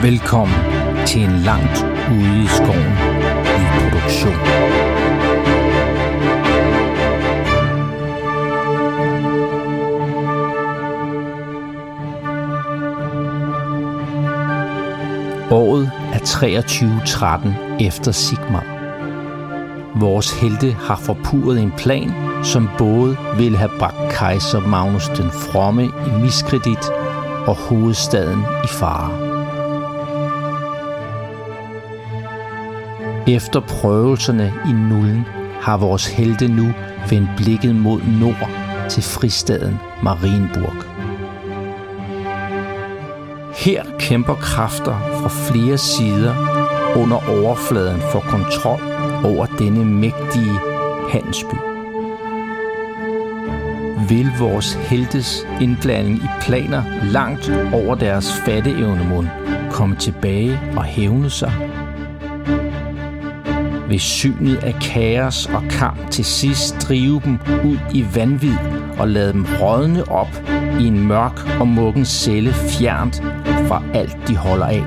Velkommen til en langt ude i skoven produktion. Året er 2313 efter Sigmar. Vores helte har forpurret en plan, som både ville have bragt kejser Magnus den Fromme i miskredit og hovedstaden i fare. Efter prøvelserne i nullen har vores helte nu vendt blikket mod nord til fristaden Marienburg. Her kæmper kræfter fra flere sider under overfladen for kontrol over denne mægtige handelsby. Vil vores heltes indblanding i planer langt over deres fatteevnemund komme tilbage og hævne sig? Vil synet af kaos og kamp til sidst drive dem ud i vanvid og lade dem rådne op i en mørk og muggen celle fjernt fra alt de holder af?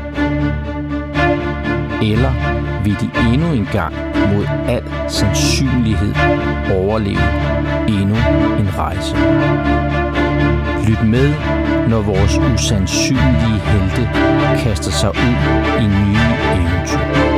Eller vil de endnu en gang mod al sandsynlighed overleve endnu en rejse? Lyt med, når vores usandsynlige helte kaster sig ud i nye eventyr.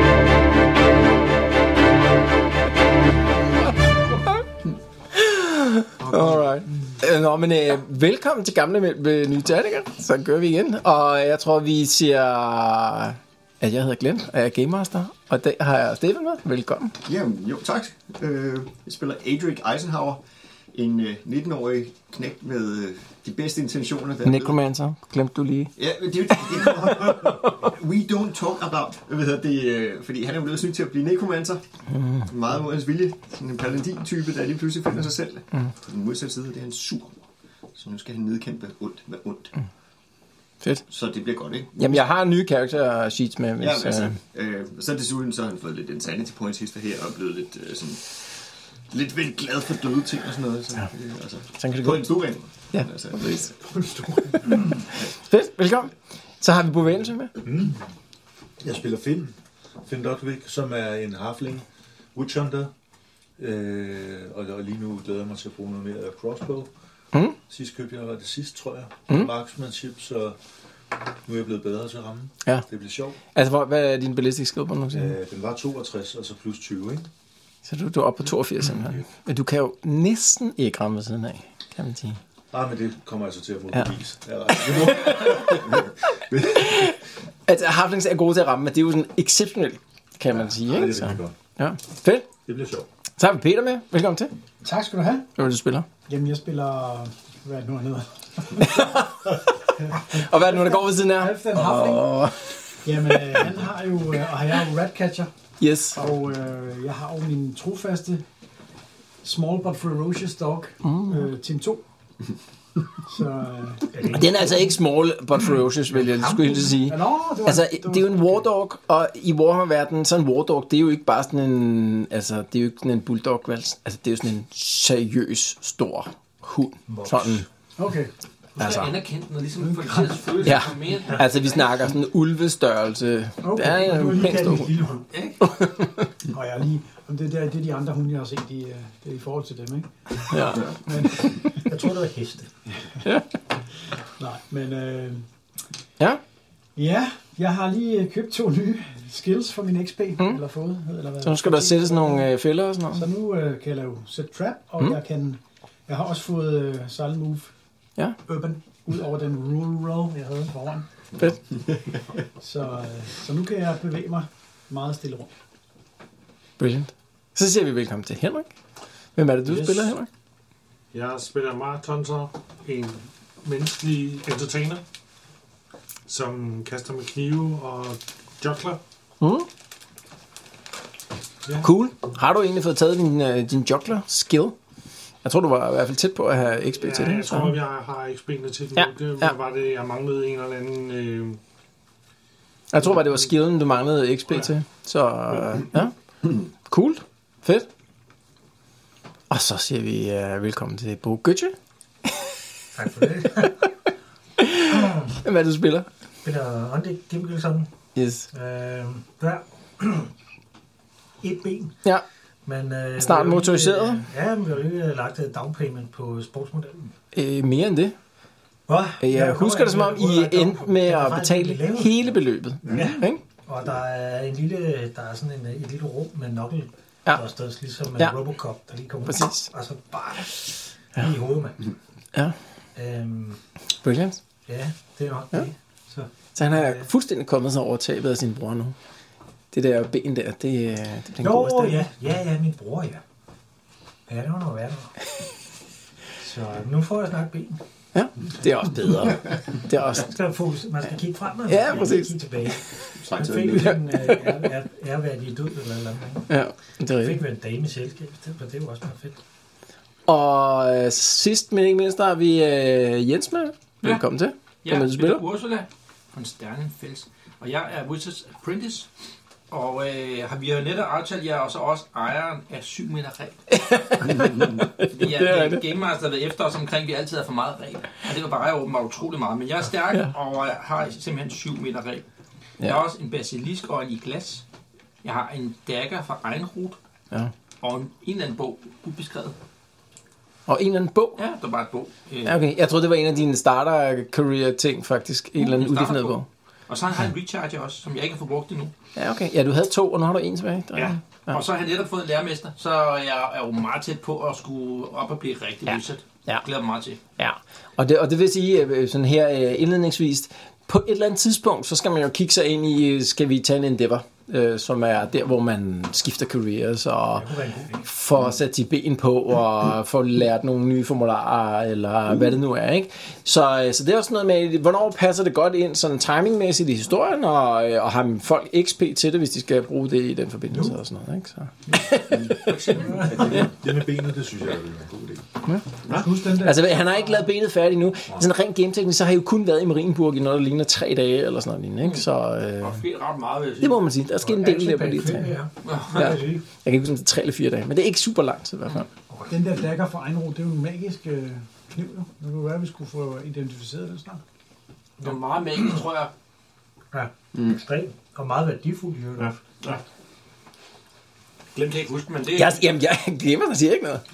Alright. Nå, men velkommen til Gamle med Nye Terninger. Så gør vi igen. Og jeg tror, vi siger, at jeg hedder Glenn, og jeg er Game Master. Og i dag har jeg Stefan med. Velkommen. Jamen, jo, tak. Jeg spiller Adric Eisenhower, en 19-årig knægt med de bedste intentioner. Necromancer, glemte du lige. Ja, det we don't talk about, fordi han er jo blevet snydt til at blive necromancer. Meget mod hans vilje. Sådan en paladin-type, der lige pludselig finder sig selv. På den modsatte side, det er han sur. Så nu skal han nedkæmpe ondt med ondt. Fedt. Så det bliver godt, ikke? Jamen, jeg har nye character sheets med. Hvis, så desuden så har han fået lidt insanity points hister her, og blevet lidt sådan... lidt vel glad for døde ting og sådan noget. Så, altså, så kan det på gå. En stor en. Ja, altså, på en stor en. Fedt, velkommen. Så har vi Bovense med. Jeg spiller Finn Dodvik, som er en halfling witch hunter. Og lige nu glæder jeg mig til at bruge noget mere crossbow. Sidst købte jeg det sidste, tror jeg. Marksmanship, så nu er jeg blevet bedre til at ramme. Ja. Det bliver sjovt. Altså, hvad er din ballistic skill på nu? Den var 62, og så plus 20, ikke? Så du er oppe på 82 simpelthen. Men du kan jo næsten ikke ramme ved siden af, kan man sige. Nej, men det kommer jeg så til at modbevise. Ja. Altså, halflings er gode til at ramme, men det er jo sådan exceptionelt, kan man sige. Ikke? Det er godt. Ja, fedt. Det bliver sjovt. Så har vi Peter med. Velkommen til. Tak skal du have. Hvad vil du spiller? Jamen, jeg spiller... Hvad er det nu, han hedder? Og hvad er det nu, der går ved siden af? Halfdan Halfling. Jamen, han har jo... Og jeg er jo Ratcatcher. Yes. Og jeg har jo min trofaste Small But Ferocious Dog, Team 2. Så, den er altså ikke small but ferocious, vil jeg skulle helt sige. Det er jo en wardog, og i Warhammer-verdenen, sådan en wardog, det er jo ikke bare sådan en, altså det er jo ikke sådan en bulldog, altså det er jo sådan en seriøs, stor hund. Sådan. Okay. Altså anerkendt noget, ligesom politiets følelse ja, mere. altså vi snakker sådan en ulvestørrelse. Okay. Det er en pænt stor hund. Og jeg lige... Det er de andre hunde, jeg har set, det er i forhold til dem, ikke? Ja. Men, jeg tror, det var heste. Ja. Nej, men... Ja? Ja, jeg har lige købt 2 nye skills for min XP, eller fået. Eller hvad, så nu skal der sætte sådan nogle fælder og sådan noget? Så nu kan jeg lave set trap, og jeg har også fået silent move urban, ud over den rural, jeg havde foran. Fedt. Så nu kan jeg bevæge mig meget stille rundt. Brilliant. Så siger vi velkommen til Henrik. Hvem er det, du spiller, Henrik? Jeg spiller Mark Tonser, en menneskelig entertainer, som kaster med knive og juggler. Ja. Cool. Har du egentlig fået taget din juggler skill? Jeg tror, du var i hvert fald tæt på at have XP til det. Jeg tror, jeg har XP'ene til det. Det var det, jeg manglede en eller anden... Jeg tror bare, det var skillen, du manglede XP til. Så ja. Cool. Fedt. Og så siger vi velkommen til Bo Götze. Tak for det. Hvem er det, du spiller? spiller Undead Gimkelson. Yes. Der et ben. Ja. Men, snart motoriseret. Ja, men vi har lige lagt et down payment på sportsmodellen. Mere end det. Hvad? Jeg husker det som om, I endte med at betale hele beløbet. Ja. Ikke? Og der er sådan et lille rum med knuckle. Ja. Der står ligesom en Robocop, der lige kommer. Præcis. Og så bare i hovedet, mand. Ja. Brilliant. Ja, det er nok det. Så han er fuldstændig kommet sig over tabet af sin bror nu. Det der ben der, det er en god sted. Ja, min bror, ja. Ja, det var noget værd. Så nu får jeg snart ben. Ja, det er også bedre. Det er også... Man skal kigge fremad. Ja, præcis. Kigge tilbage. Man fik jo sådan ærværdig død eller noget. Ja, det er rigtigt. Fik vi en dame i selskab, det var også meget fedt. Og sidst, men ikke mindst, der har vi Jens med. Velkommen til. Jeg spiller Ursula von Sternenfels, og jeg er Wizards Apprentice. Og vi har netop aftalt, at jeg også ejeren af 7 meter reb. Fordi jeg er Game Master, der har været efter os omkring, vi altid har for meget reb. Og det var bare åbenbart utrolig meget. Men jeg er stærk, og jeg har simpelthen 7 meter reb. Jeg har også en basilisk og en i glas. Jeg har en dagger fra Einrud. Ja. Og en eller anden bog, ubeskrevet. Og en eller anden bog? Ja, der var et bog. Okay, jeg troede, det var en af dine starter-career-ting, faktisk. En eller anden udefineret bog. Og så har jeg en recharger også, som jeg ikke har fået brugt endnu. Ja, okay. Ja, du havde 2, og nu har du 1 tilbage. Ja. Og så har jeg netop fået en lærermester, så jeg er jo meget tæt på at skulle op og blive rigtig wizard. Ja. Glæder mig meget til. Ja, og det vil sige, sådan her indledningsvis, på et eller andet tidspunkt, så skal man jo kigge sig ind i, skal vi tage en Endeavor, som er der, hvor man skifter careers og får sat sit ben på og får lært nogle nye formularer, eller hvad det nu er, ikke? Så det er også noget med, hvornår passer det godt ind sådan timingmæssigt i historien, og har folk XP til det, hvis de skal bruge det i den forbindelse og sådan noget, ikke? Så. Det med benet, det synes jeg er en god idé. Ja. Altså, han har ikke lavet benet færdigt nu. Sådan rent gameteknisk, så har jeg jo kun været i Marienburg i noget, der ligner 3 dage, eller sådan noget, ikke? Så, ret meget, vil jeg sige. Det må man sige. Der er sket en del der på de 3. Ja. Jeg kan ikke huske, om det er 3 eller 4 dage, men det er ikke super langt i hvert fald. Den der dagger fra Einrud, det er jo en magisk kniv, jo. Det kunne være, at vi skulle få identificeret den snart. Det er meget magisk, tror jeg. Ja, ekstremt. Og meget værdifuldt, jo. Ja. Glemte jeg ikke huske, men det er... Jamen, jeg glemmer, der siger ikke noget.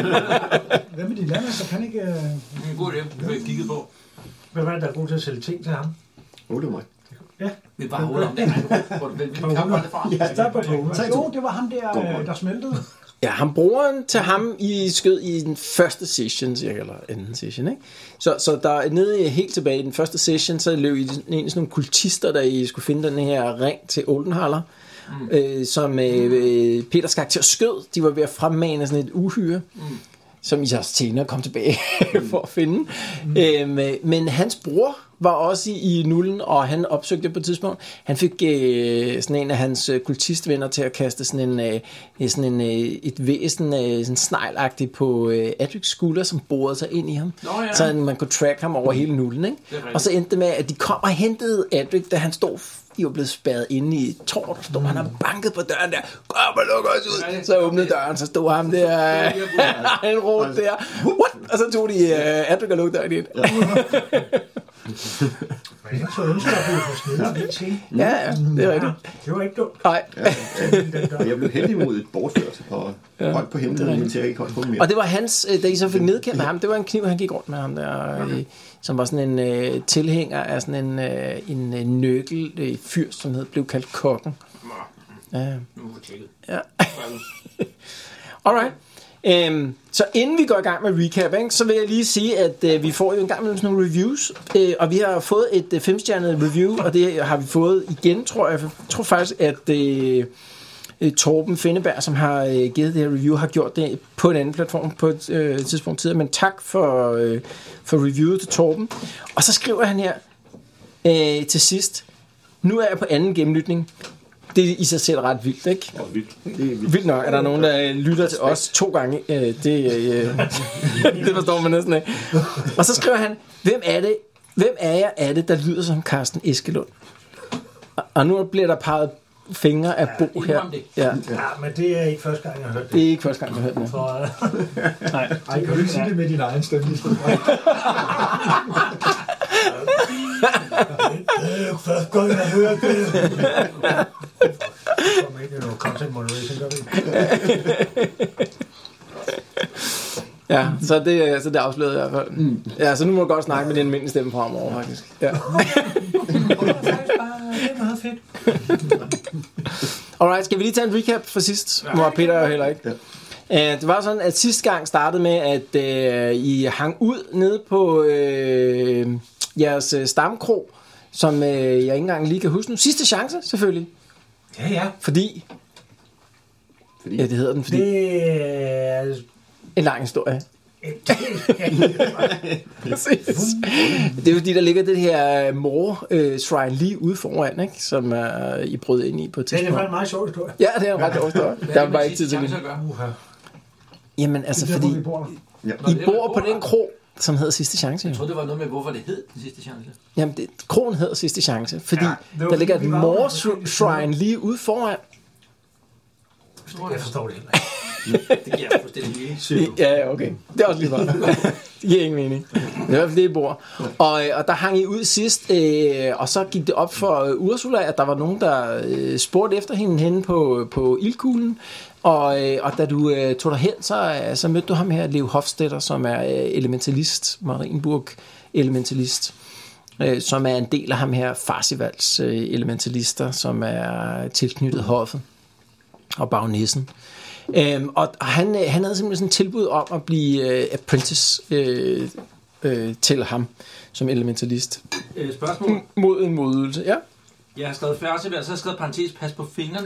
Hvad med de lander, så kan ikke... En god idé, det har jeg kigget på. Hvem er det, der er god til at sælge ting til ham? Det var mig. Ja. Vi bare holder om det. Hvilken kamp var det fra? Jo, det var ham der smeltede. Ja, han bruger den til ham i skød i den første session, cirka, eller anden session, ikke? Så der er nede helt tilbage i den første session, så løb I ind i sådan nogle kultister, der I skulle finde den her ring til Oldenhaller, som Peters karakter skød. De var ved at fremmane sådan et uhyre, som I så senere kom tilbage for at finde. Men hans bror var også i nullen, og han opsøgte det på et tidspunkt. Han fik sådan en af hans kultistvenner til at kaste sådan et væsen, sådan sneglagtigt på Adrics skulder, som borede sig ind i ham. Så man kunne track ham over hele nullen, ikke? Og så endte det med, at de kom og hentede Adric, da han stod... De var blevet spærret inde i et tårn, og stod han og bankede på døren der. Kom og luk os ud. Så åbnede døren, så stod ham der. En rot der. What? Og så tog de Adric og lukkede døren ind. Men så ønsker vi at få snedet lidt til. Ja, det er rigtigt. Det var ikke dumt. Nej. Jeg blev heldig mod et bortført og holdt på hemmeligheden, indtil jeg ikke holdt på mere. Og det var hans, da I så fik nedkæmpet ham, det var en kniv, han gik rundt med ham der, som var sådan en tilhænger af sådan en nøkkel fyr, som blev kaldt Kokken. Nu er tjekket. Ja. Alright. Så inden vi går i gang med recap, ikke, så vil jeg lige sige, at vi får jo en gang med sådan nogle reviews, og vi har fået et 5-stjernet review, og det har vi fået igen, tror jeg. Jeg tror faktisk, at Torben Finneberg, som har givet det her review, har gjort det på en anden platform på et tidspunkt tidligere, men tak for reviewet til Torben. Og så skriver han her til sidst, nu er jeg på anden gennemlytning. Det er i sig selv ret vildt, ikke? Ja, vildt. Vildt nok. Er der nogen, der lytter til os 2 gange? Det forstår man næsten ikke. Og så skriver han, hvem er jeg er det, der lyder som Carsten Eskelund? Og nu bliver der peget fingre af Bo her. Ja, men det er ikke første gang, jeg har hørt det. Det er ikke første gang, jeg har hørt det. Nej. Ej, kan du ikke sige det med din egen stemme i stedet for? er jo første gang, jeg hører det. Kom ikke noget content moderation, gør vi. Ja, så det afslørede i hvert fald. Ja, så nu må du godt snakke med din almindelige stemme fremover, faktisk. Ja. Det er meget fedt. Alright, skal vi lige tage en recap fra sidst? Nu har Peter jo heller ikke. Ja. Det var sådan, at sidste gang startede med, at I hang ud nede på jeres stamkrog, som jeg ikke engang lige kan huske nu. Sidste chance, selvfølgelig. Ja. Fordi? Ja, det hedder den, fordi... Det er... En lang historie. Præcis. Det er jo fordi, der ligger det her mor-shrine lige ude foran, ikke? Som I brød ind i på et tidspunkt. Det er en meget sjov historie. Ja, det er en ret sjov historie. Der var bare ikke tid til det. Jamen, altså fordi... I bor på den krog, som hedder Sidste Chance. Jeg troede, det var noget med, hvorfor det hed Den Sidste Chance. Jamen, krogen hedder Sidste Chance, fordi der ligger et mor-shrine lige ude foran. Jeg forstår det heller ikke. Det giver fuldstændig mening. Ja, okay. Det er også lige meget. Det giver ingen mening. Det er i hvert fald det, I bor. Og der hang I ud sidst, og så gik det op for Ursula, at der var nogen, der spurgte efter hende på ildkuglen. Og da du tog derhen, så mødte du ham her, Leo Hofstetter, som er elementalist, Marienburg elementalist, som er en del af ham her, Farsivals elementalister, som er tilknyttet hoffet og bagnæssen. Og han havde simpelthen sådan et tilbud om at blive apprentice til ham som elementalist. Spørgsmål? Mod en modydelse, ja. Jeg har skrevet færdig, så har jeg skrevet parentes, pas på fingrene.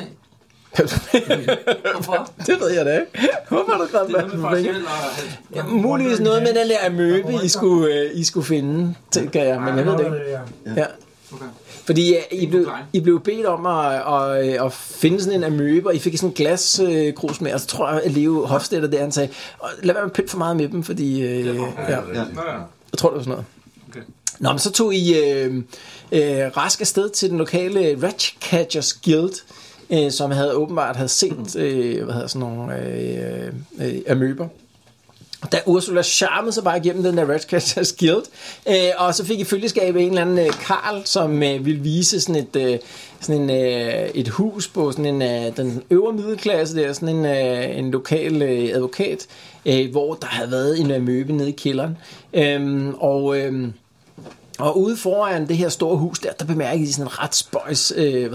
Hvorfor? Det ved jeg da ikke. Hvorfor har du skrevet pas på fingrene? Muligvis noget med den der amøbe, I skulle finde, tænker jeg, men jeg ved det ikke. Ja. Okay. Fordi I blev bedt om at finde sådan en amøbe, og I fik sådan en glaskrus med, og så tror jeg, at Leo Hofstetter der, han sagde, lad være med at pille for meget med dem, fordi... Jeg tror, det var sådan noget. Okay. Nå, men så tog I rask afsted til den lokale Ratcatchers Guild, som åbenbart havde set sådan nogle amøber. Da Ursula charmede sig bare igennem den der Ratcatchers Guild, og så fik I følgeskab af en eller anden Karl, som ville vise sådan et hus på sådan den øvre middelklasse der, sådan en lokal advokat, hvor der havde været en amøbe nede i kælderen. Og ude foran det her store hus der bemærkede I sådan en ret spøjs,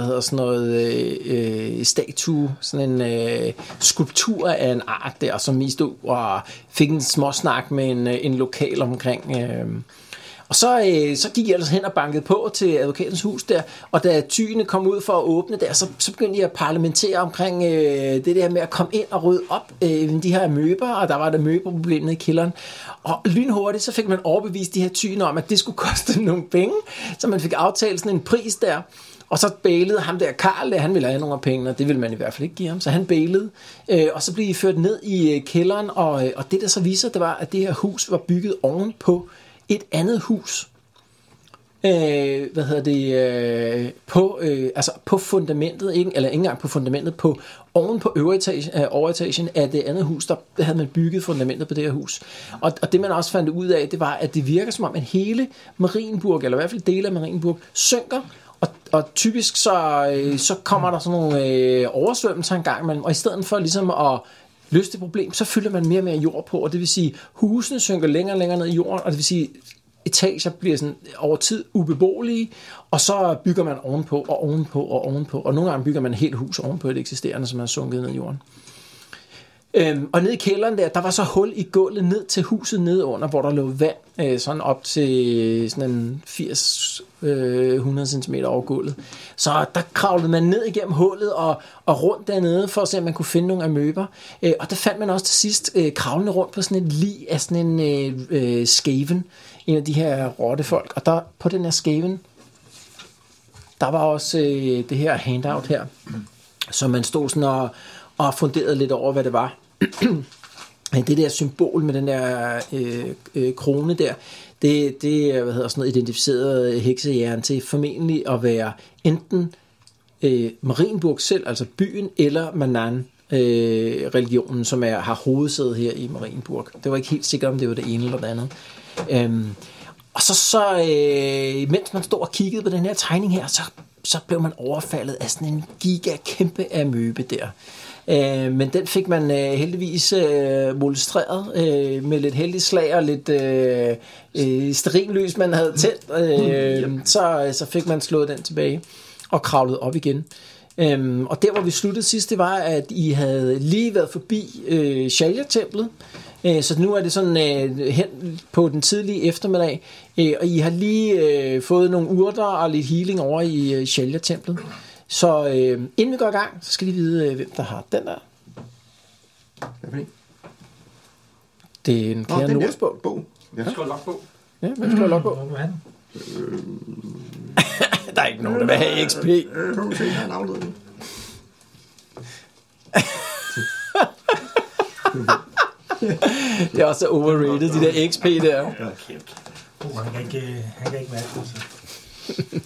statue, sådan en skulptur af en art der, som I stod og fik en småsnak med en lokal omkring. Og så gik jeg altså hen og bankede på til advokatens hus der, og da tyene kom ud for at åbne der, så begyndte jeg at parlamentere omkring det der med at komme ind og rydde op de her amøber, og der var et amøberproblem nede i kælderen. Og lynhurtigt, så fik man overbevist de her tyne om, at det skulle koste nogle penge, så man fik aftalt sådan en pris der. Og så bailede ham der Karl, han ville have nogle af pengene, og det ville man i hvert fald ikke give ham, så han bailede. Og så blev I ført ned i kælderen, og det der så viser, det var, at det her hus var bygget oven på et andet hus. På fundamentet, ikke engang på fundamentet, oven på overetagen af det andet hus, der havde man bygget fundamentet på det her hus. Og det man også fandt ud af, det var, at det virker som om, at hele Marienburg, eller i hvert fald dele af Marienburg, synker, og typisk så kommer der sådan nogle oversvømmelser en gang imellem, og i stedet for ligesom at løse det problem, så fylder man mere og mere jord på, og det vil sige, husene synker længere og længere ned i jorden, og det vil sige, etager bliver sådan over tid ubeboelige, og så bygger man ovenpå og ovenpå og ovenpå, og nogle gange bygger man et helt hus ovenpå et eksisterende, som er sunket ned i jorden. Og nede i kælderen der var så hul i gulvet ned til huset nede under, hvor der lå vand sådan op til sådan en 80-100 cm over gulvet. Så der kravlede man ned igennem hullet og rundt dernede for at se, om man kunne finde nogle amøber. Og der fandt man også til sidst kravlende rundt på sådan et lig af sådan en skaven, en af de her rottefolk. Og der på den her skaven, der var også det her handout her, som man stod sådan og funderede lidt over, hvad det var. Det der symbol med den der krone der, det er identificeret heksejern til formentlig at være enten Marienburg selv, altså byen, eller Manan religionen, som har hovedsæde her i Marienburg. Det var ikke helt sikkert, om det var det ene eller det andet. Og så mens man stod og kiggede på den her tegning her, så blev man overfaldet af sådan en giga-kæmpe amøbe der. Men den fik man heldigvis molestreret med lidt heldig slag og lidt stearinlys, man havde tændt. Så fik man slået den tilbage og kravlet op igen. Og der, hvor vi sluttede sidst, det var, at I havde lige været forbi Shalya-templet. Så nu er det sådan hen på den tidlige eftermiddag, og I har lige fået nogle urter og lidt healing over i Shalya-templet. Så inden vi går i gang, så skal I vide, hvem der har den der. Det er en kære Nordsbog. Ja. Skal logge på. Ja, hvem skal logge på? Der er ikke nogen, der vil have XP. Det er også overrated, de der XP der. Han kan ikke mærke det.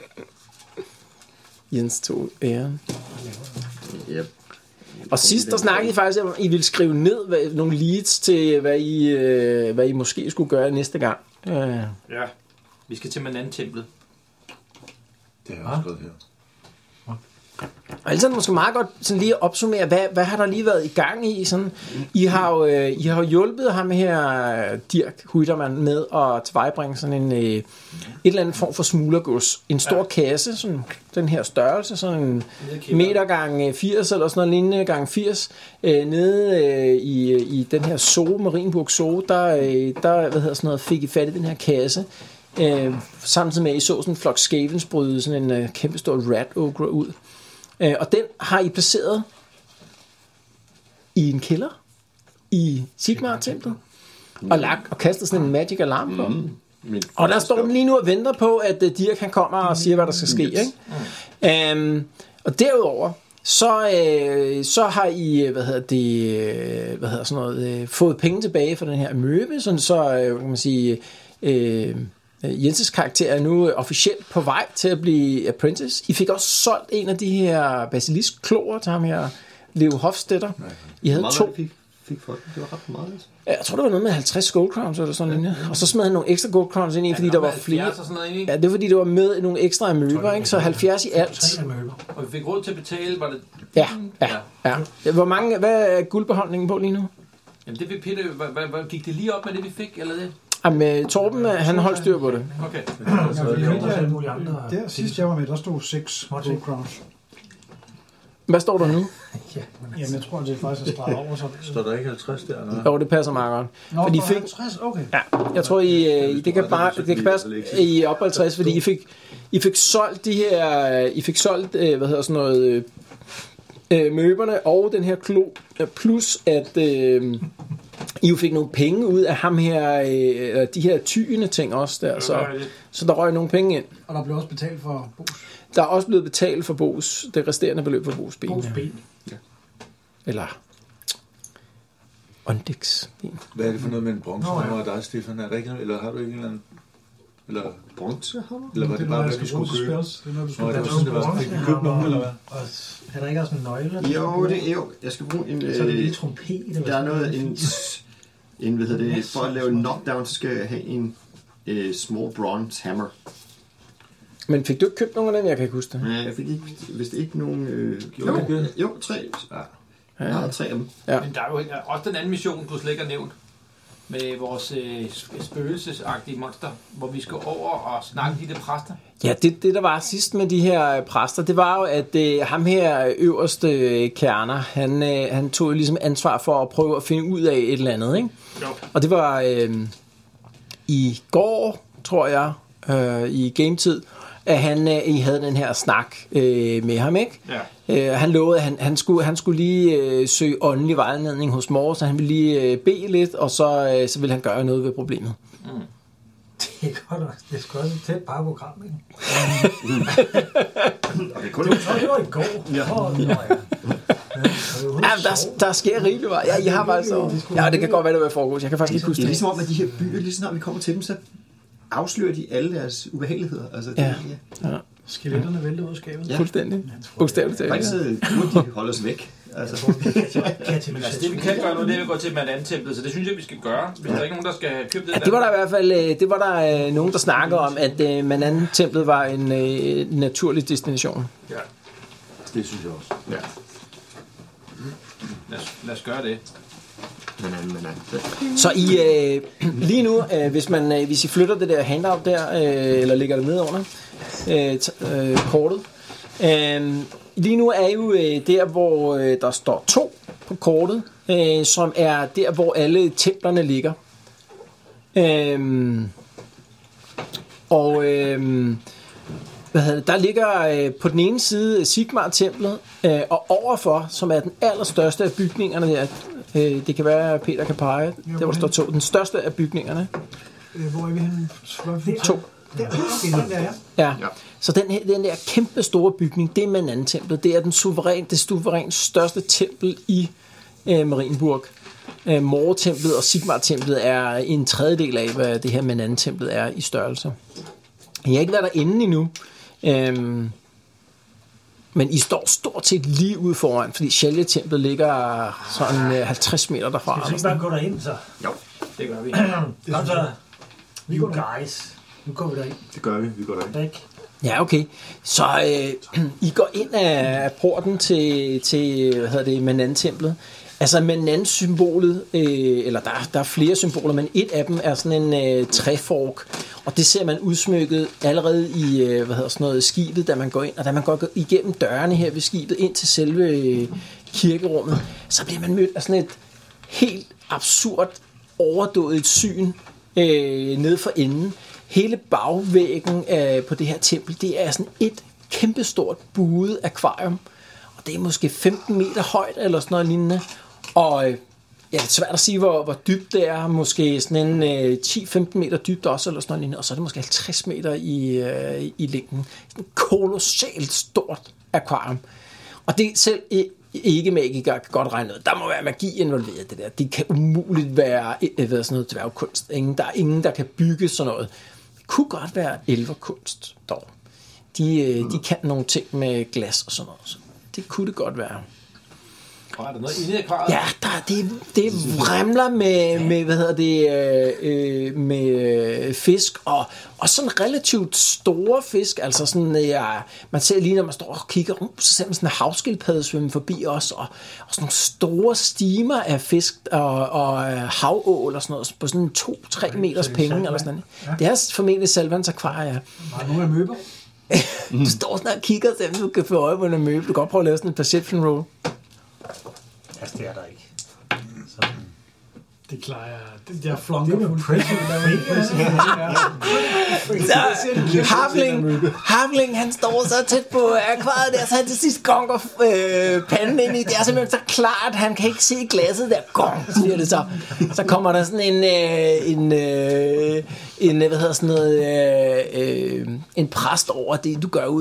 Jens tog æren. Yep. Og sidst der snakkede I faktisk om, at I ville skrive ned nogle leads til, hvad I måske skulle gøre næste gang. Ja, vi skal til Manant-templet. Det har jeg skrevet her. Og altså måske meget godt sådan lige at opsummere, hvad har der lige været i gang i? Sådan, I har hjulpet ham her, Dirk Huytermann, med at tilvejebringe sådan en et eller andet form for smuglergods. En stor kasse, sådan den her størrelse, sådan en meter gange 80 eller sådan noget lignende gange 80, nede i den her zoo, Marienburg Zoo, der fik I fat i den her kasse. Samtidig med, at I så sådan en flok skavens bryde sådan en kæmpe stor rat ogre ud. Og den har I placeret i en kælder i Sigmar-templet og kastet sådan en magic alarm på. Og der står den lige nu og venter på, at Dirk han kommer og siger, hvad der skal ske. Ikke? Og derudover så har I fået penge tilbage for den her amøbe, sådan så kan man sige Jenses karakter er nu officielt på vej til at blive apprentice. I fik også solgt en af de her basilisk-kloer til ham her, Leo Hofstetter. I havde 2. Fik folk. Det var ret meget. Jeg tror, det var noget med 50 gold crowns eller sådan noget. Og så smed han nogle ekstra gold crowns ind i, fordi der var flere. Ja, det var fordi, det var med nogle ekstra amøber, ikke? Så 70 i alt. Og vi fik råd til at betale, var det? Ja. Hvad er guldbeholdningen på lige nu? Jamen det fik Peter, gik det lige op med det, vi fik, eller det? Jamen, Torben, han holdt styr på det. Okay. Der sidst jeg var med, der stod 6 gold crowns. Hvad står der nu? Jamen, jeg tror, det er faktisk at strege over. Så står der ikke 50 der? Eller? Jo, det passer meget godt. Nå, fordi 50? Okay. Ja, jeg tror, det kan passe, I er op 50, fordi I fik solgt de her, I fik solgt, møberne og den her klo, plus at I jo fik nogle penge ud af ham her, de her tyende ting også der, så der røg nogle penge ind. Og der blev også betalt for Bos. Der er også blevet betalt for Bos, det resterende beløb for Bos ben. Ja. Eller Ondix ben. Hvad er det for noget med en bronzehammer og dig, Stefan? Er der ikke noget, eller har du ikke en eller anden? Eller bronzehammer? Eller var det bare, hvad du skulle købe? Det var sådan, det var. Fik du købt nogen, eller hvad? Er der ikke også en nøgle? Jo, det er jo. Jeg skal bruge en... Så er det lige trompet? Der er noget... for at lave en knockdown, så skal jeg have en small bronze hammer. Men fik du ikke købt nogen af dem? Jeg kan ikke huske det. Nej, jeg fik ikke, hvis det ikke nogen... Jo, 3. Jeg har 3 af dem. Ja. Men der er jo også den anden mission, du slet ikke har nævnt, med vores spøgelsesagtige monster, hvor vi skal over og snakke de der præster. Ja, det der var sidst med de her præster, det var jo, at ham her øverste Kerner, han tog ligesom ansvar for at prøve at finde ud af et eller andet, ikke? Jo. Og det var i går, tror jeg, i gametid, at I havde den her snak med ham, ikke? Ja. Han lovede, at han skulle lige søge åndelig vejledning hos mor, så han ville lige bede lidt, og så ville han gøre noget ved problemet. Mm. Det er godt, det er sgu også et tæt program, ikke? Det var i går. Ja, der sker rigeligt meget. Ja, I har faktisk ja, det kan godt være, det var foregået. Jeg kan faktisk ikke huske det. Det er ligesom om, at de her byer, lige snart vi kommer til dem, så afslører de alle deres ubehageligheder. Altså, ja. Skeletterne vælter ud af skabet. Ja. Fuldstændig. Bogstaveligt talt. Faktisk burde de holde os væk. Altså. Men altså, det vi kan gøre nu, det er at gå til Mandan-templet, så det synes jeg, vi skal gøre. Hvis der er ikke nogen, der skal købe det. Det var der i hvert fald det var der nogen, der snakkede om, at Mandan-templet var en naturlig destination. Ja. Det synes jeg også. Ja. Lad os gøre det. Så lige nu, hvis I flytter det der handout der, eller lægger det ned under kortet, lige nu er jo der, hvor der står 2 på kortet, som er der, hvor alle templerne ligger. Der ligger på den ene side Sigmar-templet, og overfor, som er den allerstørste af bygningerne der, det kan være, Peter kan pege, der hvor der står 2, den største af bygningerne. Hvor er vi henne? 2. Ja. Så den der kæmpe store bygning, det er Mandan-templet. Det er det suverænt største tempel i Marienburg. Mor-templet og Sigmar-templet er en tredjedel af, hvad det her Mandan-templet er i størrelse. Jeg har ikke været derinde endnu, men I står stort set lige ude foran, fordi Shalya-templet ligger sådan 50 meter derfra. Skal vi ikke bare gå derind, så? Jo, det gør vi. Kom så. You guys. Nu går vi derind. Det gør vi går derind. Ja, okay. Så I går ind af porten til Mandan-templet. Altså Mandan-symbolet, eller der er flere symboler, men et af dem er sådan en træfork, og det ser man udsmykket allerede i skibet, da man går ind, og da man går igennem dørene her ved skibet ind til selve kirkerummet, så bliver man mødt af sådan et helt absurd overdådigt syn nede for enden. Hele bagvæggen på det her tempel, det er sådan et kæmpestort buet akvarium, og det er måske 15 meter højt eller sådan noget lignende. Og det er svært at sige, hvor dybt det er. Måske sådan en 10-15 meter dybt også, eller sådan noget lignende. Og så er det måske 50 meter i længden. Sådan et kolossalt stort akvarium. Og det selv ikke magikere kan godt regne ud. Der må være magi involveret det der. Det kan umuligt være sådan noget dværgkunst. Der er ingen, der kan bygge sådan noget. Det kunne godt være elverkunst dog. De kan nogle ting med glas og sådan noget. Så det kunne det godt være. Og er der noget inde i akvariet? Ja, det vrimler med fisk, og sådan relativt store fisk, altså sådan, man ser lige, når man står og kigger rundt, så ser man sådan en havskildpadde svømme forbi os, og sådan nogle store stimer af fisk, og havål og sådan noget, på sådan 2-3 meters penge, eller sådan noget. Ja. Det er formentlig Salvans akvarie, ja. Var der nogle af møber? Du står sådan og kigger, så du kan få øje på en møbe. Du kan godt prøve at lave sådan en perception roll. Altså, det er der ikke. Så. Det klarer jeg. Det er flonker. Det er Havling, han står så tæt på akvariet der, så han til sidst gonker panden ind i. Det er simpelthen så klart, han kan ikke se glasset der. Gong, siger det så. Så kommer der sådan en præst over det, du gør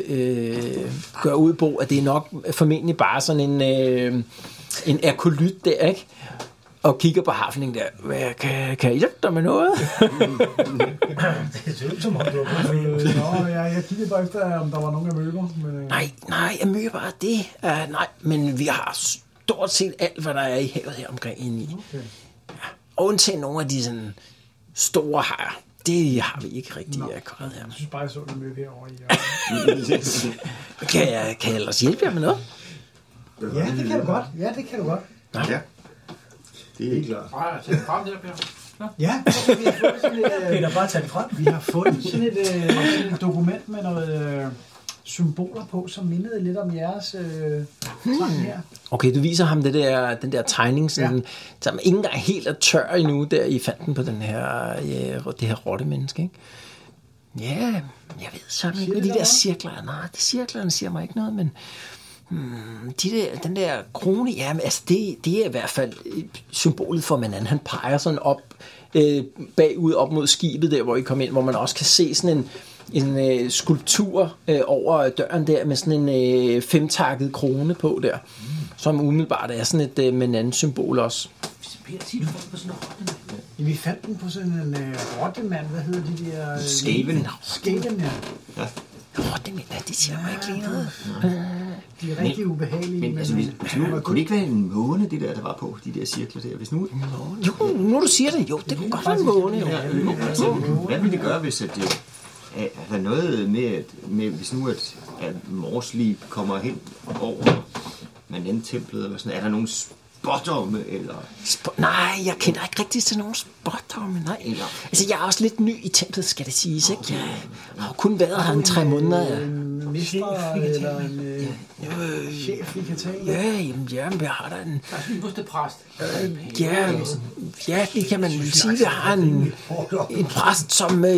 ud på, at det er nok formentlig bare sådan en akolyt der, ikke? Og kigger på Havling der. Kan jeg hjælpe dig med noget? Det ser ud som om du jeg kiggede bare efter, om der var nogen af møber. Men... Nej, amøber er det. Nej, men vi har stort set alt, hvad der er i havet her omkring inde i. Okay. Ja. Og undtagen nogle af de sådan store hajer. Det har vi ikke rigtig akkurat her. Jeg synes bare, jeg så en møbe herovre i. Kan jeg ellers hjælpe jer med noget? Ja, det kan du godt. Ja. Det er helt klart. Tag det frem der, Peter. Ja, så vi har fået sådan et... Peter, bare tag det frem. Vi har fundet sådan et dokument med noget symboler på, som mindede lidt om jeres sang her. Okay, du viser ham den der tegning, som ikke engang helt er tør endnu, der I fandt den på den her, det her rottemenneske, ikke? Ja, jeg ved så ikke, hvad de der cirkler. Nej, de cirklerne siger mig ikke noget, men... den der krone, ja, altså det er i hvert fald symbolet for Mandan. Han peger sådan op bagud op mod skibet der, hvor I kom ind, hvor man også kan se sådan en skulptur over døren der med sådan en femtakket krone på der, som umiddelbart er sådan et Mandan-symbol også. Vi fandt den på sådan en rottemand. Hvad hedder de der? Skaven, ja. Rottemand, det siger mig ikke lige noget. De er rigtig ubehagelige. Men altså, hvis nu, kunne det ikke være en måne, det der var på, de der cirkler der? Hvis nu... Jo, nu du siger det, jo, det kunne godt være en måne, jo. Hvad ville det gøre, hvis at er der noget med hvis nu at Morsliv kommer hen over Manant-templet, eller sådan, er der nogen spådomme, eller... Nej, jeg kender ikke rigtig til nogen spådomme, nej. Eller... Altså, jeg er også lidt ny i templet, skal det siges, ikke? Jeg har kun været her 3 måneder, ja. En mister eller en chef, vi kan tale med. Jamen, jeg har da en... Der er sådan en bustepræst. Ja, det kan man sige. Vi har en præst,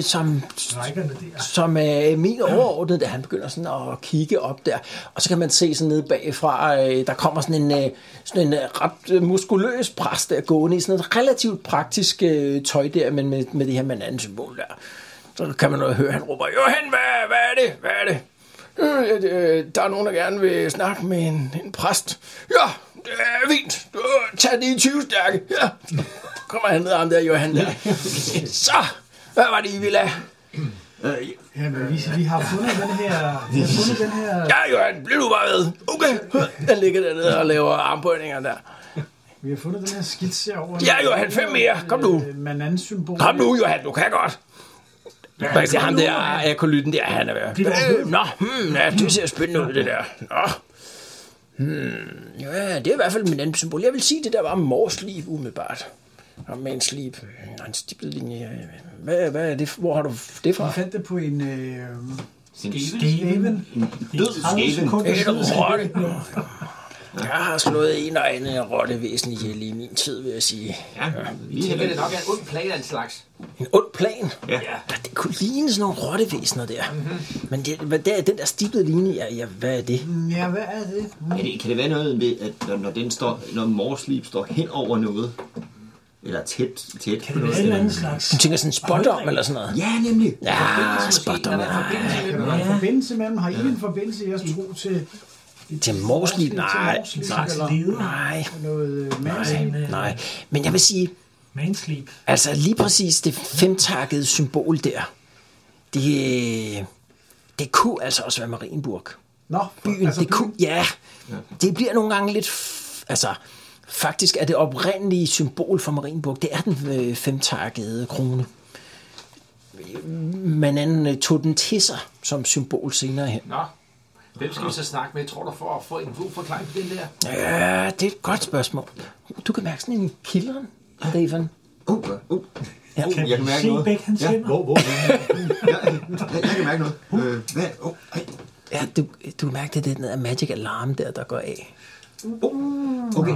som er min overordnede, da han begynder sådan at kigge op der. Og så kan man se sådan nede bagfra, der kommer sådan en ret muskuløs præst der gående i sådan et relativt praktisk tøj der, men med det her Manant-symbol der. Så kan man jo høre, han råber, Johan, hvad er det? Der er nogen, der gerne vil snakke med en præst. Ja, det er fint. Tag det i 20 stærke. Ja. Kommer han ned ham der, Johan der. Så, hvad var det, I ville have? Vi har fundet den her... Ja, Johan, bliv du bare ved. Okay, han ligger dernede og laver armbøjninger der. Vi har fundet den her skitse over... Ja, Johan, 5 mere. Kom nu. Manant-symbol. Kom nu, Johan, du kan godt. Man kan se ham der, akolyten der, han er ved. Ja, det ser spændende ud, det der. Ja, det er i hvert fald min anden symbol. Jeg vil sige, det der var Morsliv umiddelbart. Og Mansliv. En stiplet linje. Hvad er det? Hvor har du det fra? Jeg fandt det på en... Skaven. Død skaven. Jeg har slået en og anden rottevæsen ihjel i min tid, vil jeg sige. Ja, vi tænker, det nok er en ond plan af en slags. En ond plan? Ja. Det kunne ligne sådan nogle rottevæsener der. Men den der stiplede linje, hvad er det? Ja, hvad er det? Kan det være noget med, at når Morsliv står hen over noget, eller tæt på noget? En eller anden slags... Du tænker sådan en spådom eller sådan noget? Ja, nemlig. Ja, spådom. Der er en forbindelse med dem. Har I en forbindelse, jeg tro til... Til Morsliv? Nej. Nej. Men jeg vil sige... Mansliv. Altså lige præcis det 5-takkede symbol der. Det kunne altså også være Marienburg. Byen, altså det kunne... Ja. Det bliver nogle gange lidt... Altså... Faktisk er det oprindelige symbol for Marienburg, det er den 5-takkede krone. Man tog den til sig som symbol senere hen. Nå, hvem skal vi så snakke med, tror du, for at få en god forklaring på den der? Ja, det er et godt spørgsmål. Du kan mærke sådan en kilderen, Stefan. Ja. Jeg kan mærke noget. Ja. Hvor? Jeg kan mærke noget. Ja, du kan mærke, det er den der magic alarm der går af. Okay.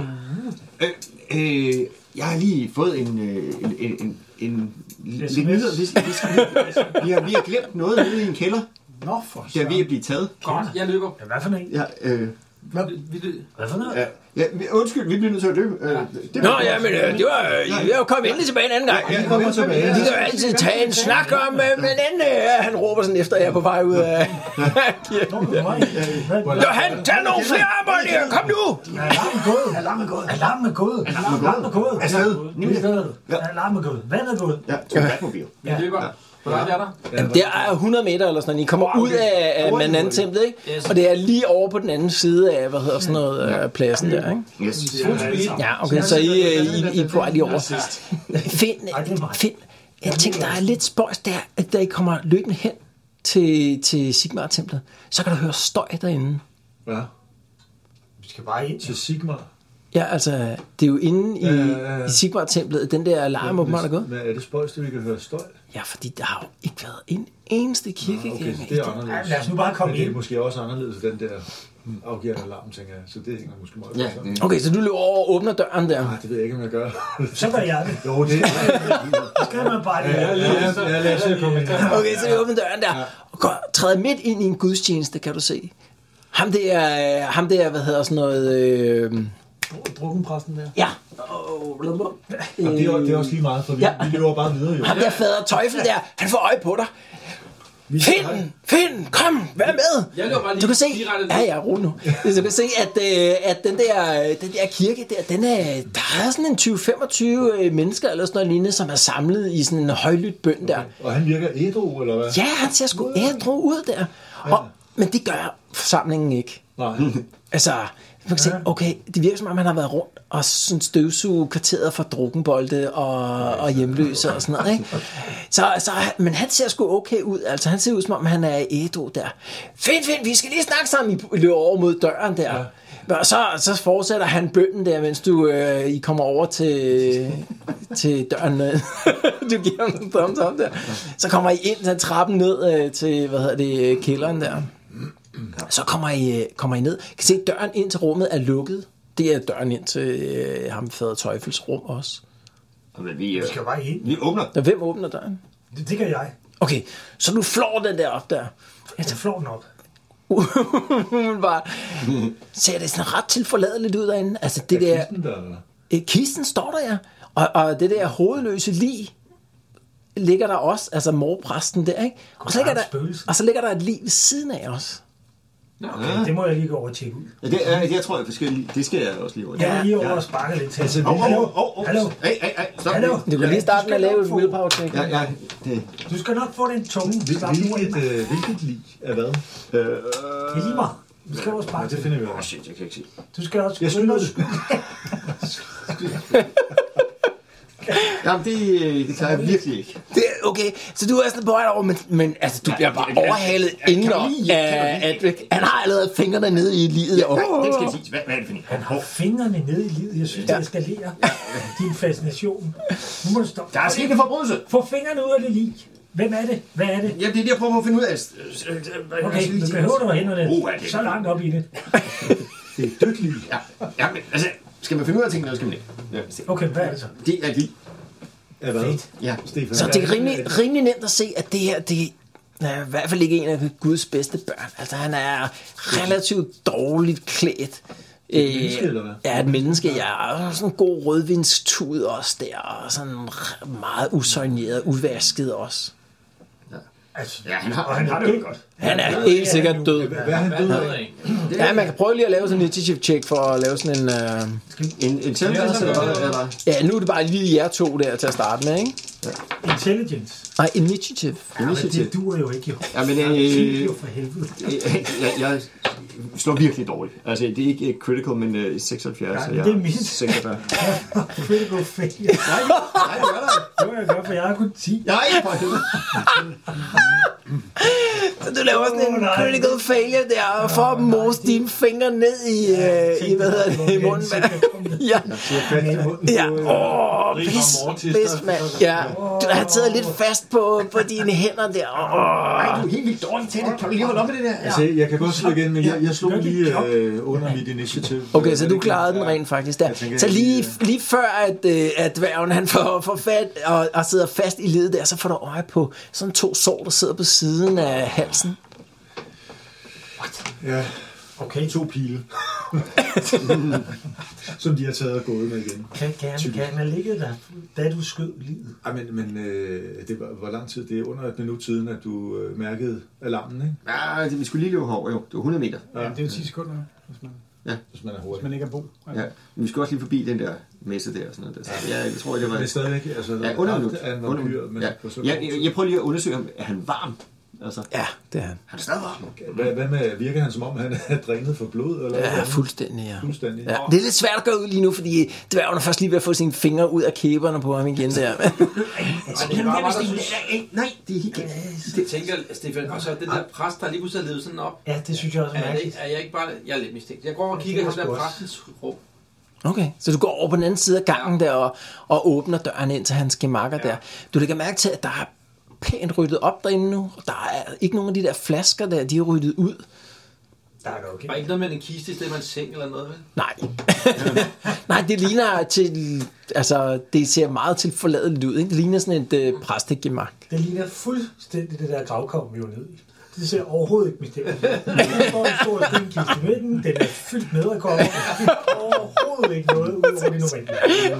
Jeg har lige fået en lidt nyheder. Vi har glemt noget nede i en kælder. Nå, for det er ved at blive taget. Godt, jeg løber. Ja, hvad for noget? Ja, hvad for noget? Ja, undskyld, vi bliver nødt til at løbe. Men det var... Vi er jo kommet endelig tilbage en anden gang. Ja, kommer tilbage. Vi kan jo altid tage en snak om, men han råber sådan efter jer på vej ud af kirken. Johan, tag nogle flere armbøjninger, kom nu! Alarmen er gået. Afsted. Alarmen er gået. Vandet er gået. Ja, til Batmobil. Vi løber. Hvor langt er der? Jamen, der er 100 meter eller sådan noget. I kommer ud af Manant-templet, ikke? Og det er lige over på den anden side af, sådan noget, pladsen der, ikke? Yes. Ja, okay, så I er på vej lige over. Find. Jeg tænker, der er lidt spøjs der, at da I kommer løbende hen til Sigmar-templet, så kan du høre støj derinde. Ja. Vi skal bare ind til Sigmar. Ja, altså, det er jo inde i Sigmar-templet, den der alarm, hvor er gået. Men er det spøjs, at vi kan høre støj? Ja, fordi der har jo ikke været en eneste kirkegænger. Okay, det er anderledes. Lad os nu bare komme ind. Det er måske også anderledes, den der afgiver alarm, tænker jeg. Så det hænger måske meget sammen. Okay, så du løber over og åbner døren der? Nej, det ved jeg ikke, om jeg gør. Så gør jeg det. Jo, det skal man bare det. Ja, lad os se komme ind. Okay, så vi åbner døren der. Og træder midt ind i en gudstjeneste, kan du se. Ham der, hvad hedder sådan noget... Drukkenpræsten der. Ja. Det er også lige meget, for vi løber bare videre jo. Ham der fader Teufel der, han får øje på dig. Find, kom, vær med. Du kan se, ja, ro nu. Du kan se, at den der kirke der, der er sådan en 20-25 mennesker eller sådan noget lignende, som er samlet i sådan en højlydt bøn der. Og han virker ædru, eller hvad? Ja, han ser sgu ædru ud der. Men det gør forsamlingen ikke. Nej. Altså, man kan se, okay, det virker som om, han har været rundt og sådan støvsuge kvarteret for drukkenbolde og hjemløse og sådan noget, ikke? Men han ser sgu okay ud, altså han ser ud som om, han er ædru der. Fint, vi skal lige snakke sammen, I løber over mod døren der. Ja. Og så fortsætter han bønnen der, mens I kommer over til døren. Du giver ham en thumbs up der. Så kommer I ind til trappen ned til, kælderen der. Så kommer I ned. Kan se, at døren ind til rummet er lukket. Det er døren ind til ham Fader Teufels rum også. Men vi skal bare ind. Vi åbner. Og hvem åbner døren? Det gør jeg. Okay, så du flår den der op der. Jeg tager flår den op. Bare ser det sådan ret tilforladeligt ud derinde. Altså det der... Kisten der, eller? Kisten står der, ja. Og det der hovedløse lig ligger der også, altså morpræsten der, ikke? Og så ligger der et lig ved siden af os. Okay, det må jeg lige gå over og tjekke ud. Ja, det tror jeg, det skal jeg også lige over. Jeg er lige over og sparke lidt til. Hallo. Stop. Hallo. Du kan lige starte med at lave et willpower check. Ja, det. Du skal nok få den tunge. Hvilket lig er hvad? Det er lige mig. Du skal også sparke til. Det finder vi jo. Shit, jeg kan ikke se. Du skal også... Jeg skyder det. Jamen, det klarer jeg virkelig ikke. Det, okay, så du er sådan på vej over, men altså, du bliver bare overhalet indenom af... Han har allerede fingrene nede i livet. Det skal jeg sige. Hvad er det for en? Han har fingrene nede i livet. Jeg synes, det eskalerer din fascination. Nu må du stoppe. Der er sket en forbrydelse. Få fingrene ud af det lig. Hvem er det? Hvad er det? Ja, det er det, jeg prøver at finde ud af. Okay, du behøver du at hente så langt op i det. Det er dødt lig. Ja, men altså, skal man finde ud af tingene, eller skal man ikke? Okay, hvad er det så? Det er et lig. Ja, hvad? Ja, Stefan. Så det er rimelig nemt at se, at det her, det er i hvert fald ikke en af Guds bedste børn. Altså, han er relativt dårligt klædt. Et menneske, eller hvad? Ja, et menneske, ja. Og sådan en god rødvinstud også der, og sådan meget usøjneret, uvasket også. Altså, ja, han har det jo godt. Han er helt sikkert død. Hvad er han død af? Ja, man kan prøve lige at lave sådan en initiative check for at lave sådan en intelligence, eller? Ja, nu er det bare lige jer to der til at starte med, ikke? Ja. Intelligence. Nej, initiative. Ja, men det duer jo ikke, jo. Ja, men jo for helvede. Jeg slår virkelig dårligt. Altså, det er ikke critical, men 76. Ja, det er mit. 46. Critical failure. Nej, det er der. Det var jeg godt, for jeg har kun 10. Nej, for helvede. Så du laver sådan en critical failure der, for at mose dine fingre ned i hvad hedder det, i munden. Ja. Bedst, mand. Ja. Du har taget lidt fast på dine hænder der. Nej, du er helt vildt dårligt til det. Kan du lige holde op med det der? Altså, jeg kan godt slå igen, men jeg slog lige under mit initiativ. Okay, så du klarede den rent faktisk der. Så lige før, at dværgen han får fat og sidder fast i ledet der, så får du øje på sådan 2 sår, der sidder på siden af halsen. What? Ja, okay. 2 pile. Som de har taget og gået med igen. Kan han have ligget der, da du skød livet? Ej, men det var, hvor lang tid? Det er under et minut siden, at du mærkede alarmen, ikke? Ja, vi skulle lige løbe over, jo. Det var 100 meter. Ja, det er jo 10 sekunder, hvis man er hurtig. Hvis man ikke er bo. Ja, men vi skulle også lige forbi den der messe der og sådan noget. Ja, jeg tror, det var... Det er stadigvæk, altså... Ja, under minut. Jeg prøver lige at undersøge ham. Er han varm? Altså. Ja, det er han. Han er stadig varm. Okay. Hvad med, virker han som om, han er drænet for blod? Eller ja, fuldstændig, ja. Fuldstændig. Ja. Det er lidt svært at gøre ud lige nu, fordi dværgen er først lige ved at få sine fingre ud af kæberne på ham igen der. Nej, det er helt... Jeg tænker, Stefan, og så den der præst, der lige pludselig har levet sådan op. Ja, det synes jeg også er mærkeligt. Er jeg ikke bare... Jeg er lidt mistænkt. Jeg går og kigger på den der præstens rum. Okay, så du går over på den anden side af gangen der og åbner døren ind til hans gemakker der. Du lægger mærke til, at der er pænt ryddet op derinde nu. Der er ikke nogen af de der flasker der, de er ryddet ud. Der er okay. Der er ikke noget med en kiste i stedet for en seng eller noget, vel? Nej. Nej, det ligner til... Altså, det ser meget tilforladeligt ud, ikke? Det ligner sådan et præstegemak. Det ligner fuldstændig det der gravkammer, vi var nede i. Det ser overhovedet ikke mistænkeligt. Der står en stor stenkiste i midten, den er fyldt med at komme. Overhovedet ikke noget ud over det normale.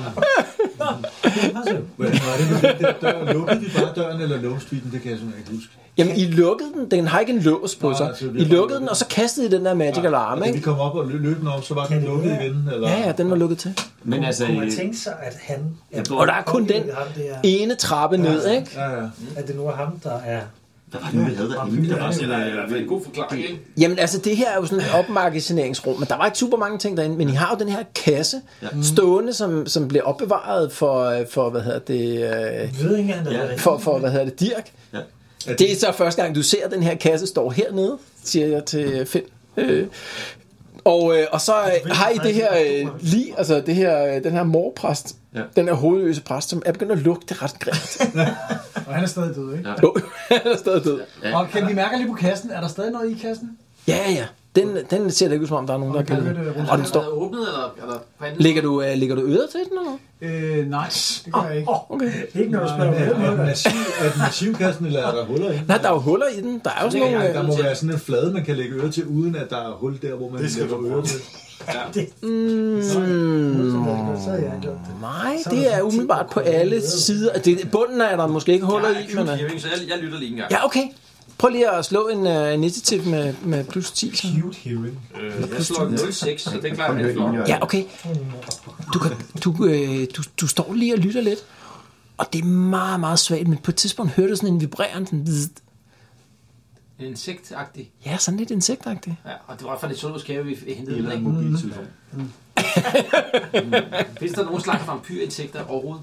Lukkede de bare døren, eller låste vi den? Det kan jeg simpelthen ikke huske. Jamen, I lukkede den. Den har ikke en lås på sig. Altså, I lukkede den, og så kastede I den der magic alarm, ikke? Da vi kom op og løb den op, så var den lukket igen? Eller? Ja, den var lukket til. Men altså... Kunne man tænke sig, at han... Og der er kun den ene trappe ned, ikke? Ja. At det nu er ham, der er Hvad var det, vi havde derinde? Det var i hvert fald en god forklaring, ikke? Jamen altså, det her er jo sådan et opmagasineringsrum, men der var ikke super mange ting derinde, men I har jo den her kasse stående, som bliver opbevaret for hvad hedder det, for hvad hedder det, Dirk. Ja. Det er så første gang, du ser den her kasse står hernede, siger jeg til Finn. Og så har I det her altså det her, den her morpræst, den her hovedløse præst, som er begyndt at lugte ret grimt. Og han er stadig død, ikke? Jo, han er stadig død. Ja. Og kan vi mærke lige på kassen? Er der stadig noget i kassen? Ja. Den ser det ikke ud, som om der er nogen, der kan det. Og den står åbnet, eller lægger du øret til den, eller nej, det gør jeg ikke. Okay. Ikke noget spørgsmål. Er den massivkassen, eller er der huller i? Nej, der er jo huller i den. Der er jo sådan nogle... Der må være sådan en flade, man kan lægge øre til, uden at der er hul der, hvor man lægger øre til. Nej, det er umiddelbart på alle sider. Bunden er der måske ikke huller i, men... Så jeg lytter lige en gang. Ja, okay. Prøv lige at slå en initiativ med plus 10. Cute hearing. Jeg slår 06, så det er klart, at jeg ja, okay. Du står lige og lytter lidt, og det er meget, meget svagt, men på et tidspunkt hører du sådan en vibrerende... Sådan... Insektagtig. Ja, sådan lidt insektagtig. Ja, og det var fra det zoologiske vi hentede den. Mobiltelefon. Findes der nogen slags vampyrinsekter overhovedet?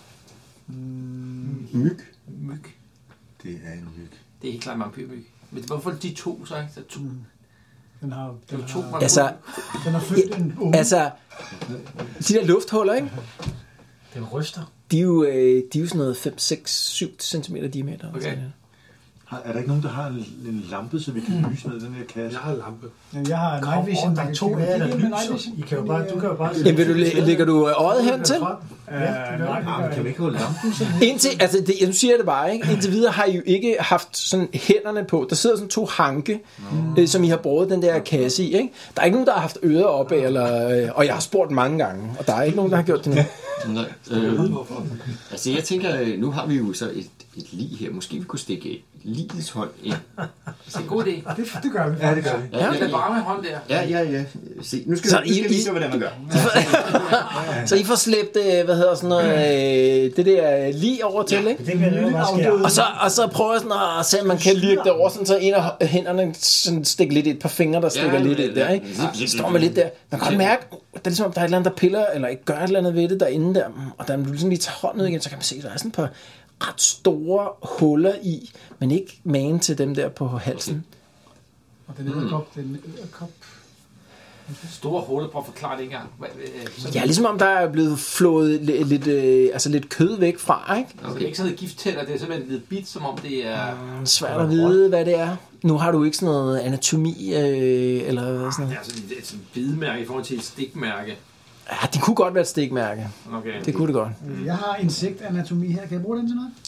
Myg. Det er en myg. Det er helt klart en vampyrmyg. Men hvorfor de to så, ikke? Så to. Den har fyldt en unge. Altså, de der lufthuller, ikke? Den ryster. De er jo sådan noget 5, 6, 7 cm diameter. Okay. Er der ikke nogen, der har en lampe, så vi kan lyse med den her kasse? Jeg har en lampe. Jeg har night vision. Der er to af der lyser. I kan jo bare, du kan jo bare... Jamen, lægger du øjet hen til? Nej, kan vi ikke holde lampen sådan? Indtil, altså, nu siger jeg det bare, ikke? Indtil videre har I jo ikke haft sådan hænderne på. Der sidder sådan 2 hanke, som I har brugt den der kasse i, ikke? Der er ikke nogen, der har haft ører oppe, og jeg har spurgt mange gange, og der er ikke nogen, der har gjort det nu. Altså, jeg tænker, nu har vi jo så et lig her. Måske vi kunne stikke ligets hånd ind. Det er en god idé. Det gør vi. Ja, det gør vi. Ja, det er varme hånd der. Ja. Se, nu skal vi lige se, hvordan man gør. Så I får slæbt, hvad hedder sådan noget, det der lig over til, ikke? Og så prøver jeg sådan at se, om man kan lirke det over, sådan, så en af hænderne sådan stikker lidt i et par fingre, der stikker lidt i der, ikke? Så står man lidt der. Man kan godt mærke, det er ligesom, om der er et eller andet, der piller, eller ikke gør et eller andet ved det derinde der. Og da man sådan lige tager hånden ud igen, så kan man se, at der er sådan et par ret store huller i, men ikke magen til dem der på halsen. Og den edderkop, store huller, prøv at forklare det engang. Ja, ligesom om der er blevet flået lidt kød væk fra, ikke? Okay. Det er ikke sådan noget gifttæller, det er simpelthen lidt bit, som om det er... Svært at vide, hvad det er. Nu har du ikke sådan noget anatomi, eller sådan noget. Det er altså et bidemærke i forhold til et stikmærke. Ja, det kunne godt være et stikmærke. Okay. Det kunne det godt. Jeg har insektanatomi her. Kan jeg bruge den til noget?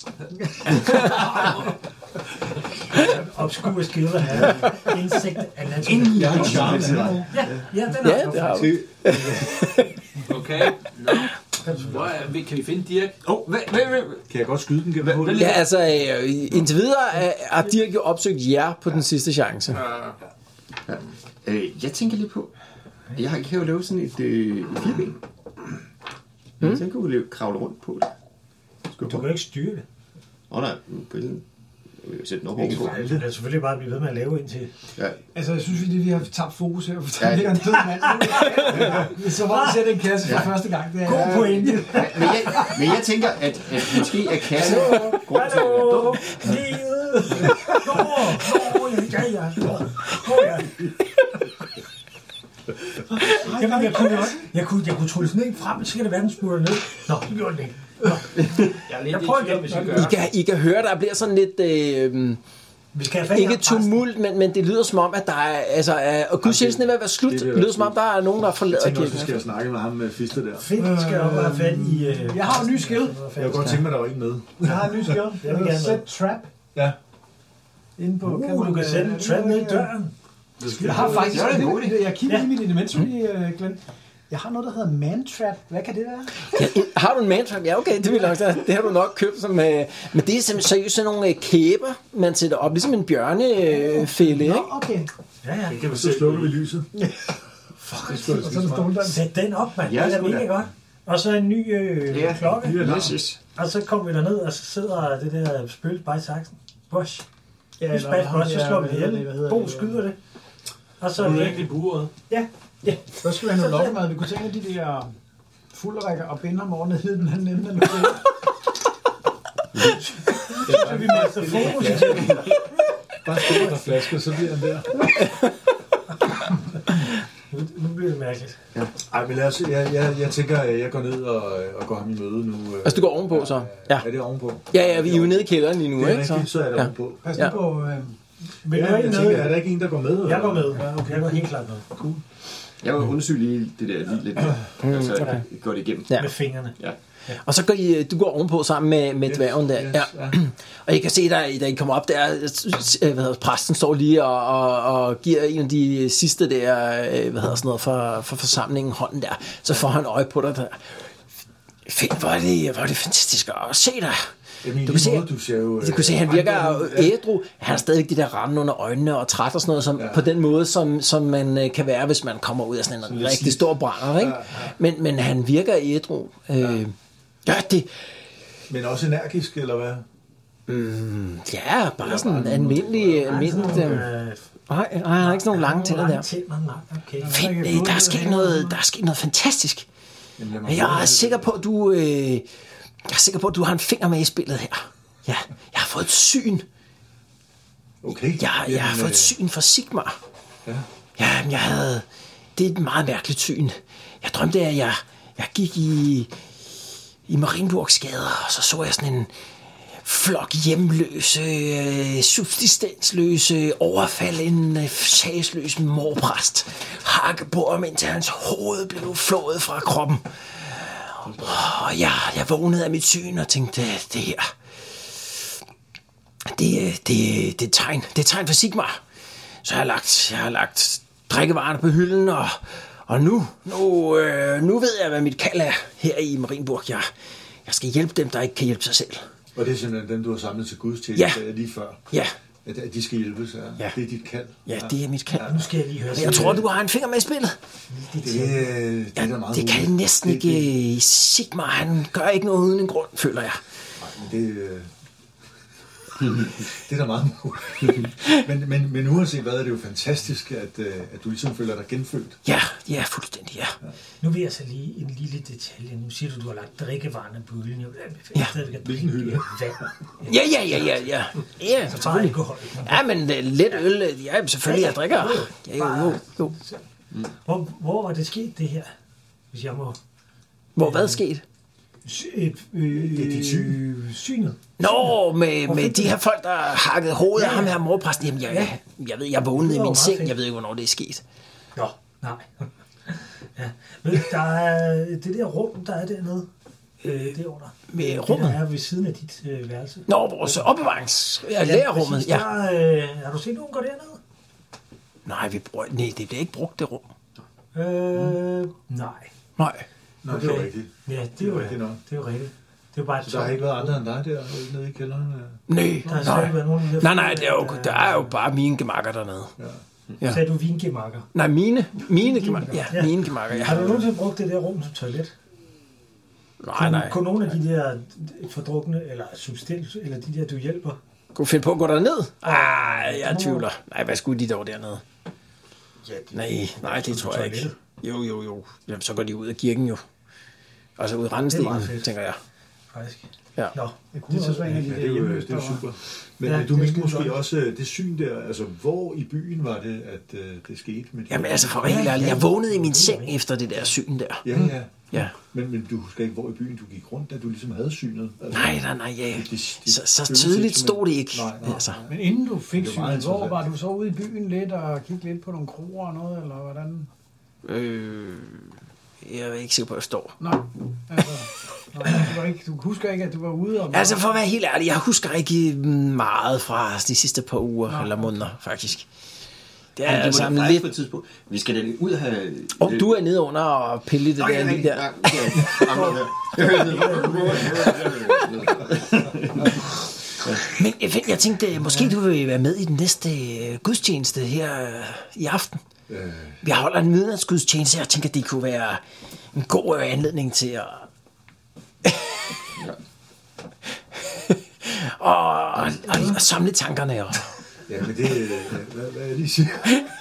Obskur skilder her. Insektanatomi. Jeg har en chance. Ja, det har du. Okay. Kan vi finde Dirk? Kan jeg godt skyde den gennem hullet? Ja, altså, indtil videre har Dirk jo opsøgt jer på den sidste chance. Jeg tænker lige på, jeg kan jo lave sådan et fireben. Så kan vi kravle rundt på det. Du kan ikke styre det. Nej, på den. Jeg vil sætte den op ovenpå. Det er selvfølgelig bare at blive ved med at lave indtil... Ja. Altså, jeg synes vi har tabt fokus her, for der ligger en død mand. Så var det sætte en kasse for første gang. God pointe. Men jeg tænker, at måske er kassen... Hallo! Livet! Jeg kunne trylle sådan en frem, så kan det være, den smutter ned. Nå, det gjorde den ikke. Jeg prøver igen, hvis jeg gør. I kan høre, der bliver sådan lidt... ikke tumult, men det lyder som om, at der er... Altså, og gudstjenesten er ved at være slut. Det lyder som om, der er nogen, der har forladet kirken. Jeg tænker også, vi skal snakke med ham med Fister der. Fedt skal jo være fat i... Jeg har en ny skill. Jeg kunne godt tænke mig, der var en med. Jeg har en ny skill. Jeg vil gerne sætte trap. Ja. Inde på... Du kan sætte en trap ned i døren. Jeg har faktisk... Jeg kigger i mit inventory, Glenn. Jeg har noget, der hedder man-trap. Hvad kan det være? Ja, har du en man-trap? Ja, okay, det vil nok sige. Det har du nok købt som... Men det er seriøst sådan nogle kæber, man sætter op, ligesom en bjørnefælde, ikke? Okay. Ja. Det kan man så slukke ved lyset. Fuck, sæt den op, mand. Det er mega godt. Og så en ny klokke. Yes. Og så kommer vi derned, og så sidder det der spøgelse bare i saksen. Bosch. Ja, så slår vi ihjel. Bo skyder det. Og så er det ikke i buret. Ja. Så skal vi have noget lokkemad. Vi kunne tænke de der fuldrækker og binde ham over ned i den anden ende af noget. Så vi mister fokus. Bare stille der flasker, så bliver han der. Nu bliver det mærkeligt. Ja. Ej, men jeg tænker, at jeg går ned og går ham i møde nu. Altså, du går ovenpå, så? Ja, det er ovenpå. Ja, vi er jo nede i kælderen lige nu, det er ikke? Rigtigt, så er det ovenpå. Pas nu på... Jeg tænker, er der ikke en, der går med? Jeg går med. Ja, okay. Jeg går helt klart med. Cool. Jeg var undersøgt lige det der lidt. Altså, okay. Går det igennem. Ja. Med fingrene. Ja. Ja. Og så går du går ovenpå sammen med dværgen der. Ja. Og I kan se, da I kommer op der, præsten står lige og giver en af de sidste der, for forsamlingen hånden der. Så får han øje på dig der. Fedt, hvor er det fantastisk at se dig. Jamen, du kan se, han virker ædru. Han har stadig de der rande under øjnene og træt og sådan noget, som, på den måde, som man kan være, hvis man kommer ud af sådan en rigtig stor brænder, ikke? Men han virker ædru. Ja, det... Men også energisk, eller hvad? Ja, bare sådan almindelig... Nej, han har ikke sådan nogle lange tænder der. Fedt, der er sket noget fantastisk. Jeg er sikker på, at du har en finger med i spillet her. Ja, jeg har fået et syn. Okay. Jeg har fået et syn fra Sigmar. Ja. Ja, det er et meget mærkeligt syn. Jeg drømte, at jeg gik i Marienburgs gader, og så jeg sådan en flok hjemløse, subsistensløse, overfaldende, sagsløse morpræst hakke på ham, indtil hans hoved blev flået fra kroppen. Og jeg vågnede af mit syn og tænkte, det her, det er tegn for Sigmar. Så jeg har lagt drikkevarerne på hylden, og nu ved jeg, hvad mit kald er her i Marienburg. Jeg skal hjælpe dem, der ikke kan hjælpe sig selv. Og det er simpelthen dem, du har samlet til gudstjeneste lige før? Ja. At de skal hjælpes? Ja. Det er dit kald? Ja, det er mit kald. Ja, nu skal jeg lige høre. Jeg tror, du har en finger med i spillet. Det er da meget det kan næsten ikke... Sigmar, han gør ikke noget uden en grund, føler jeg. Nej, men det er da meget muligt. men uanset hvad, er det jo fantastisk, at du ligesom føler dig genfødt. Ja, fuldstændig, ja. Nu vil jeg så lige en lille detalje. Nu siger du har lagt drikkevarerne på hylden. Jeg vil hvilken hylde? Ja, selvfølgelig. Ja, men let øl, ja, selvfølgelig, jeg drikker. Jo. Hvor var det sket, det her? Hvis jeg må... Hvor hvad sket? Synet. Nå, med de her folk, der hakkede hovedet af ham her morpræsten. Jamen, jeg vågnede i min seng. Jeg ved ikke, hvornår det er sket. Nå, nej. Ja. Men der er det der rum, der er dernede. Derunder. Med rummet? Det der er ved siden af dit værelse. Nå, vores opbevarings... lærerummet, ja. Har du set nogen gå dernede? Nej, det bliver ikke brugt, det rum. Nej. Nå, det er rigtigt. Ja, det er rigtigt nok. Det er rigtigt. Det er bare så der har ikke været andre end dig der nede i kælderen? Nej. Der er jo bare mine gemakker dernede. Ja. Sagde du vingemakker? Nej, mine gemakker. Ja, mine gemakker, ja. Har du nogensinde brugt det der rum som toilet? Nej. Kunne nogle af de der fordrukne, eller substans, eller de der, du hjælper? Kunne du finde på at gå derned? Jeg tvivler. Nej, hvad skulle de dog dernede? Ja, nej, det tror jeg ikke. Jo. Jamen, så går de ud af kirken jo. Altså ud i rendestenen, tænker jeg. Faktisk. Ja. Nå, det er super. Men du mente måske også det syn der, altså hvor i byen var det, at det skete? Jamen altså for helt ærligt, jeg vågnede i min seng efter det der syn der. Ja. Men du husker ikke, hvor i byen du gik rundt, da du ligesom havde synet? Altså, nej, ja. Så tydeligt stod det ikke. Nej. Altså. Men inden du fik synet, hvor var du så ude i byen lidt og kiggede lidt på nogle kroer og noget, eller hvordan? Jeg er ikke sikker på, at jeg står. Nej, du husker ikke, at du var ude? Altså for at være helt ærlig, jeg husker ikke meget fra de sidste par uger eller måneder, faktisk. Det er sammen lidt på et tidspunkt. Vi skal da ud og have... du er nede under og pille det der lige der. Men jeg tænkte, måske du vil være med i den næste gudstjeneste her i aften. Vi holder en midnatsgudstjeneste, jeg tænker, det kunne være en god anledning til at... og samle tankerne Ja, men det... Hvad er det, I siger?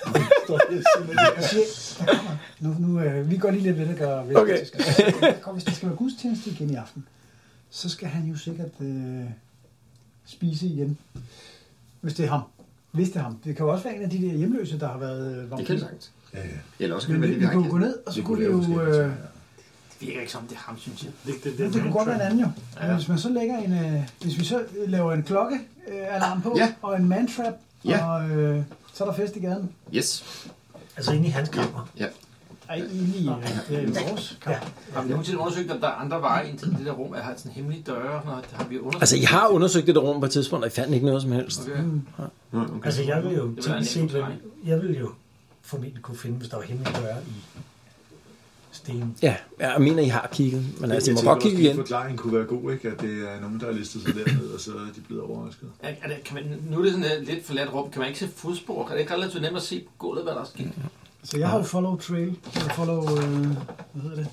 Vi går lige lidt ved det, gør ved Okay. Hvis det skal være gudstjeneste igen i aften, så skal han jo sikkert spise igen. Hvis det er ham. Hvis det er ham. Det kan jo også være en af de der hjemløse, der har været Det kan det sagtens. Ja. Eller også kan Men det vi være kunne gå ned, og så kunne vi jo... Det virker ikke som, det er ham, synes jeg. Det kunne godt være en anden jo. Ja. Hvis man så lægger en... hvis vi så laver en klokkealarm på, og en mantrap, og så er der fest i gaden. Yes. Altså inde i hans kammer. Ja. Ej, egentlig i vores kammer. Har vi nogensinde undersøgt, om der er andre veje ind til det der rum? Har sådan hemmelige døre? Har vi undersøgt? Altså, I har undersøgt det der rum på et tidspunkt, og I fandt ikke noget som helst. Okay. Altså, jeg vil jo Det vil være tænke nemt. jeg vil jo formentlig kunne finde, hvis der var hemmelige døre i stenen. Ja, jeg mener, I har kigget. Men altså, I må Jeg godt tænker kigge måske, igen. forklaringen kunne være god, ikke? At det er nogen, der har listet sig derned, og så er de blevet overrasket. Nu er det sådan et lidt forladt rum. Kan man ikke se fodspor? Kan det ikke relativt nemt at se på gulvet, hvad der er sket? Så jeg har jo follow trail. Eller follow... hvad hedder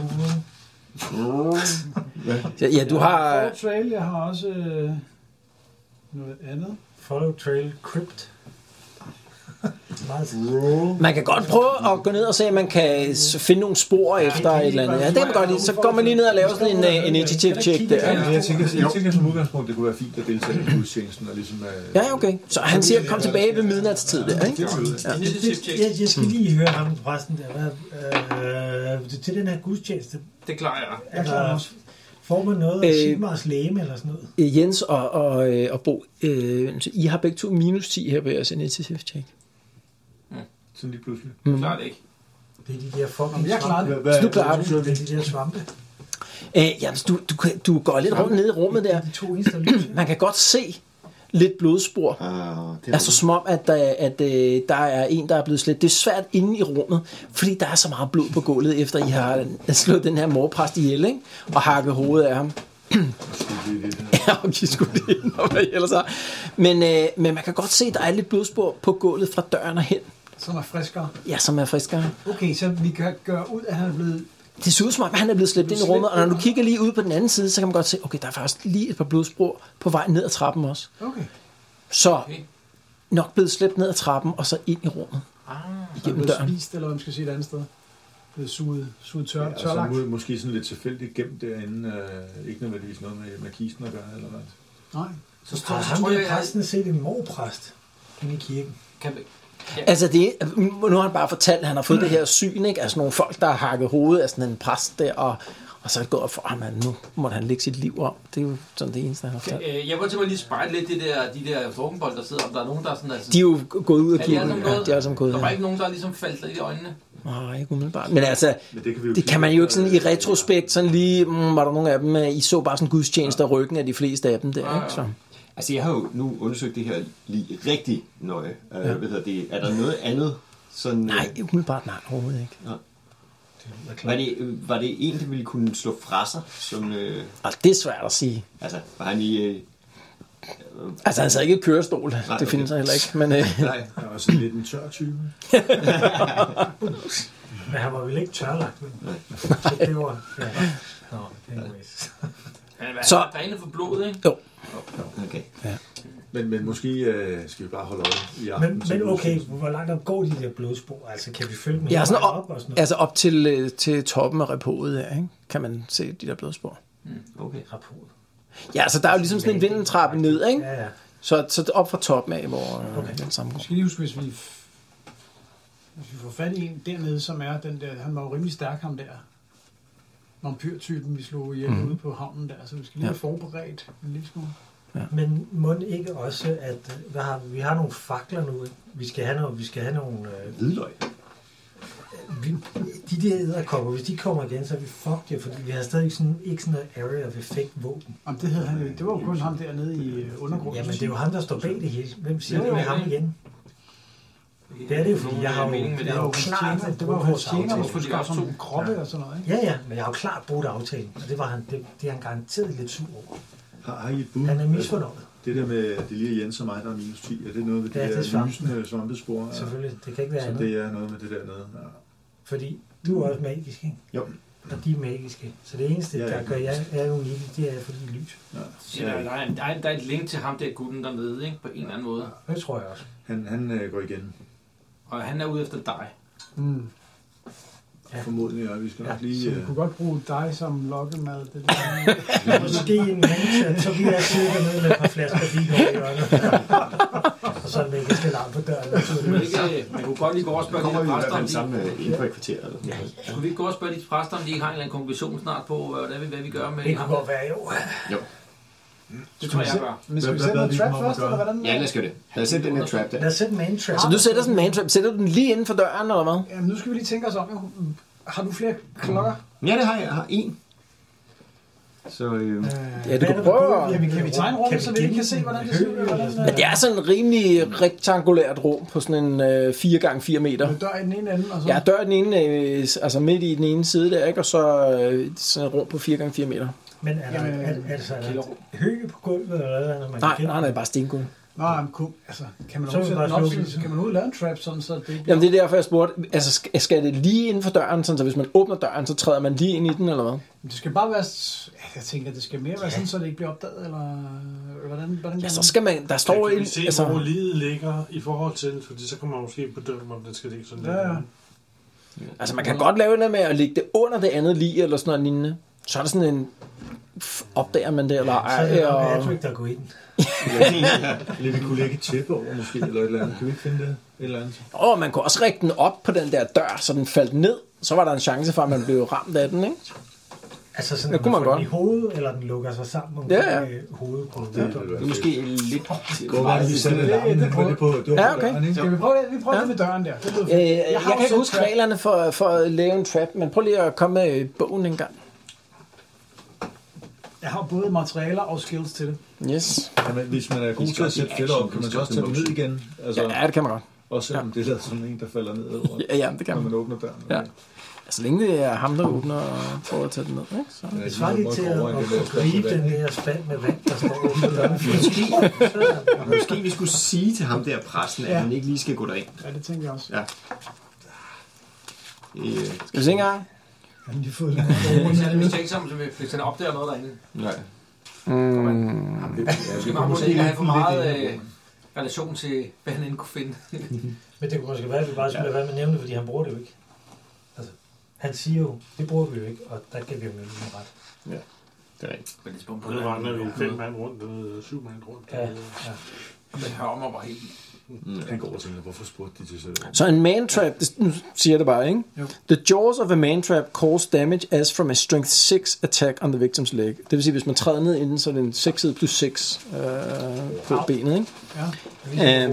det? Ja, du har... Follow trail. Jeg har også noget andet. Follow trail crypt. Man kan godt prøve at gå ned og se, om man kan finde nogle spor efter et eller andet. Ja, det kan man godt lide. Så går man lige ned og laver sådan en initiative check der. Ja, jeg tænker som udgangspunkt, det kunne være fint at deltage i gudstjenesten og ligesom... Ja, okay. Så han siger, kom tilbage ved midnatstid der, ikke? Jeg skal lige høre ham, præsten der. Til den her gudstjeneste. Det klarer jeg. Jeg klarer også. Får man noget af Sigmars læme eller sådan noget? Jens og Bo, I har begge to minus 10 her på jeres initiative check. Sådan lige pludselig. Klarer det ikke. Det er de der fucking Jeg klarer det. Så du klarer det. Det er de der svampe. Ja, du går lidt rundt ned i rummet der. De to eneste, der lyser. Man kan godt se lidt blodspor. Altså som om, at der er en, der er blevet slet. Det er svært inde i rummet, fordi der er så meget blod på gulvet, efter I har slået den her morpræst ihjel, ikke? Og hakket hovedet af ham. Ja, og de skulle det ind, og hvad I ellers har. Men man kan godt se, at der er lidt blodspor på gulvet fra døren og hen. Som er friskere. Ja, som er friskere. Okay, så vi kan gøre ud, at han er blevet... Det ser ud som om, han er blevet slæbt ind i rummet, og når du kigger lige ud på den anden side, så kan man godt se, okay, der er faktisk lige et par blodspor på vej ned ad trappen også. Okay. Så nok blevet slæbt ned ad trappen, og så ind i rummet. Igennem blevet døren. spist, eller hvad man skal sige et andet sted. Blevet suget tørlagt. Så måske sådan lidt tilfældigt gemt derinde. Ikke nødvendigvis noget med kisten at gøre, eller hvad? Nej. Så har ham der præsten set en morpræst inde i kirken. Kan vi? Ja. Altså, nu har han bare fortalt, at han har fået det her syn, ikke? Altså nogle folk, der har hakket hovedet af sådan en præst der, og så er det gået op for ham, at nu må han lægge sit liv om. Det er jo sådan det eneste, han har fortalt. Jeg kunne til mig lige spejle lidt de der drukkenbold, der sidder, om der er nogen, der er sådan... Altså, De er jo gået ud af kirken. De er alle sammen gået. Der var ikke nogen, der er ligesom faldt lidt i øjnene. Nej, ikke umiddelbart. Men altså, Men det kan man jo ikke sådan i retrospekt, sådan lige, var der nogle af dem, I så bare sådan gudstjeneste og ryggen af de fleste af dem der, ikke? Så. Altså, jeg har jo nu undersøgt det her lige rigtig nøje. Er der noget andet? Sådan, Nej, umiddelbart nej, overhovedet ikke. Var det en, der ville kunne slå fra sig? Som, det er svært at sige. Altså, var han i... Altså, han sad ikke i kørestol. Nej, det findes heller ikke. Men, nej, han var sådan lidt en tør type. Men han var vel ikke tørlagt, men det var... Ja. Nå, anyways. Så er drænet for blodet, ikke? Jo. Okay. Ja. Men måske skal vi bare holde øje i aften. Men okay, hvor langt op går de der blodspor? Altså, kan vi følge med sådan op og sådan noget? Altså op til toppen af repoet der, ikke? Kan man se de der blodspor. Okay. Repoet. Ja, altså der er jo ligesom sådan en vindeltrappe ned, ikke? Ja. Så op fra toppen af, hvor den samme går. Jeg skal lige huske, hvis vi får fat i en dernede, som er den der, han var jo rimelig stærk, ham der vampyrtypen, vi slog ihjel ude på havnen der, så vi skal lige have forberedt en lille smule. Ja. Men må ikke også, at vi har nogle fakler nu, vi skal have nogle hvidløg. De der edderkopper, hvis de kommer igen, så er vi fucked, fordi vi har stadig ikke sådan noget area of effect våben. Jamen, det var jo kun ham dernede i undergrunden. Jamen, det er jo ham, der står bag det hele. Hvem siger det med ham igen? Det er det jo, fordi jeg har jo klart det var vores tjener, hvor skulle skaffe sådan nogle kroppe og sådan noget, ikke? Ja, men jeg har jo klart brugt aftalen, og det er han garanteret lidt sur over. Har I et bud? Han er misfornøjet. Det der med, at det lige er Jens og mig, der er minus 10, er det noget med det der lysende svampespor? Selvfølgelig, det kan ikke være andet. Så det er noget med det der nede. Ja. Fordi du er også magisk, ikke? Jo. og de er magiske. Så det eneste, der gør jeg er unik, det er fordi lys. Ja, der er et link til ham der gutten dernede, ikke? På en eller anden måde. Det tror jeg også. Han går igen. Og han er ude efter dig. Ja. Formodentlig, og vi skal nok lige... Så vi kunne godt bruge dig som lokkemad. Det der. Måske en anden, så vi er siddet nede med et par flasker vin over i hjørnet. Og så en magisk alarm på døren. Man kunne godt lige gå og spørge de her præster, om de... sammen inden for et kvarter. Eller sådan. Skulle vi ikke gå og spørge de præster, om de ikke har en eller anden konklusion snart på, hvad vi gør med... Det kunne godt være, jo. Det tror jeg gør. Men skal vi sætte noget trap først, eller hvordan? Ja, lad os gøre det. Lad os sætte den her trap der. Lad os sætte en man trap. Så du sætter sådan en man trap. Sætter du den lige inden for døren, eller hvad? Jamen, nu skal vi lige tænke os om. Har du flere klokker? Ja, det har jeg. Jeg har en. Så Ja, du kan prøve. Jamen, kan vi tegne rummet, så vi ikke kan se, hvordan det ser ud? Men det er sådan en rimelig rektangulært rum på sådan en 4x4 meter. Med dør i den ene ende, og så... Ja, dør i den ene, altså midt i den ene side der, ikke? Og så sådan et rum på 4x4 meter. Men er der høje på gulvet, eller hvad? Nej, bare stengulv. Nå, altså, kan man overhovedet lave en trap, sådan så det bliver... Jamen, det er derfor, jeg spurgte, altså, skal det lige inden for døren, sådan, så hvis man åbner døren, så træder man lige ind i den, eller hvad? Det skal bare være... Jeg tænker, det skal mere være sådan, så det ikke bliver opdaget, eller... Hvordan ja, så skal man... Der står kan vi se, hvor livet ligger i forhold til, fordi så kan man måske bedømme, om det skal ligge sådan der. Ja. Altså, man kan godt lave det med at lægge det under det andet lige, eller sådan noget lignende. Så er der sådan en... Opdager man det, eller ej? Så er det Patrick, der går i den. Eller vi kunne lægge et tæppe over, måske, eller et eller andet. Kan vi ikke finde det? Et eller andet? Man kunne også række den op på den der dør, så den faldt ned. Så var der en chance for, at man blev ramt af den, ikke? Altså sådan, at man får den i hovedet, eller den lukker sig sammen omkring hovedet på den. Det er måske lidt... Vi sætter alarmen på døren. Ja, okay. Skal vi prøve det? Vi prøver det med døren der. Jeg kan ikke huske reglerne for at lave en trap, men prøv lige at komme med bogen en gang. Jeg har både materialer og skills til det. Yes. Jamen, hvis man er god til at sætte fedt op, kan man så også tage dem ned igen? Altså, ja, det kan man godt. Også selvom det er sådan en, der falder ned over, ja, det kan man. Når man åbner døren. Okay. Ja. Så længe det er ham, der åbner og prøver at tage den ned, ikke? Så. Det svarer lige til at gribe den her spand med vand, der står på døren. Måske vi skulle sige til ham der præsten, at han ikke lige skal gå derind. Ja, det tænker jeg også. Ja. Skal vi se en gang? Jeg har lige fået lidt så er det mistænksomt, hvis han opdager noget derinde. Nej. Man måske ikke have for meget relation til, hvad han end kunne finde. Men det kunne måske være, at vi bare skulle lade være med at nævne det, fordi han bruger det jo ikke. Altså, han siger jo, det bruger vi jo ikke, og der kan vi jo med ret. Ja, det er rigtigt. Men det var, når vi 5 mand rundt, 7 mand rundt. Ja. Men hører mig bare helt... Han går og tænker, hvorfor spurgte de til sig? Så en man trap, nu siger det bare, ikke? Jo. The jaws of a man trap cause damage as from a strength 6 attack on the victim's leg. Det vil sige, hvis man træder ned inden, så er det en 6 plus 6 på benet, ikke? Ja.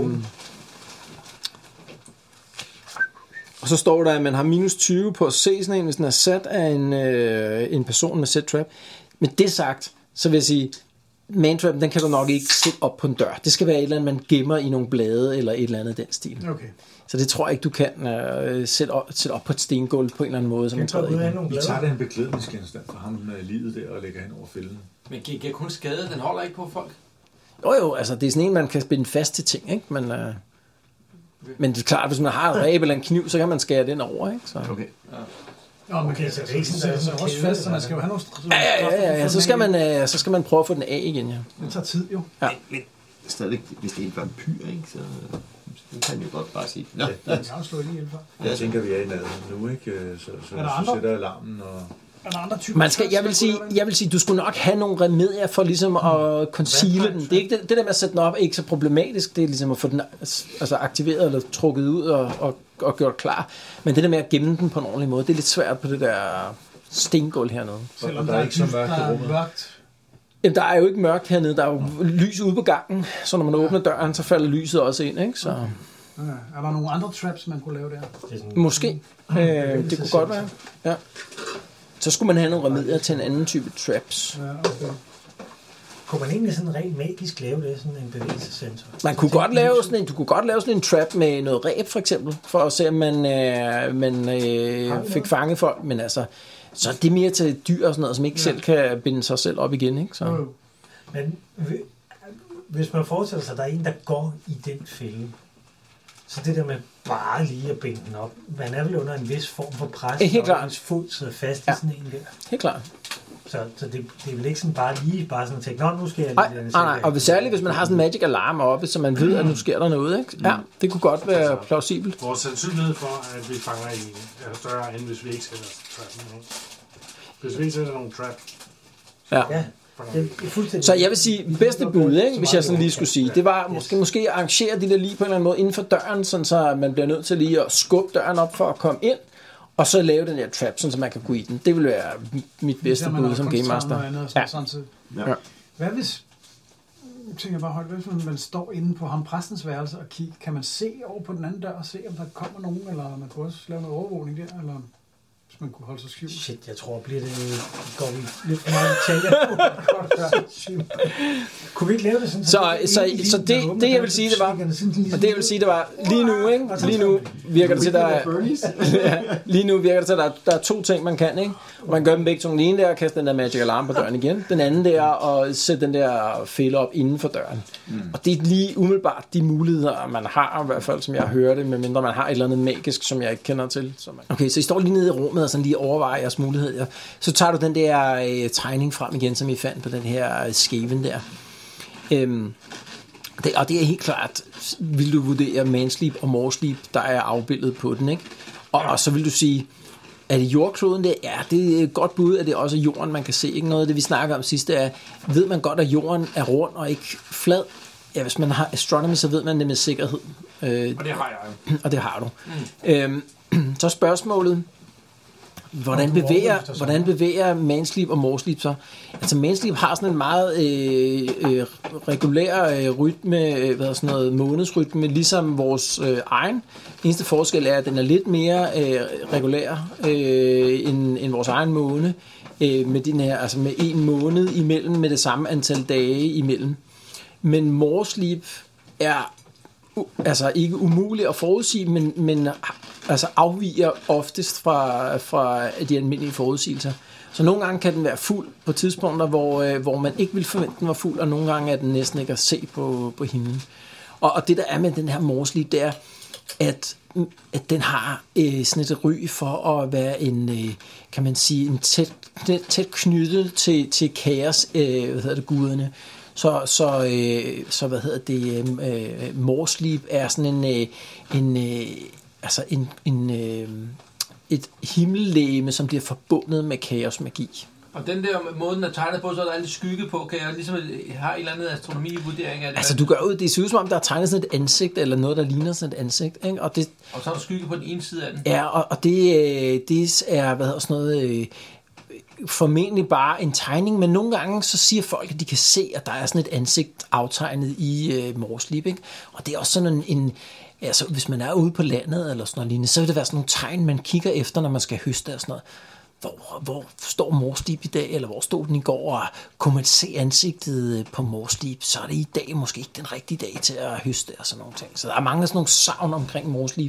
Og så står der, at man har minus 20 på at se sådan en, hvis den er sat af en person med set trap. Men det sagt, så vil jeg sige, mantrap, den kan du nok ikke sætte op på en dør. Det skal være et eller andet, man gemmer i nogle blade, eller et eller andet den stil. Okay. Så det tror jeg ikke, du kan sætte op på et stengulv på en eller anden måde, som man træder ind. Vi tager da en beklædningsgenstand for ham med livet der, og lægger hen over fælden. Men giver kun skade, den holder ikke på folk? Jo, altså det er sådan en, man kan binde fast til ting, ikke? Men det er klart, hvis man har et ræb eller en kniv, så kan man skære den over, ikke? Så. Okay. Ja. Nå, okay, så det er også fast, så man skal jo have nogle... Ja, så skal man prøve at få den af igen, ja. Det tager tid, jo. Ja. Men stadig, hvis det er en vampyr, ikke, så kan jo godt bare sige... Nå, jeg kan jo slå ind i hjælp. Jeg tænker, vi er i naden nu, ikke? Så sætter alarmen og... Jeg vil sige, du skulle nok have nogle remedier for ligesom at conceale den. Det er ikke det der med at sætte den op er ikke så problematisk. Det er ligesom at få den altså aktiveret eller trukket ud og gjort klar. Men det der med at gemme den på en ordentlig måde, det er lidt svært på det der stengulv hernede. Selvom der er ikke så mørkt. Jamen, der er jo ikke mørkt hernede. Der er jo lys ude på gangen, så når man åbner døren, så falder lyset også ind, ikke? Så. Okay. Er der nogle andre traps, man kunne lave der? Måske. Det kunne godt være. Ja. Så skulle man have nogle remedier til en anden type traps. Ja, okay. Kunne man egentlig sådan rent magisk lave det, sådan en bevægelsessensor? Man kunne godt lave sådan en, du kunne godt lave sådan en trap med noget ræb for eksempel, for at se om man fik fanget folk, men altså, så er det mere til dyr og sådan noget, som ikke selv kan binde sig selv op igen, ikke? Så. Men hvis man forestiller sig, at der er en, der går i den fælde, så det der med bare lige at binde den op. Man er vel under en vis form for pres, helt klart. Ens fod sidder fast i sådan en der. Helt klart. Så det er vel ikke sådan bare sådan at tænke, nu skal jeg lige... Nej, og særligt hvis man har sådan en magic alarm oppe, så man ved, at nu sker der noget, ikke? Ja, det kunne godt være plausibelt. Vores sandsynlighed for, at vi fanger en, er større, end hvis vi ikke sætter trappen. Hvis vi ikke sætter nogle trap. Ja. Det så jeg vil sige, bedste bud, ikke, hvis jeg sådan lige skulle sige, det var måske at arrangere de der lige på en eller anden måde inden for døren, sådan så man bliver nødt til lige at skubbe døren op for at komme ind, og så lave den der trap, sådan så man kan gå i den. Det vil være mit bedste bud som Game Master. Ja. Hvad hvis, jeg tænker bare højt, hvis man står inde på ham præstens værelse og kigger, kan man se over på den anden dør og se, om der kommer nogen, eller man kunne også lave noget overvågning der, eller hvis man kunne holde sig skjult? Shit, jeg tror, går vi lidt for meget detaljer. Kunne vi ikke lave det sådan? Så det jeg vil sige, det var, og det jeg vil sige, det var lige nu, ikke? Lige nu virker det til, at der er to ting, man kan, ikke? Og man gør dem begge to. Den ene der er at kaste den der magic alarm på døren igen. Den anden der er at sætte den der fælde op inden for døren. Og det er lige umiddelbart de muligheder, man har, i hvert fald som jeg hører det, medmindre man har et eller andet magisk, som jeg ikke kender til. Okay, så I står lige nede i rummet og sådan lige overvejer jeres muligheder. Så tager du den der tegning frem igen, som I fandt på den her skaven der. Og det er helt klart, vil du vurdere Mansleep og Morsleep, der er afbildet på den, ikke? Og så vil du sige, er det jordkloden der? Ja, det er et godt bud, at det også er jorden, man kan se. Ikke noget af det, vi snakker om sidste er, ved man godt, at jorden er rund og ikke flad? Ja, hvis man har astronomy, så ved man det med sikkerhed. Og det har jeg jo. Og det har du. Så spørgsmålet, hvordan bevæger Mansleep og Morsleep så? Altså Mansleep har sådan en meget regulær rytme, månedsrytme, ligesom vores egen. Eneste forskel er, at den er lidt mere regulær end vores egen måne, med den her, altså med en måned imellem, med det samme antal dage imellem. Men Morsleep er altså ikke umuligt at forudsige, men altså afviger oftest fra de almindelige forudsigelser. Så nogle gange kan den være fuld på tidspunkter, hvor man ikke vil forvente, den var fuld, og nogle gange er den næsten ikke at se på himlen. Og det der er med den her Morsleep, det er, at den har sådan et ry for at være en, kan man sige, en tæt knyttet til kaos, guderne. Så Morsleep er sådan et himmellegeme, som bliver forbundet med kaosmagi. Og den der måde, den er tegnet på, så er der lidt skygge på. Kan jeg ligesom have en eller anden astronomivurdering af det? Altså, du gør ud, det ser ud som om, der er tegnet sådan et ansigt, eller noget, der ligner sådan et ansigt, ikke? Og så er der skygge på den ene side af den? Ja, og det er, formentlig bare en tegning, men nogle gange så siger folk, at de kan se, at der er sådan et ansigt aftegnet i Morsleep, ikke? Og det er også sådan en altså hvis man er ude på landet eller sådan noget lignende, så vil det være sådan nogle tegn, man kigger efter, når man skal høste og sådan noget. Hvor står Morsleep i dag, eller hvor stod den i går, og kunne man se ansigtet på Morsleep, så er det i dag måske ikke den rigtige dag til at høste og sådan nogle ting. Så der er mange sådan nogle savn omkring Morsleep.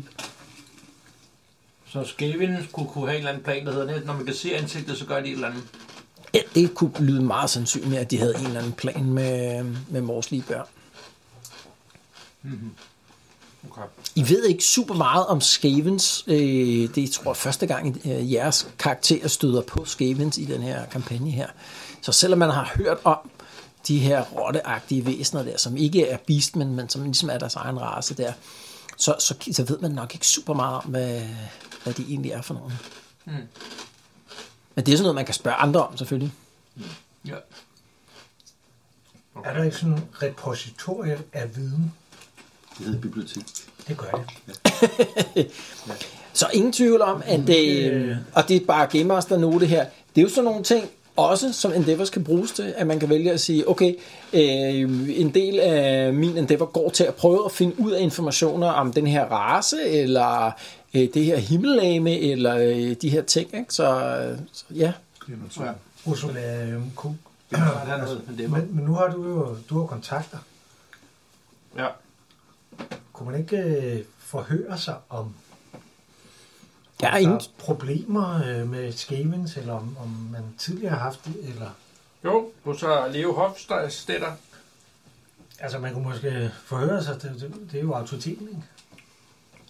Så Skaven kunne have en eller anden plan, der hedder, at når man kan se ansigtet, så gør de et eller andet? Ja, det kunne lyde meget sandsynligt, at de havde en eller anden plan med Morsleep, ja. Mm-hmm. Okay. I ved ikke super meget om Skavens. Det tror jeg første gang jeres karakter støder på Skavens i den her kampagne her. Så selvom man har hørt om de her rotteagtige væsener der, som ikke er beastmen, men som ligesom er deres egen race der, så ved man nok ikke super meget om, hvad de egentlig er for nogen. Mm. Men det er sådan noget, man kan spørge andre om, selvfølgelig. Ja. Okay. Er der ikke sådan en repositorie af viden? Det hedder bibliotek. Det gør det. Ja. Så ingen tvivl om, at og det er bare Game Master note her, det er jo sådan nogle ting, også som Endeavors kan bruges til, at man kan vælge at sige, okay, en del af min Endeavor går til at prøve at finde ud af informationer om den her race, eller det her himmellegeme, eller de her ting, ikke? Så ja. Ursula, men nu har du har kontakter. Ja. Kunne man ikke forhøre sig om der er problemer med Skavens, eller om man tidligere har haft det, eller? Jo, hos Leo Hofstadter. Altså man kunne måske forhøre sig, det er jo autoriteten, ikke?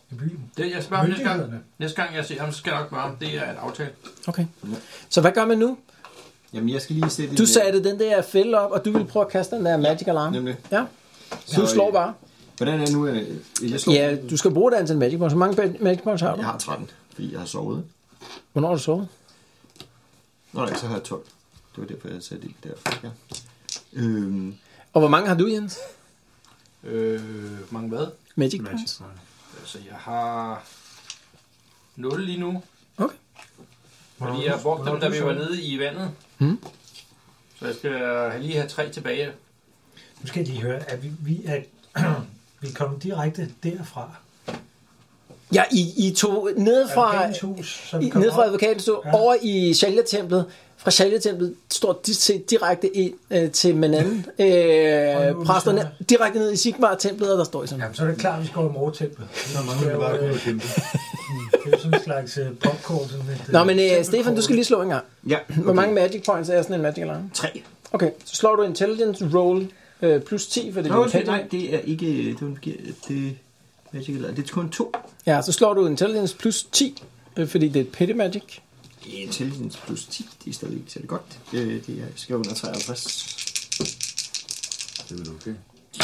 i byen. Det, jeg spørger ham næste gang jeg ser ham, så skal jeg nok spørge ham. Det er en aftale. Okay. Så hvad gør man nu? Jamen, jeg skal lige sætte... Du satte den der fælde op, og du ville prøve at kaste den der Magic Alarm. Nemlig. Ja. Så du slår bare. Hvordan er det nu? Jeg slår... Ja, du skal bruge det antal Magic Points. Hvor mange Magic Points har du? Jeg har 13, fordi jeg har sovet. Hvornår har du sovet? Nå nej, så har jeg 12. Det var derfor, jeg satte det der. Ja. Og hvor mange har du, Jens? Mange hvad? Magic Points? Altså, jeg har 0 lige nu. Okay. Fordi jeg brugte dem, da vi var nede i vandet. Så jeg skal lige have 3 tilbage. Nu skal jeg lige høre, at vi er kommet direkte derfra. Ja, I tog ned fra advokatens hus, over i Shalya-templet. Fra Shalya-templet står direkte ind til Manan. Præsterne direkte ned i Sigmar-templet, og der står I sådan. Jamen, så er det klart, at vi skal over i Mortemplet. Så mangler vi bare at gå og kæmpe. Det er sådan en slags popcorn. Nå, men Stefan, du skal lige slå en gang. Ja. Okay. Hvor mange Magic Points er sådan en Magic Alarm? 3. Okay, så slår du Intelligence Roll plus 10, for det er nej, det er ikke... Det Magic Alarm. Det er kun 2. Ja, så slår du Intelligence plus 10, fordi det er et Petty Magic. Intelligence plus 10, det er stadig ikke særlig godt. Det er skal under 53. Det er vel okay.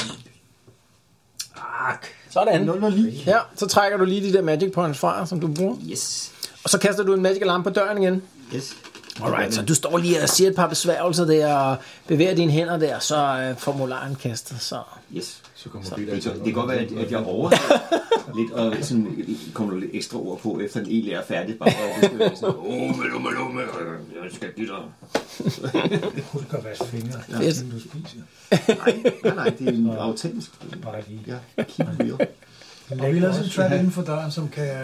Sådan. 0 og 9. Ja, så trækker du lige de der Magic Points fra, som du bruger. Yes. Og så kaster du en Magic Alarm på døren igen. Yes. Alright, så du står lige og siger et par besværgelser der, og bevæger dine hænder der, så er formularen kastet, så... Yes. Så kommer Peter det kan godt være, at jeg over lidt, og sådan kommer der lidt ekstra ord på, efter den egentlig er færdig. Bare for, at det skal være sådan, jeg skal give dig. Husk at vaske fingre, Fedt. du spiser. Nej, det er en autentisk. Bare lige. Ja, keep it real. Og vi laver sådan en trap inden for døren, som kan...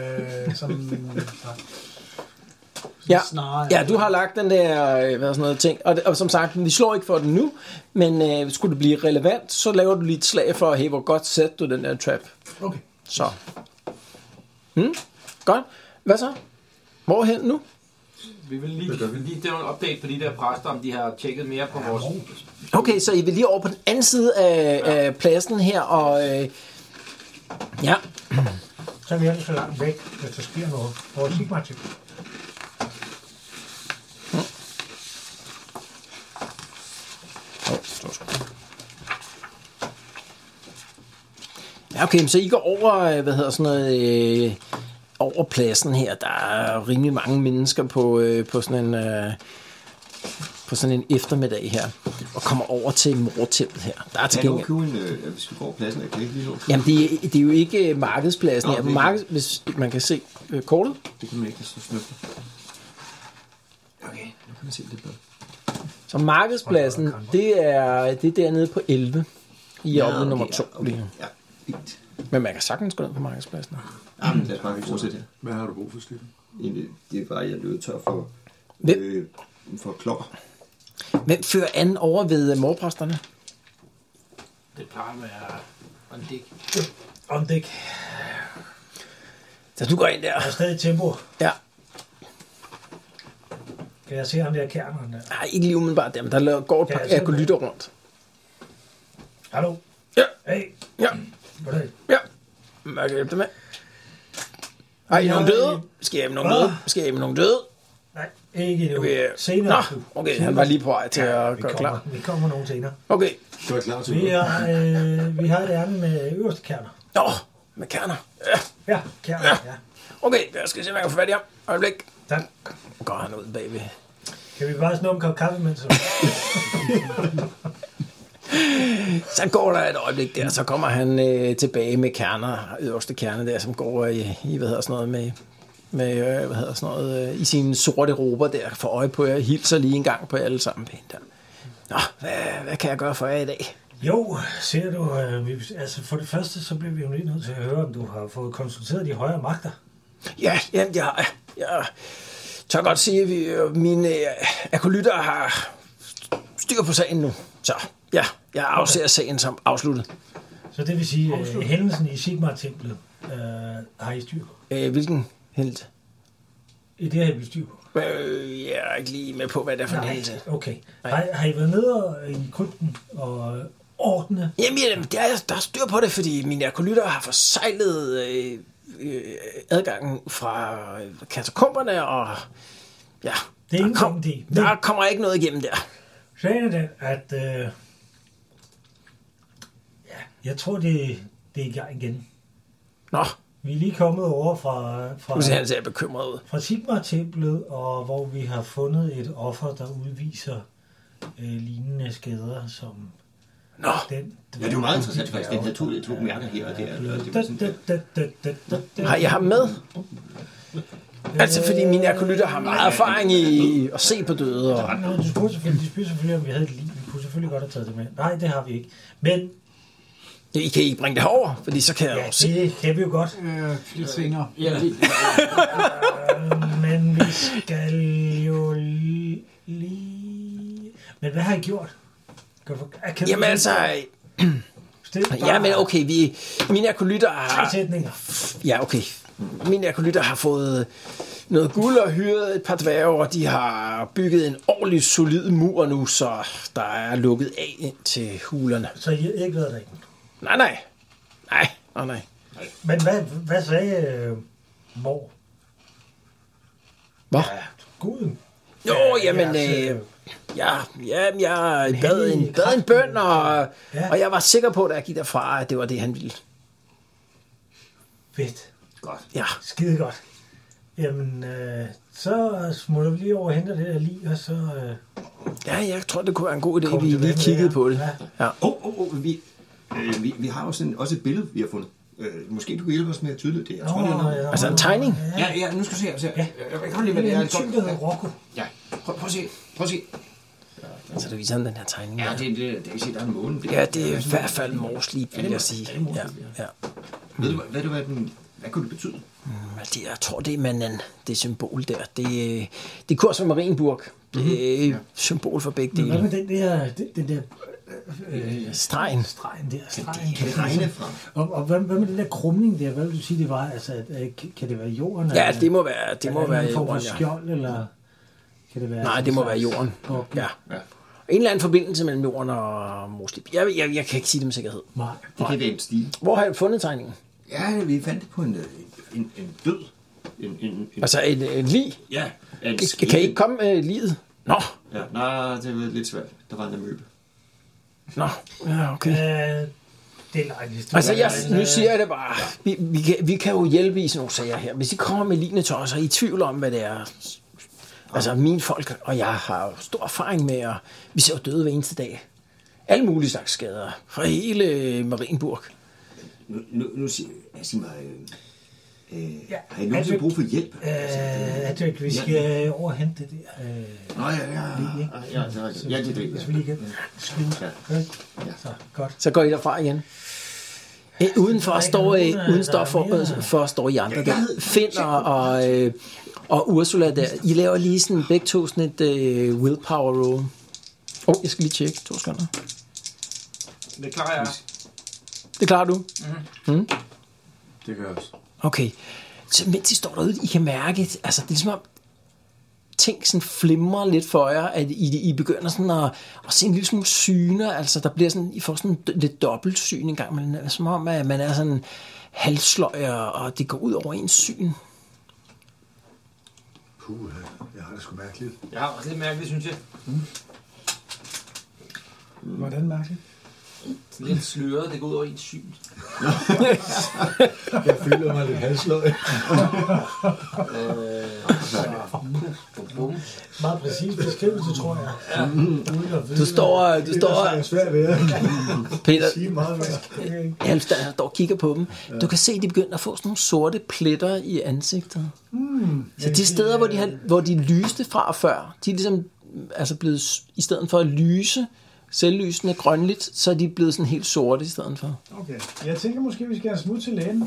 Ja, du har lagt den der sådan noget ting, og som sagt, vi slår ikke for den nu, men skulle det blive relevant, så laver du lige et slag for, hey, hvor godt sætter du den der trap. Okay. Så. Godt. Hvad så? Hvorhen nu? Vi vil lige det er en update på de der præster, om de har tjekket mere på vores... Okay, så I vil lige over på den anden side af pladsen her, og ja. Så er vi altså så langt væk, hvis der sker noget. Hvor Sigmar til. Ja, okay, så I går over, over pladsen her. Der er rimelig mange mennesker på sådan en eftermiddag her, og kommer over til Mortemplet her. Der er til gengæld... Hvis vi går pladsen, jeg kan ikke lige nå. Jamen, det er jo ikke markedspladsen her. Hvis man kan se kortet. Det kan man ikke så snøfte. Okay, nu kan man se det bedre. Så markedspladsen, det er dernede på 11. I er oppe nummer 2 lige nu. Ja, fint. Men man kan sagtens gå ned på markedspladsen. Ja, men lad os bare fortsætte her. Hvad har du brug for, Stefan? Det er bare, jeg lød tør for klopper. Hvem fører an over ved morpræsterne? Det plejer at være on dick. On dick. Så du går ind der. Der er stadig tempo. Ja. Kan jeg se ham der kerneren der? Nej, ikke lige umiddelbart der, men der går et par akolytter rundt. Hallo? Ja. Hey. Ja. Goddag. Ja. Hvad kan jeg hjælpe dig med? Har I nogen døde? Skal jeg hjemme nogen døde? Nej, ikke endnu. Okay. Senere. Nå, okay, han var lige på vej til at gøre klar. Vi kommer nogen senere. Okay. Du er klar til vi har et ærne med øverste kerner. Nå, med kerner. Ja, kerner, ja. Okay, jeg skal se, om jeg kan få fat i ham. Øjeblik. Tak. Nu går han ud bagved. Kan vi bare snuppe en kop kaffe, mens Så går der et øjeblik der, så kommer han tilbage med kerner, øverste kerner der, som går i sine sorte rober der, for øje på jer, hilser lige en gang på jer alle sammen pænt der. Nå, hvad kan jeg gøre for jer i dag? Jo, ser du, altså for det første, så bliver vi jo lige nødt til at høre, om du har fået konsulteret de højere magter. Ja, jeg tør godt sige, at mine akolytter har styr på sagen nu. Så ja, jeg afser sagen som afsluttet. Så det vil sige, hændelsen i Sigmar-templet har I styr på? Hvilken hændelse? Det har I styr på? Jeg er ikke lige med på, hvad det er for en hændelse. Okay. Har I været nede i krypten og ordne? Jamen, der er styr på det, fordi mine akolytter har forsejlet adgangen fra katakomberne, og ja, det er der kommer ikke noget igennem der. Sagen er den, at jeg tror, det er i gang igen. Nå. Vi er lige kommet over fra Sigmar-templet, og hvor vi har fundet et offer, der udviser lignende skader som den. Ja, det er jo meget interessant faktisk. Den havde to mærker her og der. Har jeg ham med? Altså, fordi mine akolytter har meget erfaring i at se på døde. Og... De spurgte selvfølgelig, om vi havde et liv. Vi kunne selvfølgelig godt have taget det med. Nej, det har vi ikke. Men... I kan ikke bringe det herover, fordi så kan jeg jo se. Det kan vi jo godt. Lidt senere. Men vi skal jo lige... Men hvad har I gjort? Jamen altså... Jamen okay, mine akolytter har... Ja, okay. Mine akolytter har fået noget guld og hyret et par dværge, og de har bygget en ordentlig solid mur nu, så der er lukket af ind til hulerne. Så I har ikke været der ikke? Nej. Men hvad sagde Mor? Hvad? Ja, guden. Jo, jamen... jeg bad en bøn, og jeg var sikker på, da jeg gik derfra, at det var det, han ville. Fedt. Godt. Ja. Skide godt. Jamen, så smutter vi lige over og henter det der lige, og så... Ja, jeg tror, det kunne være en god idé, vi lige kiggede på det. Ja. Vi har også et billede, vi har fundet. Måske du kan hjælpe os med at tydeligt det. Altså en tegning? Ja, nu skal du se. Jeg kan lige med det. Det er en type, der hedder Rocco. Ja, prøv at se. Så du viser ham den her tegning? Ja, det kan se, der er en måne. Ja, det er i hvert fald morslip, vil jeg sige. Ja. Ved du, hvad kunne det betyde? Jeg tror, det er mannen, det symbol der. Det er kurs for Marienburg. Det er symbol for begge dele. Hvad med den der stregen? Kan det regne fra? Og hvad med den der krumning der? Hvad vil du sige, det var? Altså, kan det være jorden? Ja, det må være jorden, ja. Skjold, eller kan det være... Nej, det må være jorden. Ja. En eller anden forbindelse mellem jorden og morslip. Jeg kan ikke sige det med sikkerhed. Nej. Det kan være en stil. Hvor har I fundet tegningen? Ja, vi fandt det på en død. Altså en lig? Ja. Kan I ikke komme med liget? Nå. Ja, nej, det var lidt svært. Der var en amøbe. Nå, ja, okay. Det er lejligt. Altså, nu siger jeg det bare. Vi kan jo hjælpe i sådan nogle sager her. Hvis I kommer med lignende til os, og I er i tvivl om, hvad det er. Altså, mine folk og jeg har stor erfaring med, at vi ser jo døde hver eneste dag. Alle mulige slags skader. Fra hele Marienburg. Nu sig mig... har I nogensinde brug for hjælp? Vi skal overhente det der. Ja, det er det. Hvis vi lige kan så godt. Så går I derfra igen. Udenfor står I andre der. Finn og Ursula der. I laver lige sådan begge to sådan et willpower roll. Jeg skal lige tjekke 2 sekunder. Det klarer jeg. Det klarer du? Det gør jeg også. Okay. Så mens I står derude, I kan mærke, altså det er ligesom om ting sådan flimrer lidt for jer, at I begynder sådan at se en lille smule syner, altså der bliver sådan, I får sådan lidt dobbeltsyn en gang, men som om, at man er sådan halvsløj, og det går ud over ens syn. Jeg har det sgu mærkeligt. Jeg har også lidt mærkeligt, synes jeg. Hvordan mærkeligt? Lidt sløret, det går ud over ens syn. Jeg føler mig lidt halsløg. Meget præcis beskrivelse, tror jeg. Du står Peter, jeg står og kigger på dem. Du kan se, at de begynder at få sådan nogle sorte pletter i ansigtet. Så de steder, hvor de lyste fra før, de er ligesom altså blevet, i stedet for at lyse selvlysende grønligt, så er de blevet sådan helt sorte i stedet for. Okay. Jeg tænker måske, vi skal have smut til lægen.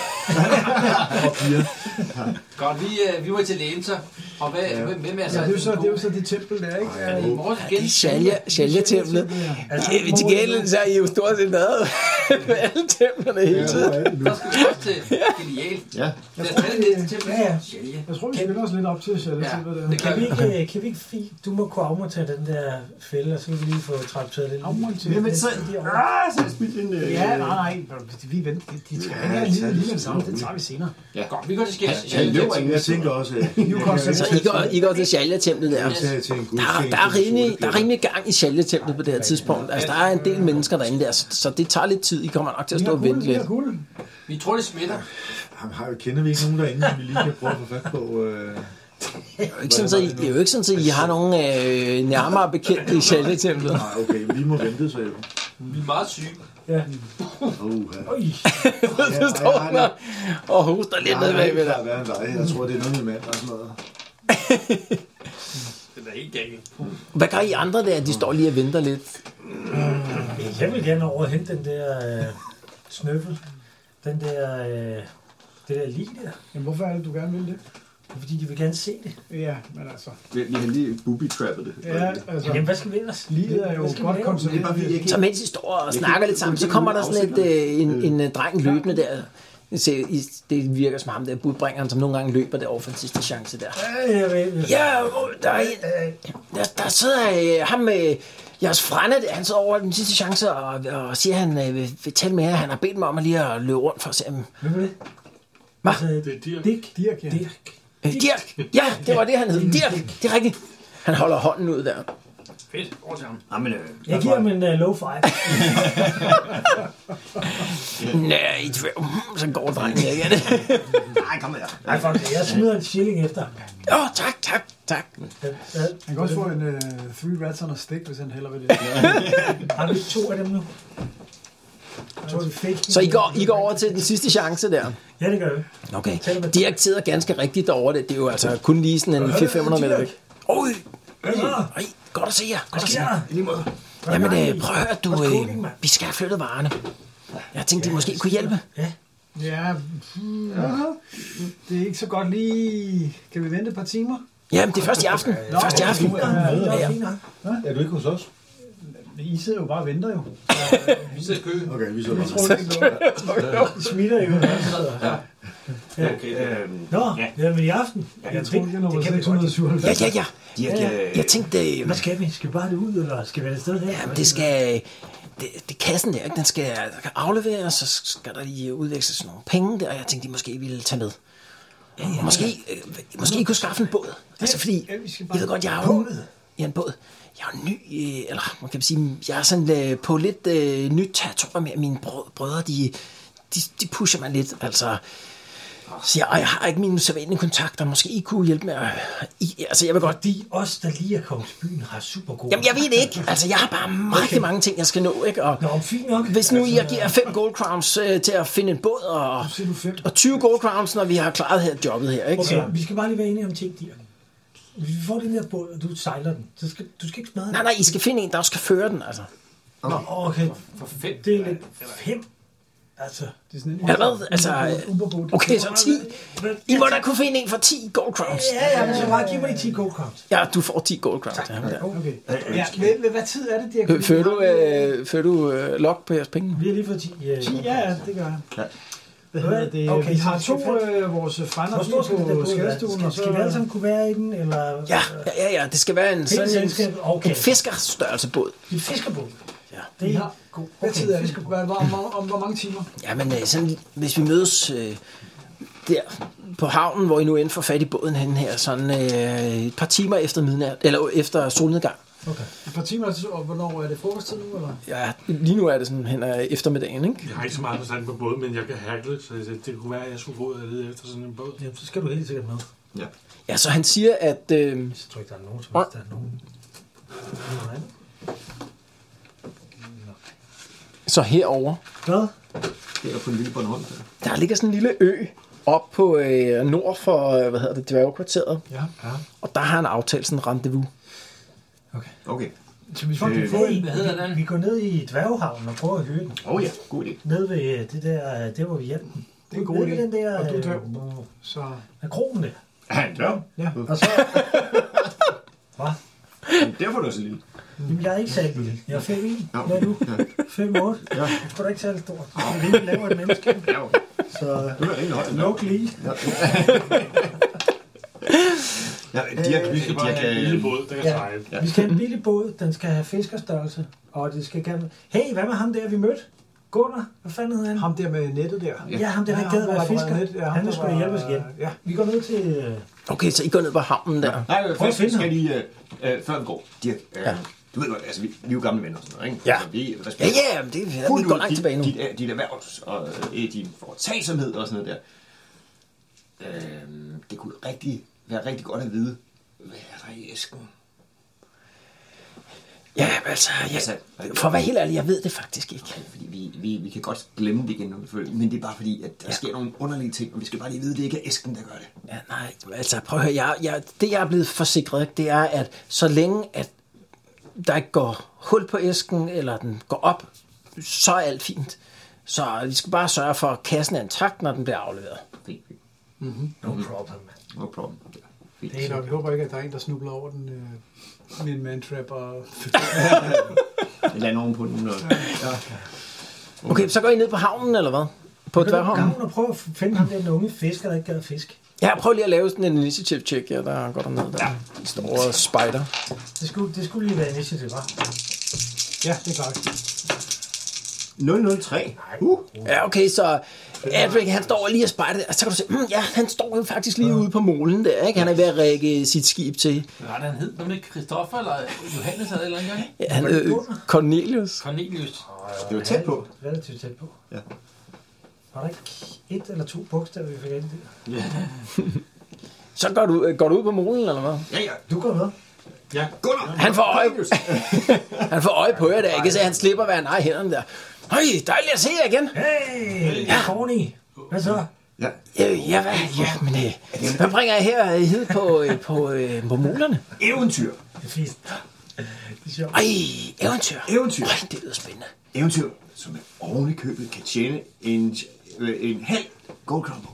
Godt, vi var til lægen så. Og hvem er så? Ja, det er jo så det tempel der, ikke? Ja, Shalja-templet. Til gengæld så er I jo stort set været. alle templerne hele tiden. Der skal vi også til genialt. Ja. Lad os tage det næste tempel. Ja. Shalje. Jeg tror, vi spiller os lidt op til Shalje. Det Kan vi ikke du må kunne afmontere den der fælde, og så kan vi lige få trappet lidt. Afmontere. Men så har jeg spildt en... Ja, nej. Vi venter. De skal ikke have lige den samme. Det tager vi senere. Ja. Godt, vi går til Jeg Jeg tænker også, Så I går til Shalje-templet der. Der er rimelig gang i Shalje-templet på det her tidspunkt. Altså, der er en del mennesker derinde der, så det tager lidt tid. I kommer nok til at stå og vente lidt. Vi tror, det smitter. Kender vi ikke nogen derinde, som vi lige kan prøve at få fat på? Det er jo ikke sådan, at I har nogen nærmere bekendte i Shalje-templet. Nej, okay, vi må vente, så jo. Vi er meget syge. Ja. Så står der og hoster lidt ned bagved dig. Jeg tror, det er noget med mand og sådan noget. Det er helt galt. Hvad gør I andre der? De står lige og venter lidt. Jeg vil gerne over og hente den der snøffel. Den der... det der lig der. Jamen, hvorfor er det, du gerne vil det? Fordi de vil gerne se det. Ja, men altså... Vi har lige booby-trappet det. Ja, altså... Jamen, hvad skal vi ellers? Livet er jo godt konserveret. Så mens I står og snakker lidt sammen, så kommer der sådan en dreng løbende der. Det virker som ham der budbringeren, som nogle gange løber derovre for den sidste chance der. Ja, der er en... Der sidder ham med... Jeres frænde, han sidder over den sidste chance og siger, at han vil tale med jer. Han har bedt mig om at lige at løbe rundt for at se ham. Hvem er det? Hvad? Det er Dirk. Dirk, ja. Dirk. Ja, det var det, han hed. Dirk. Det er rigtigt. Han holder hånden ud der. Fedt, over til ham. Jamen, Jeg giver ham en low five. Nej, så går drengen her igen. nej, kom her. Nej, fuck det. Jeg smider en shilling efter. Tak. Han kan også få en 3 rats on a stick, hvis han hælder ved det. Har vi 2 af dem nu? Så I går over til den sidste chance der? Ja, det gør vi. Okay. Dirk sidder ganske rigtigt derovre. Det er jo altså kun lige sådan en 400-500 meter væk. Oj, godt at se jer. Godt at se jer. Jamen, prøv at høre, vi skal have flyttet varerne. Jeg tænkte, de måske kunne hjælpe. Ja, det er ikke så godt lige... Kan vi vente et par timer? Jamen, det er først i aften. Først i aften. Er du ikke hos os? I sidder jo bare og venter jo. Vi sidder i kø. Okay, vi så bare. De smitter jo. Okay. Nå, men i aften. Jeg tror, det kan vi 277. Ja. Jeg tænkte... Hvad skal vi? Skal vi bare det ud, eller skal vi have et sted her? Jamen, det skal... Det kassen der, ikke? Den skal afleveres, så skal der lige udveksles nogle penge der, og jeg tænkte, de måske ville tage med. Måske I kunne skaffe en båd. Altså, fordi, jeg ved godt, jeg er jo... Ja, en båd. Jeg er ny, eller man kan sige, jeg er sådan på lidt nyt territorium med mine brødre, de pusher mig lidt, altså... Så jeg har ikke mine sædvanlige kontakter. Måske I kunne hjælpe med altså, jeg vil godt... De os, der lige er kommet til byen, har super gode... Jamen, jeg ved det ikke. Altså, jeg har bare rigtig mange ting, jeg skal nå, ikke? Og fint nok. Hvis nu jeg giver 5 gold crowns til at finde en båd, og 20 gold crowns, når vi har klaret her jobbet her, ikke? Okay, vi skal bare lige være enige om ting, Dirk. Hvis vi får den der båd, og du sejler den, så skal du skal ikke smadre den. Nej, I skal finde en, der også skal føre den, altså. Okay. For 5. Det er lidt 5. Altså, det er sådan en hvad? Altså, okay, så 10. I må da kunne finde en for 10 gold crowns. Ja, men så bare giv mig de 10 gold crowns. Ja, du får 10 gold crowns. Okay. Ja, hvad tid er det, Dirk? Fører du log på jeres penge? Vi har lige fået 10. 10, ja, det gør jeg. Okay, vi har 2 vores frænder på skadestuen. Skal vi alle sammen kunne være i den? Eller? Ja, det skal være en sådan en fiskerstørrelse båd. En fiskerbåd? Ja. Det er god. Hvad tid er det? Om hvor mange timer? Ja, men sådan, hvis vi mødes der på havnen, hvor I nu end får fat i båden henne her, sådan et par timer efter midnat, eller efter solnedgang. Okay. Et par timer, og hvornår er det frokosttid nu, eller? Ja, lige nu er det sådan hen ad eftermiddagen, ikke? Jeg har ikke så meget forstand på båden, men jeg kan hackle, så det kunne være, at jeg skulle gå ud og lede efter sådan en båd. Ja, så skal du helt sikkert med. Ja. Ja, så han siger, at... Jeg tror ikke, der er nogen, som der er nogen. Så herover. Hvad? Det er på en lille Bornholm. Der ligger sådan en lille ø op på nord for, dværgekvarteret. Ja. Og der har han aftalt sådan en rendezvous. Okay. Så vi får hvad hedder den? Vi går ned i dværgehavnen og prøver at høre den. Ja, god idé. Ned ved det der hvor vi hjælper den. Det er en god idé. Den der, og du tør. Så... Er krogen der? Ja, en dør. Ja. Og så... Hvad? Derfor er det så lille. Jamen, jeg er ikke særlig lille. Jeg er 5'1. Hvad er du? 5'8. Jeg tror da ikke særlig stort. Jeg er ikke lavere end menneske. Så Du er rigtig højt. luk lige. Vi skal bare have en lille båd, der kan sejle. Vi skal have en lille båd. Den skal have fiskerstørrelse. Og det skal gerne... Hey, hvad med ham der, vi mødte? Gunnar? Hvad fanden hedder han? Ham der med nettet der. Ja, ham der, der gad at være fisker. Han vil sgu da hjælpe os igen. Ja. Vi går ned til... Okay, så I går ned på havnen der. Nej, først skal lige... Før vi går, Dirk, du ved godt, altså, vi er jo gamle venner og sådan noget, ikke? Ja. Altså, vi Ja, men det er vi går langt tilbage nu. Dit erhvervs og din foretagsomhed og sådan noget der. Det kunne være rigtig godt at vide, hvad er der i æsken? Ja, altså, for at være helt ærlig, jeg ved det faktisk ikke. Fordi vi kan godt glemme det igen, men det er bare fordi, at der sker nogle underlige ting, og vi skal bare lige vide, at det ikke er æsken, der gør det. Ja, nej, altså prøv at høre, det jeg er blevet forsikret, det er, at så længe, at der ikke går hul på æsken, eller den går op, så er alt fint. Så vi skal bare sørge for, at kassen er intakt, når den bliver afleveret. Fint. No problem. No problem. Fint. Så vi håber ikke, at der er en, der snubler over den med en mantrap og... Jeg lander oven på den. Okay, så går I ned på havnen, eller hvad? På dværghavnen? Kan du prøve at finde ham den unge fisker, der ikke gad fisk? Ja, prøv lige at lave sådan en initiative check, ja, der går der ned der. De store spider. Det skulle lige være initiativ, hva'? Ja, det er klart. 003. Ja, okay, så Adric, han står lige og spejder der, og så kan du se, ja, han står jo faktisk lige ude på molen der, ikke? Han er ved at række sit skib til. Hvad var det, han hed? Var det Christoffer eller Johannes eller en gang? Ja, han Cornelius. Cornelius. Det var tæt på. Relativt tæt på. Ja. Var der ikke 1 eller 2 bogstaver, vi fik ind der? Ja. Så går du ud på molen, eller hvad? Ja. Du går med. Ja. Gunnar. Han får øje på jer der, ikke? Så han slipper hver nej hænderne der. Høj, dejligt at se jer igen. Hey, Corny. Hvad så? Ja. Hvad bringer jeg her på molerne? Eventyr. Det er fint. Det er sjovt. Eventyr. Det lyder spændende. Eventyr, som er oven i købet kan tjene en halv gold crown på.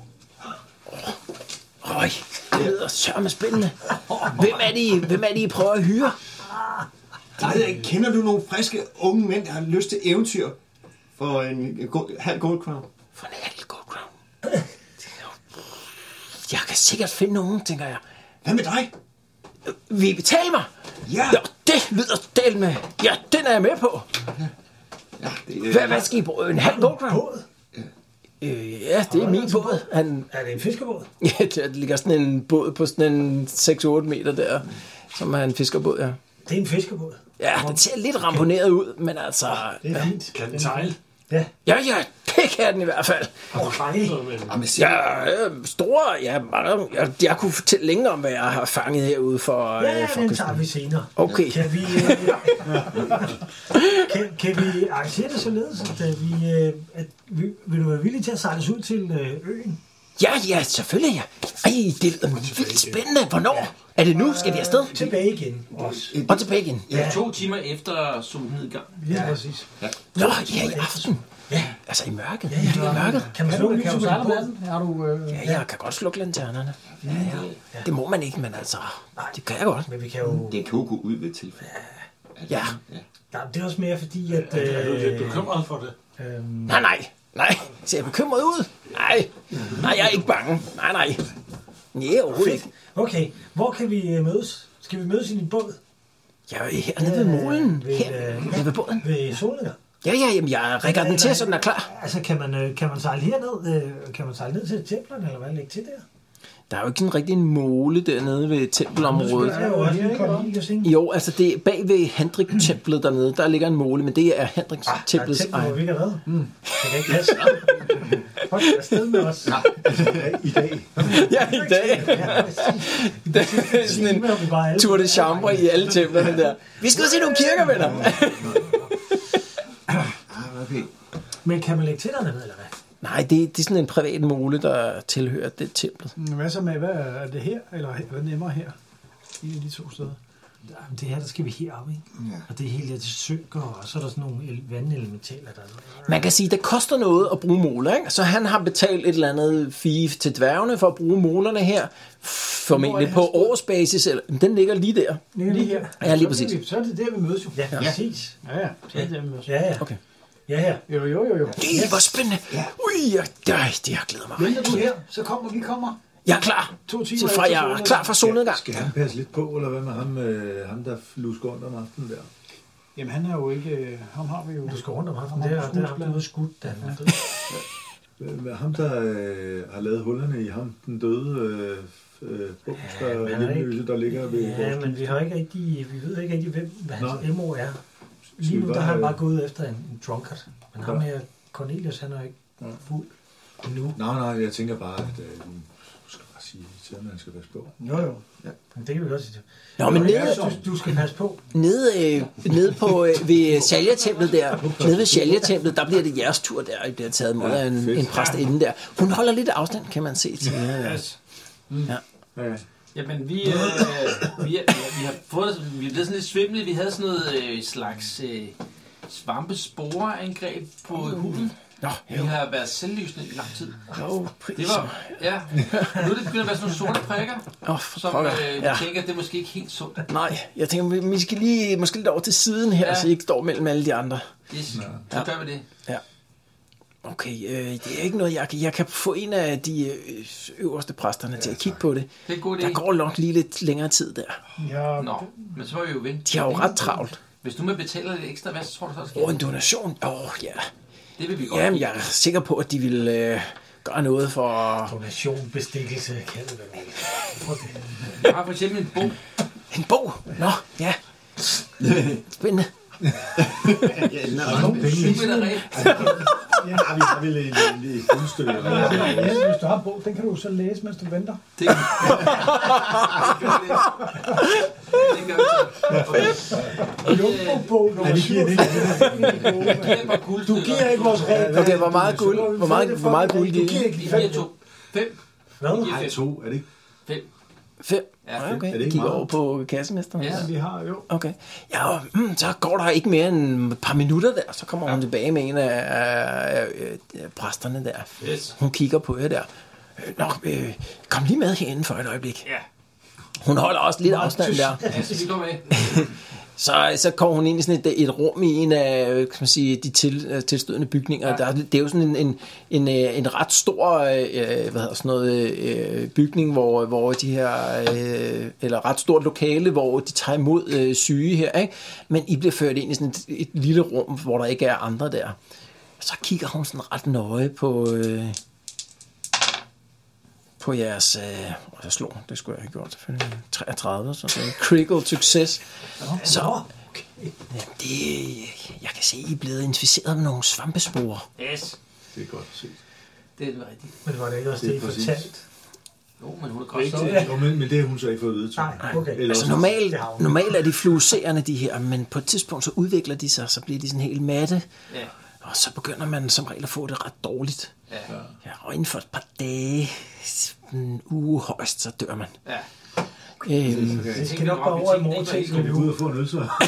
Det lyder sørme spændende. Hvem er det, I prøver at hyre? Det ved jeg ikke. Kender du nogle friske unge mænd, der har lyst til eventyr for en halv gold crown? For en halv gold crown? Jeg kan sikkert finde nogen, tænker jeg. Hvad med dig? Vil I betale mig? Ja. Det lyder delt med. Ja, den er jeg med på. Ja, Hvad skal I bruge? En halv gold crown? Ja, det er min båd. Er det en fiskerbåd? Ja, der ligger sådan en båd på sådan en 6-8 meter der, som er en fiskerbåd, ja. Det er en fiskerbåd. Ja, den ser lidt ramponeret ud, men altså... Det er fint. Kan den sejle? Ja. Ja, det kan den i hvert fald. Har du fanget noget med den? Store, jeg kunne fortælle længere om, hvad jeg har fanget herude for... Den tager vi senere. Okay. Kan vi arrangere det således, at vil du være villig til at sejles ud til øen? Ja, selvfølgelig, ja. Det lyder vildt spændende. Hvornår? Er det nu? Skal vi afsted? Tilbage igen også. Og tilbage igen? Ja, 2 timer efter solnedgang. Ja, præcis. Nå, ja, i aften. Ja. Altså i mørket. Ja, i mørket. Kan man slukke lyset på den båd? Ja, jeg kan godt slukke lanternerne. Ja. Det må man ikke, men altså, det kan jeg godt. Men vi kan jo... Det kan jo gå ud ved tilfælde. Ja. Ja, det er også mere fordi, at... Er du lidt bekymret for det? Nej. Ser jeg bekymret ud? Nej, jeg er ikke bange. Nej. Nej, overhovedet ikke. Okay, hvor kan vi mødes? Skal vi mødes i din båd? Jeg er hernede ved molen. Her ved båden. Ved solnedgang? Ja, jamen jeg rækker den til, så den er klar. Altså, kan man sejle herned? Kan man sejle ned til templerne, eller hvad lægge til der? Der er jo ikke sådan rigtig en måle dernede ved tempelområdet. Jo, altså det er bag ved Hendrik-templet dernede, der ligger en måle, men det er Hendrik-templets egen. Der er templet, hvor vi ikke har været. Det kan ikke passe. Hold da afsted med os. I dag. Ja, i dag. Det er sådan en tour de chambre i alle templerne der. Vi skal se nogle kirker, venner. Okay. Men kan man lægge til dernede, eller hvad? Nej, det er sådan en privat mole, der tilhører det templet. Hvad så med, hvad er det her, eller hvad nemmere her? I de 2 steder. det her, der skal vi herop, ikke? Ja. Og det hele det synker, og så er der sådan nogle vandelementaler, der... Man kan sige, det koster noget at bruge moler, ikke? Så han har betalt et eller andet fee til dværgene for at bruge molerne her, formentlig på årsbasis, eller den ligger lige der. Lige her. Ja, lige præcis. Så er det der, vi mødes jo. Ja, præcis. Ja. Så er det der, vi mødes. Ja. Okay. Ja. Jo. Hvor spændende. Ui, det har glædet mig. Venter du her, så kommer vi. Jeg er klar. 2 timer fra jeg er klar for solnedgang. Skal han passe lidt på, eller hvad med ham der lusker rundt om aftenen der? Jamen han er jo ikke... Ham har vi jo... Du skal rundt om aftenen. Det er ham, der er skudt. Ham, der har lavet hullerne i ham, den døde der ligger ved... Ja, men vi ved ikke rigtig, hvad hans MO er. Lige nu, der har han bare gået efter en drunkard. Men ham her, Cornelius, han er ikke fuld endnu. Nej, jeg tænker bare, at du skal bare sige til ham, at han skal passe på. Jo. Ja. Men det kan vi godt sige til. Nå, men du skal passe på. Nede på ved Shalya-templet der, nede ved Shalya-templet, der bliver det jeres tur der, I bliver taget mod en præstinde der. Hun holder lidt afstand, kan man se til. Ja. Jamen, vi har fået, vi er blevet sådan lidt svimlet. Vi havde sådan noget slags svampesporeangreb på hunden. Vi har været selvlysende i lang tid. Det var, nu er det begyndt at være sådan nogle sorte prikker, som vi tænker, det er måske ikke helt sundt. Nej, jeg tænker, vi skal lige måske lidt over til siden her, så I ikke står mellem alle de andre. Yes, så gør vi det. Ja. Okay, det er ikke noget, jeg kan få en af de øverste præsterne til at kigge på det. Det er en god idé. Der går nok lige lidt længere tid der. Ja. Nå, men så må vi jo vente. De har jo ret travlt. Hvis du betaler lidt ekstra, hvad tror du så skal? En donation? Ja. Det vil vi godt. Jamen, jeg er sikker på, at de vil gøre noget for... Donation, bestikkelse, kan det være noget. Jeg har for eksempel en bog. En bog? Nå, ja. Spændende. Vi har vel et guldstykke. Hvis du har en bog, den kan du så læse, mens du venter. Det gør vi så. Du giver ikke vores regler. Okay, hvor meget guld? Hvor meget guld giver I? Vi giver 2. 5. Hvad? Nej, 2, er det ikke? 5. 5? Ja, okay. Det kigger over på kassemesteren. Ja, vi har jo. Okay. Ja, så går der ikke mere end et par minutter der, så kommer hun tilbage med en af præsterne der. Yes. Hun kigger på jer der. Kom lige med herinde for et øjeblik. Ja. Hun holder også lidt afstand der. Ja, så vi går med. Så kommer hun ind i sådan et rum i en af, kan man sige, de tilstødende bygninger. Ja. Det er jo sådan en ret stor bygning, hvor de her, eller ret stort lokale, hvor de tager imod syge her, ikke? Men I bliver ført ind i sådan et lille rum, hvor der ikke er andre der. Så kigger hun sådan ret nøje på jeres... jeg slog, det skulle jeg have gjort selvfølgelig. 33, så det er critical success. Så jeg kan se, I er blevet inficeret med nogle svampesporer. Yes. Det er godt at se. Det er rigtigt. Men det var det ikke også det, fortalt? Jo, men hun er godt men det har hun så ikke fået at vide. Nej, okay. Altså normalt er de fluorescerende, de her, men på et tidspunkt så udvikler de sig, så bliver de sådan helt matte. Ja. Og så begynder man som regel at få det ret dårligt. Ja, og inden for et par dage, en uge højst, så dør man. Ja. Det skal nok bare over i morgen til. Skal vi ud og få en ølsvar?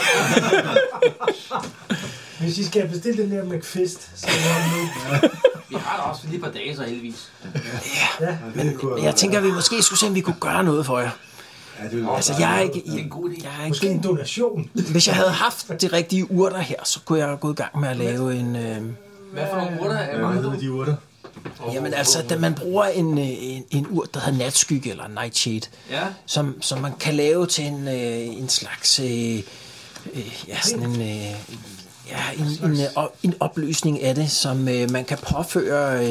Hvis I skal bestille den der McFist, så er det nu. Vi har da også lige et par dage, så heldigvis. Ja, men jeg tænker, at vi måske skulle se, om vi kunne gøre noget for jer. Altså, jeg er ikke... Måske en donation. Hvis jeg havde haft de rigtige urter her, så kunne jeg gå i gang med at lave en... Hvad for nogle urter er mange? Hvad hedder de urter? Jamen altså, da man bruger en urt, der hedder natskygge eller nightshade, som man kan lave til en slags... sådan en opløsning af det, som man kan påføre...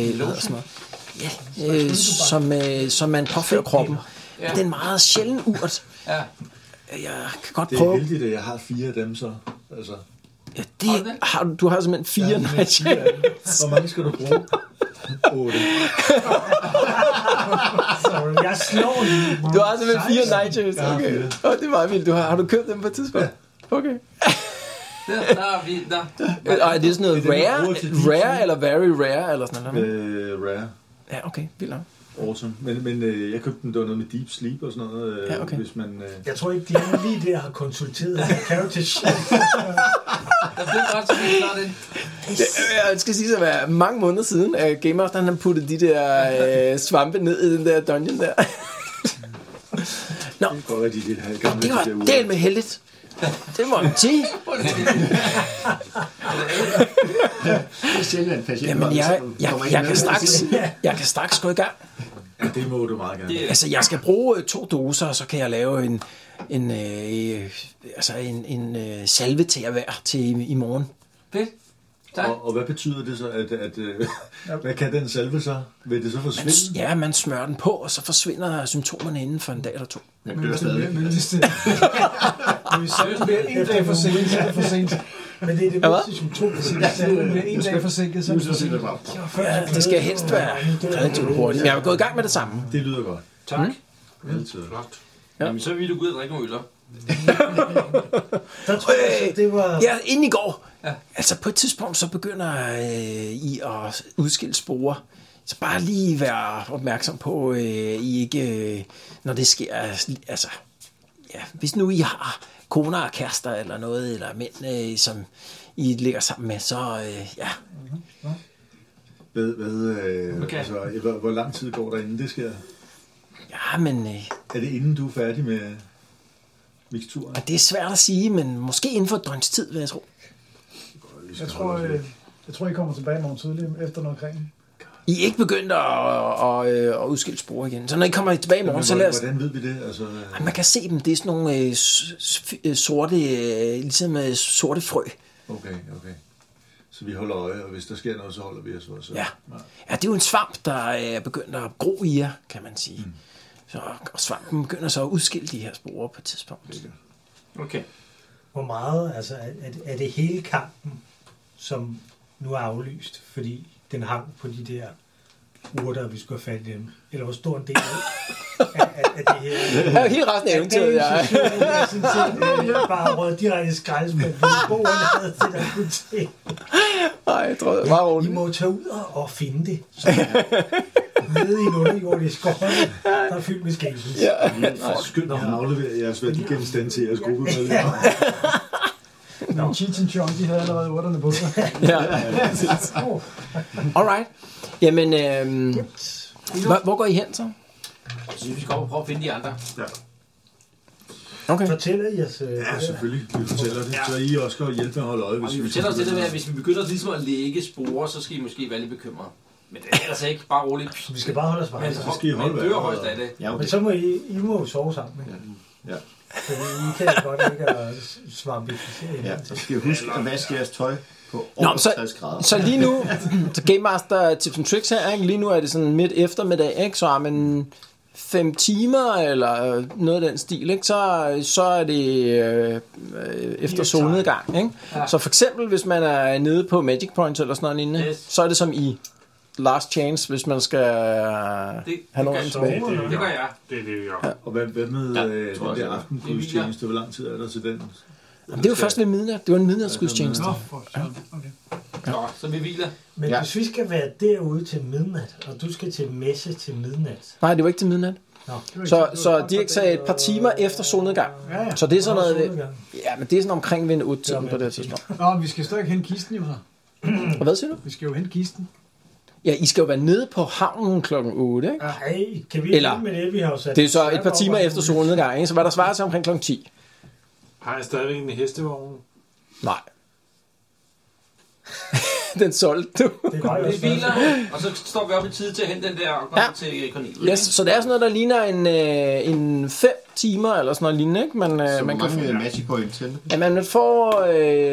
som man påfører kroppen. Ja. Det er en meget sjælden urt. Ja. Jeg kan godt prøve... Det er heldigt, at jeg har 4 af dem, så... Altså. Ja, du har simpelthen 4 nightshades. Hvor mange skal du bruge? 8. Jeg slår lige. Du har simpelthen 4 nightshades. Okay. Det er meget vildt. Har du købt dem på et tidspunkt? Ja. Okay. Og er det sådan noget rare eller very rare? Eller sådan noget? Rare. Ja, okay. Vildt. awesome. Men jeg købte den, der var noget med Deep Sleep og sådan noget. Ja, okay. Hvis man, Jeg tror ikke, de lige der har konsulteret character sheet. Der blev godt så det. Jeg skal sige, at det var mange måneder siden, at Game Master han puttede de der svampe ned i den der dungeon der. Nå, det går rigtig det her gamle. det var del med heldigt. Det må man sige. Jamen, jeg kan straks gå i gang. Ja, det må du meget gerne. Altså, jeg skal bruge 2 doser, og så kan jeg lave en salve til at være til i morgen. Fedt. Og hvad betyder det så, at hvad kan den salve så? Vil det så forsvinde? Man smører den på, og så forsvinder symptomerne inden for en dag eller 2. Jeg dør stadig. Men hvis det bliver en dag forsinket, så er det for sent. Men det er det bedste symptom. Hvis det bliver en dag forsinket, så er det for sent. Ja, det skal helst være relativt hurtigt. Men jeg er gået i gang med det samme. Det lyder godt. Tak. Altid. Flot. Jamen, så vil du gå ud og drikke nogle øl. Der tror jeg, det var... Ja, inden i går. Ja. Altså på et tidspunkt, så begynder I at udskille sporer. Så bare lige være opmærksom på, I ikke, når det sker, altså, ja, hvis nu I har koner og kærester eller noget, eller mænd, som I ligger sammen med, så ja. Hvor lang tid går der, inden det sker? Ja, men... Er det inden du er færdig med miksturen? Det er svært at sige, men måske inden for et døgns tid, vil jeg tro. Jeg tror, I kommer tilbage morgen tidlig efter noget kring. I er ikke begyndt at udskille spor igen. Så når I kommer tilbage i morgen, så lad os... Hvordan ved vi det? Altså, man kan se dem. Det er sådan nogle sorte, ligesom sorte frø. Okay. Så vi holder øje, og hvis der sker noget, så holder vi os også. Ja, det er jo en svamp, der er begyndt at gro i jer, kan man sige. Og svampen begynder så at udskille de her sporer på et tidspunkt. Okay. Hvor meget, altså, er det hele kampen, som nu er aflyst, fordi den hang på de der urter, vi skulle have fat i dem? Eller hvor stor en del af det her? Det er jo helt resten af eventyret, jeg bare røget direkte i skraldespand, fordi sporene havde det, der kunne til. Nej, jeg tror, det er meget roligt. I må tage ud og finde det. Nede i en underjordisk skov, der er fyldt med skæbnes. Skynd at aflevere jeres værdigenstande til jeres gruppe. Men Cheech and Chong, de havde allerede urterne på sig. Alright. Jamen, hvor går I hen så? Jeg synes, vi skal prøve at finde de andre. Ja. Okay. Fortæller I os... Ja, selvfølgelig. Vi fortæller det. Så I også skal hjælpe med at holde øje. Hvis vi fortæller os det der med, at hvis vi begynder ligesom at lægge sporer, så skal I måske være lidt bekymrede. Men det er altså ikke bare roligt. Vi skal bare holde os bare. Så skal I holde dør højst af det. Ja, okay. Men så må I må sove sammen. Ja. Fordi I kan godt ikke at svampificere hinanden. Ja, så skal I huske at vaske jeres tøj på over 60 grader. Så lige nu, så Game Master tips and tricks her, ikke? Lige nu er det sådan midt eftermiddag, ikke? Så har man 5 timer eller noget af den stil, ikke? Så er det efter solnedgang, ikke? Ja. Så for eksempel, hvis man er nede på Magic Points eller sådan noget lignende, så er det som i last chance, hvis man skal have nogen tilbage. Det gør jeg. Det er det, vi gør. Ja. Og hvad med den der aftengudstjeneste? Hvor lang tid er der til den? Jamen, det er jo først ved midnat. Det var en midnatsgudstjeneste. Ja. Så vi hviler. Men hvis vi skal være derude til midnat, og du skal til messe til midnat... Nej, det var ikke til midnat. Så Dirk sagde et par timer efter solnedgang. Ja. Så det er sådan noget... Ja, men det er sådan omkring ved en 8-tiden på det tidspunkt. Nå, vi skal stadig hente kisten jo så. Og hvad siger du? Vi skal jo hente kisten. Ja, I skal jo være nede på havnen klokken 8, ikke? Hey, kan vi ikke med det, vi har sat... Det er så et par timer efter solnedgang, ikke? Så hvad der svarer til omkring klokken 10. Har jeg stadigvæk en hestevogn? Nej. Den solgte du. Det hviler, og så står vi op i tid til at hente den der og komme til Cornelius. Yes, så det er sådan noget, der ligner en 5 timer eller sådan noget lignende, ikke? Man kan få Magic Point til. Ja, man får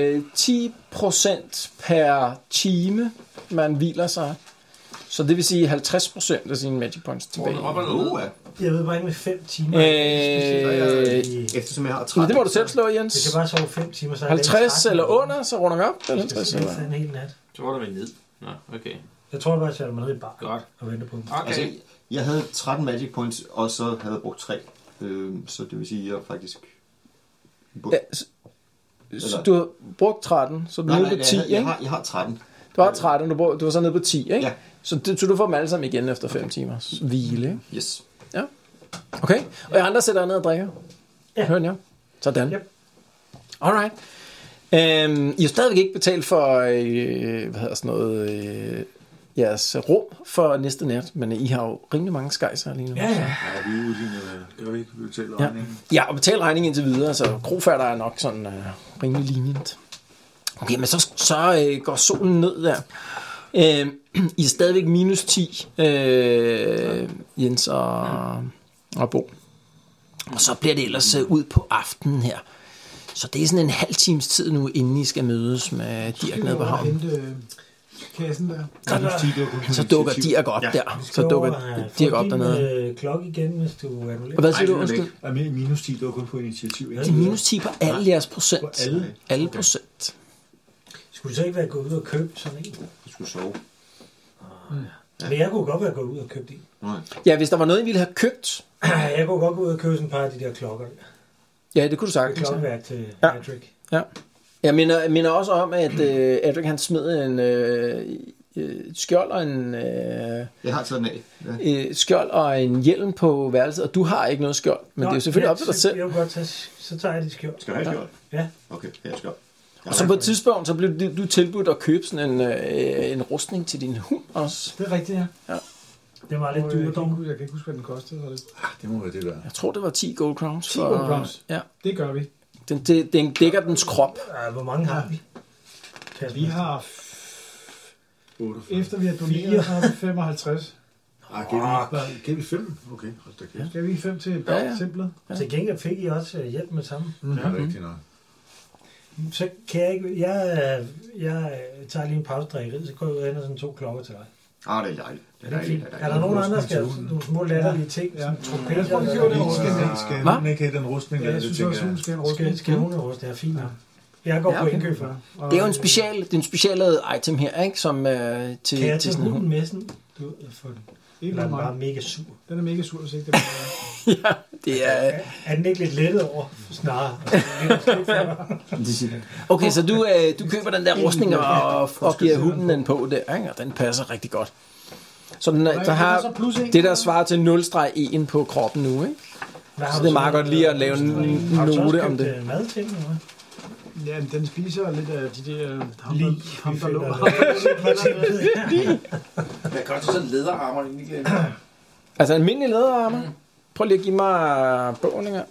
10% per time, man hviler sig. Så det vil sige 50% af sine Magic Points tilbage. Jeg ved bare ikke med 5 timer. Eftersom jeg har 30. Men det må du selv slå, Jens. Det kan bare sove 5 timer. Så 50 eller under, så runder vi op. Det er 50 eller en hel nat. Så var der med ned. Nå, okay. Jeg tror bare, at jeg var nede i bar. Godt. Og venter på dem. Okay. Altså, jeg havde 13 Magic Points, og så havde jeg brugt 3. Så det vil sige, at jeg faktisk... Så du har brugt 13, så du er nede på 10, ikke? Jeg har 13. Du har 13, du var så nede på 10, ikke? Ja. Så du får dem alle sammen igen efter 5 timers hvile, ikke? Yes. Ja. Okay. Og jeg andre sætter ned og drikker? Ja. Hører jeg? Sådan. Yep. Alright. I har stadigvæk ikke betalt for, jeres rum for næste nat, men I har jo rimelig mange skejser lige nu. Ja. Ja, vi udligner, gør vi ikke, vi betaler regningen. Ja, og betale regningen indtil videre, så krofærder er nok sådan rimelig linjent. Okay, men så går solen ned der. I er stadigvæk minus 10, Jens og Bo. Og så bliver det ellers ud på aftenen her. Så det er sådan en halv times tid nu, inden I skal mødes med Dirk nede på havnen. Kassen der. Så dukker Dirk op der. Så dukker Dirk op dernede. Klokke igen, hvis du annullerer. Hvad siger du? Undskyld? Er med minus 10, det var kun på initiativ. Det er minus 10 på alle jeres procent. På alle? Alle procent. Skulle du så ikke være gået ud og købe sådan en? Du skulle sove. Ja. Men jeg kunne godt være gået ud og købe en. Ja, hvis der var noget, I ville have købt. Jeg kunne godt gå ud og købe sådan et par af de der klokker. Ja, det kunne du sagtens. Klokkeværk til Patrick. Ja. Jeg minder også om, at Adric han smed et skjold og en... Jeg har taget den af. Ja. Et skjold og en hjelm på værelset, og du har ikke noget skjold, men det er jo selvfølgelig op til dig selv. Jeg vil godt tage, så tager jeg dit skjold. Skal jeg have skjold? Ja. Okay, jeg har skjold. Og så på et tidspunkt, så blev du tilbudt at købe sådan en rustning til din hund også. Det er rigtigt, ja. Det var lidt dyrt dog. Jeg kan ikke huske, hvad den kostede. Det må være det der. Jeg tror, det var 10 gold crowns. 10 gold crowns? Ja. Det gør vi. Den dækker dens krop. Hvor mange har vi? Vi har... 48. Efter vi har doneret, så har vi 55. Gav vi 5? Okay, hold da kæft. Gav vi 5 til simplet. Til gengæld fik I også hjælp med sammen. Det er rigtigt nok. Så kan jeg ikke... Jeg tager lige en pause drikkeriet, så går jeg ud og henter sådan 2 klokker til dig. Det er dejligt. Det er dejligt. Er der nogen andre, der skal nogle små latterlige ting? Ja. Jeg tror, det gjorde det. Skal hun ikke have den rustning? Ja, jeg synes også, hun skal have en rustning. Skal hun have rustning? Det er fint. Jeg går på indkøb for det. Det er jo en special item her, ikke? Som til, kan jeg til tage sådan en hunden med sådan? For den. Eller er den bare mega sur? Den er mega sur, hvis ikke det ja, det er... Er den ikke lidt lettet over snarere? Okay, så du køber den der rustning og giver hunden den på der, ikke? Og den passer rigtig godt. Så den, der har det, der svarer til 0-1 på kroppen nu, ikke? Så det er meget godt lige at lave en note om det. Mad til den, ja, den spiser lidt af de der ham der lå. Hvad koster sådan en læderarmer egentlig? Altså en almindelig læderarmer? Prøv lige at give mig bogen her.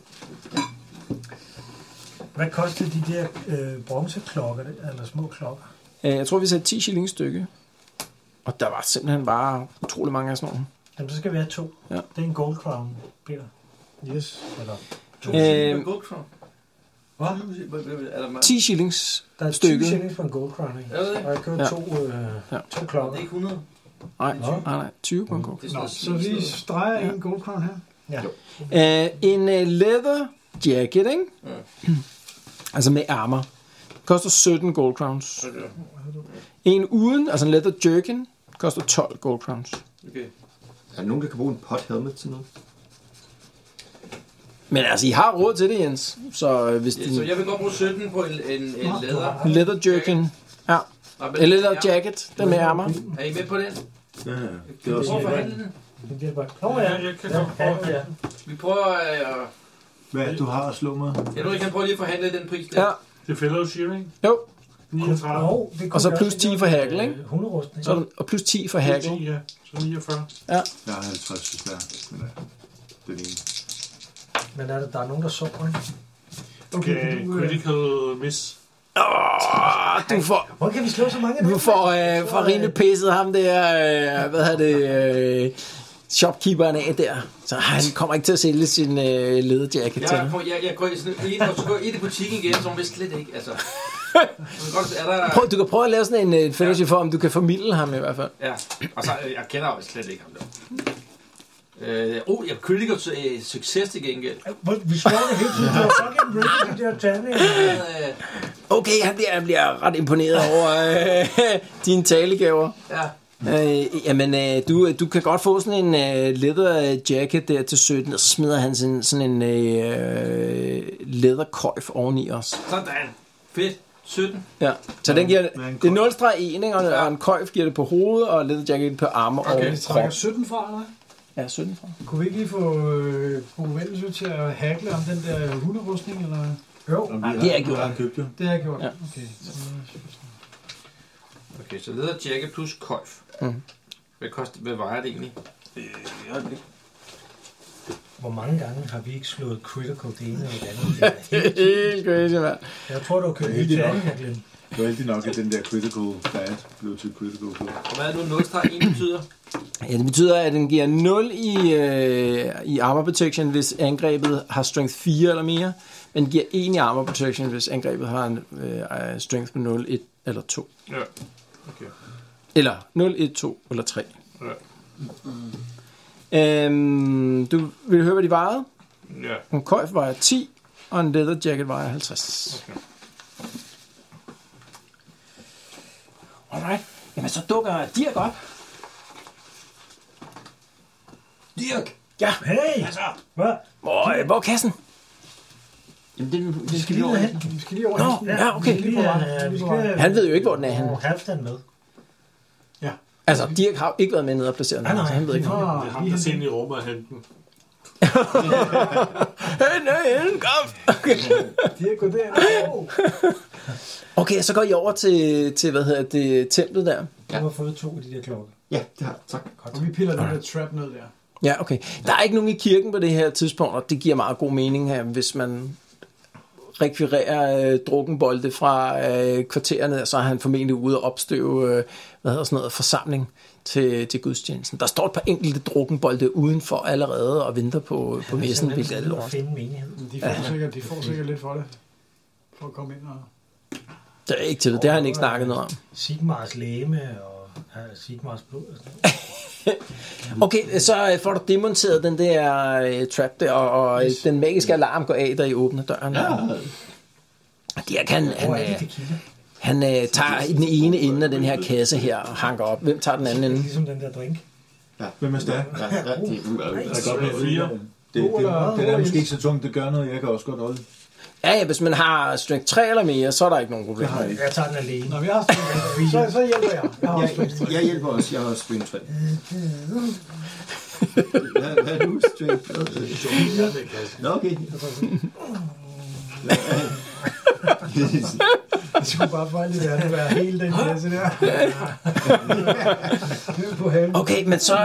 Hvad koster de der bronzeklokker, eller små klokker? Jeg tror, vi satte 10 shilling stykke. Og der var simpelthen bare utrolig mange af sådan nogle. Jamen, så skal vi have 2. Ja. Det er en gold crown, Peter. Yes. Eller 2 gold crown. Hvad? 10 shillings der er stykket. 10 shillings for en gold crown, ikke? Og jeg køber 2 klokker. Det er ikke 100? Nej, 20 på en gold crown. Så vi streger en gold crown her. Ja. En leather jacket, ikke? Ja. Altså med ærmer. Koster 17 gold crowns. Okay. En uden, altså en leather jerkin, koster 12 gold crowns. Okay. Er der nogen, der kan bruge en pot helmet til noget? Men altså, I har råd til det, Jens. Så hvis så jeg vil godt bruge 17 på en leather jerkin. Ja. En leather jacket, den med ærmer. Er I med på den? Ja, det er også prøver at forhandle den. Jeg kan godt prøve. Vi prøver hvad du har at slå med? Jeg kan prøve lige at forhandle den pris der. Ja. Det er fellowship, ikke? Jo. 39. Og så plus 10 for hagel, ikke? Så, og plus 10 for hagel. 10, ja. Så 49. Ja. Jeg har 50 desværre. Men det er det. Men der er nogen, der sover, ikke? Okay, critical miss. Du får... Hvor kan vi slå så mange af dem? Du får rimelig pisset ham der, hvad hedder det, shopkeeperen af der. Så han kommer ikke til at sælge sin lederjacket til ham. Jeg går ind i butikken igen, så hun vil slet ikke, altså. Du kan prøve at lave sådan en fellowship for, om du kan formidle ham i hvert fald. Ja, og så, jeg kender jo slet ikke ham der. Jeg critical succes til gengæld. Vi slår det helt tiden. Det var fucking rigtig, Okay, han bliver ret imponeret over dine talegaver. Ja. Jamen, du kan godt få sådan en leather jacket der til 17, og så smider han sådan en leather køjf oveni os. Sådan. Fedt. 17. Ja, så den giver, det er 0-1, ikke? Og en køjf giver det på hovedet, og leather jacket på arme og Vi trækker 17 fra, eller hvad? Ja, 17 fra. Kunne vi ikke lige få Vendelsø til at hackle om den der hunderustning, eller? Jo. Nej, det har jeg gjort. Det har jeg gjort. Ja. Okay, så leather jacket plus køjf. Hvad vejer det egentlig? Hvor mange gange har vi ikke slået critical det ene eller det andet? Helt crazy, mand. Jeg tror, du har kørt helt til anden, Glenn. Det var heldig nok, at den der critical bad blev til critical good. Og hvad er det nu 0-1 betyder? Ja, det betyder, at den giver 0 i armor protection, hvis angrebet har strength 4 eller mere. Men den giver 1 i armor protection, hvis angrebet har en strength på 0, 1 eller 2. Ja, okay. Eller 0, 1, 2 eller 3. Ja. Du vil høre, hvad de vejede? Ja. En køjf vejer 10, og en leather jacket vejer 50. Okay. Alright. Jamen, så dukker Dirk op. Dirk! Ja. Hey! Hvad? Hvor er kassen? Jamen, det skal vi over hen. Vi skal lige over. Nå, ja, okay. Han ved jo ikke, hvor den er henne. Halvstand med. Ja. Altså, Dirk har jo ikke været med nede og placeret den, så han ved ikke, hvor den er. Det er ham, der ser ind i rummet og hente den. Hey, kom! Okay. Dirk, gå der. Okay, så går I over til templet der. Du har fået 2 af de der klokker. Ja, det har tak. Og vi piller den der trap ned der. Ja, okay. Der er ikke nogen i kirken på det her tidspunkt, og det giver meget god mening her, hvis man rekvirerer drukkenbolde fra kvartererne, så er han formentlig ude og opstøve forsamling til gudstjenesten. Der står et par enkelte drukkenbolde udenfor allerede og venter på messen, hvilket er lidt over. De får sikkert lidt for det, for at komme ind og... Det er ikke til det. Det har han ikke snakket noget om. Sigmars læme og Sigmars blod. Okay, så får du demonteret den der trap der, og den magiske alarm går af, da I åbner døren. Ja. Han tager den ene ende af den her kasse her og hanker op. Hvem tager den anden ende? Ligesom den der drink. Ja, hvem er stærk? Det er godt med 4. Det er måske ikke så tungt, det gør noget. Jeg kan også godt holde. Ja, hvis man har strength 3 eller mere, så er der ikke nogen problem. Jeg tager den alene. Nå, så hjælper jeg. Jeg hjælper også. Jeg har også strength 3. Hvad er du? Strength? Nå, okay. Det skulle bare fejle det der, det var hele den kasse der. Okay, men så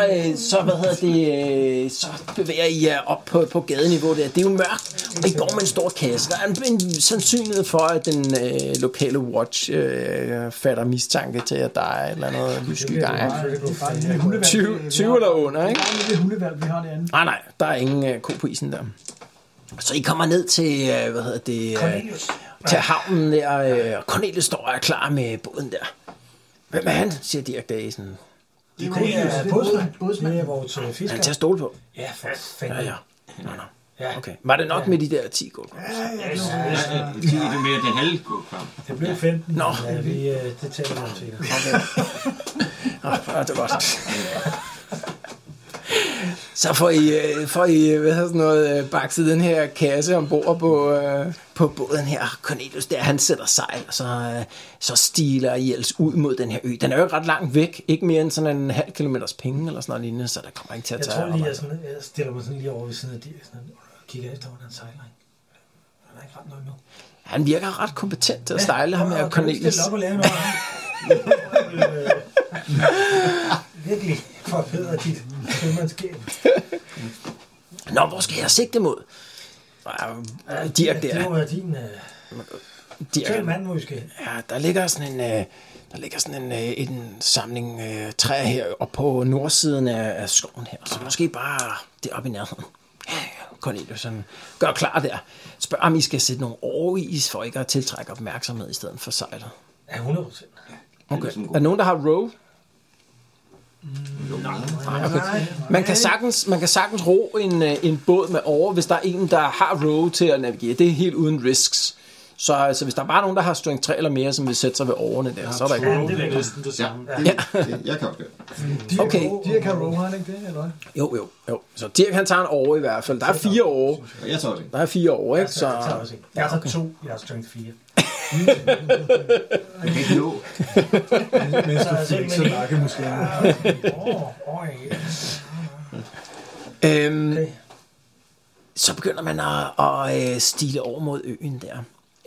bevæger I jer op på gadeniveau der. Det er jo mørkt, og I går med en stor kasse. Der er en sandsynlighed for, at den lokale watch fatter mistanke til, at der er et eller andet lyssky gang. 20 eller under, ikke? Det er hundevalg, vi har det andet. Nej, der er ingen ko på isen der. Så I kommer ned til, til havnen der, og Cornelius står og er klar med båden der. Hvem er han, siger Dirk Dagen. Det er bådsmand. Det er vores fisker. Han tager stole på. Ja, for fanden. Ja. Okay. Var det nok med de der 10 guldkroner? Ja, 10 er mere den halve guldkroner. Det blev 15. Nå. Ja, det taler vi om senere. Okay. Det var godt. Så får I bakset den her kasse ombord på båden her. Cornelius der, han sætter sejl, og så stiler I ellers ud mod den her ø. Den er jo ikke ret langt væk, ikke mere end sådan en halv kilometers penge eller sådan noget lignende, så der kommer ikke til at tage. Jeg tror lige, jeg stiller mig sådan lige over ved siden af Dirk, og kigger efter, hvordan han sejler. Han er ikke ret noget nu. Han virker ret kompetent til at stejle ham her, Cornelius. Kan du ikke stille op og lære noget? Virkelig forbedre dit købmandskab. Nå, hvor skal jeg sigte mod? Dirk der. Det var din Dirk. mand, måske. Ja, der ligger sådan en samling træer her oppe på nordsiden af skoven her. Så måske bare deroppe i nærheden. Ja, Cornelius, gør klar der. Spørg om I skal sætte nogle overis for ikke at tiltrække opmærksomhed i stedet for sejlet. Ja, 100%. Okay. Er der nogen, der har row? Okay. Man kan sagtens ro en båd med over, hvis der er en, der har row til at navigere. Det er helt uden risks. Så hvis der er bare nogen, der har strength 3 eller mere, som vil sætte sig ved årene der, så er der ikke row. Det er næsten det samme. Ja. Jeg kan også gøre. Okay. Dirk har row, har han ikke det, eller hvad? Jo. Så Dirk, han tager en over i hvert fald. Der er 4 over. Jeg tager også en. Der er 4 over, ikke? Jeg tager 2, jeg har strength 4. Jeg kan ikke nå. Mens du fik så nakke måske. Okay. Så begynder man at stile over mod øen der.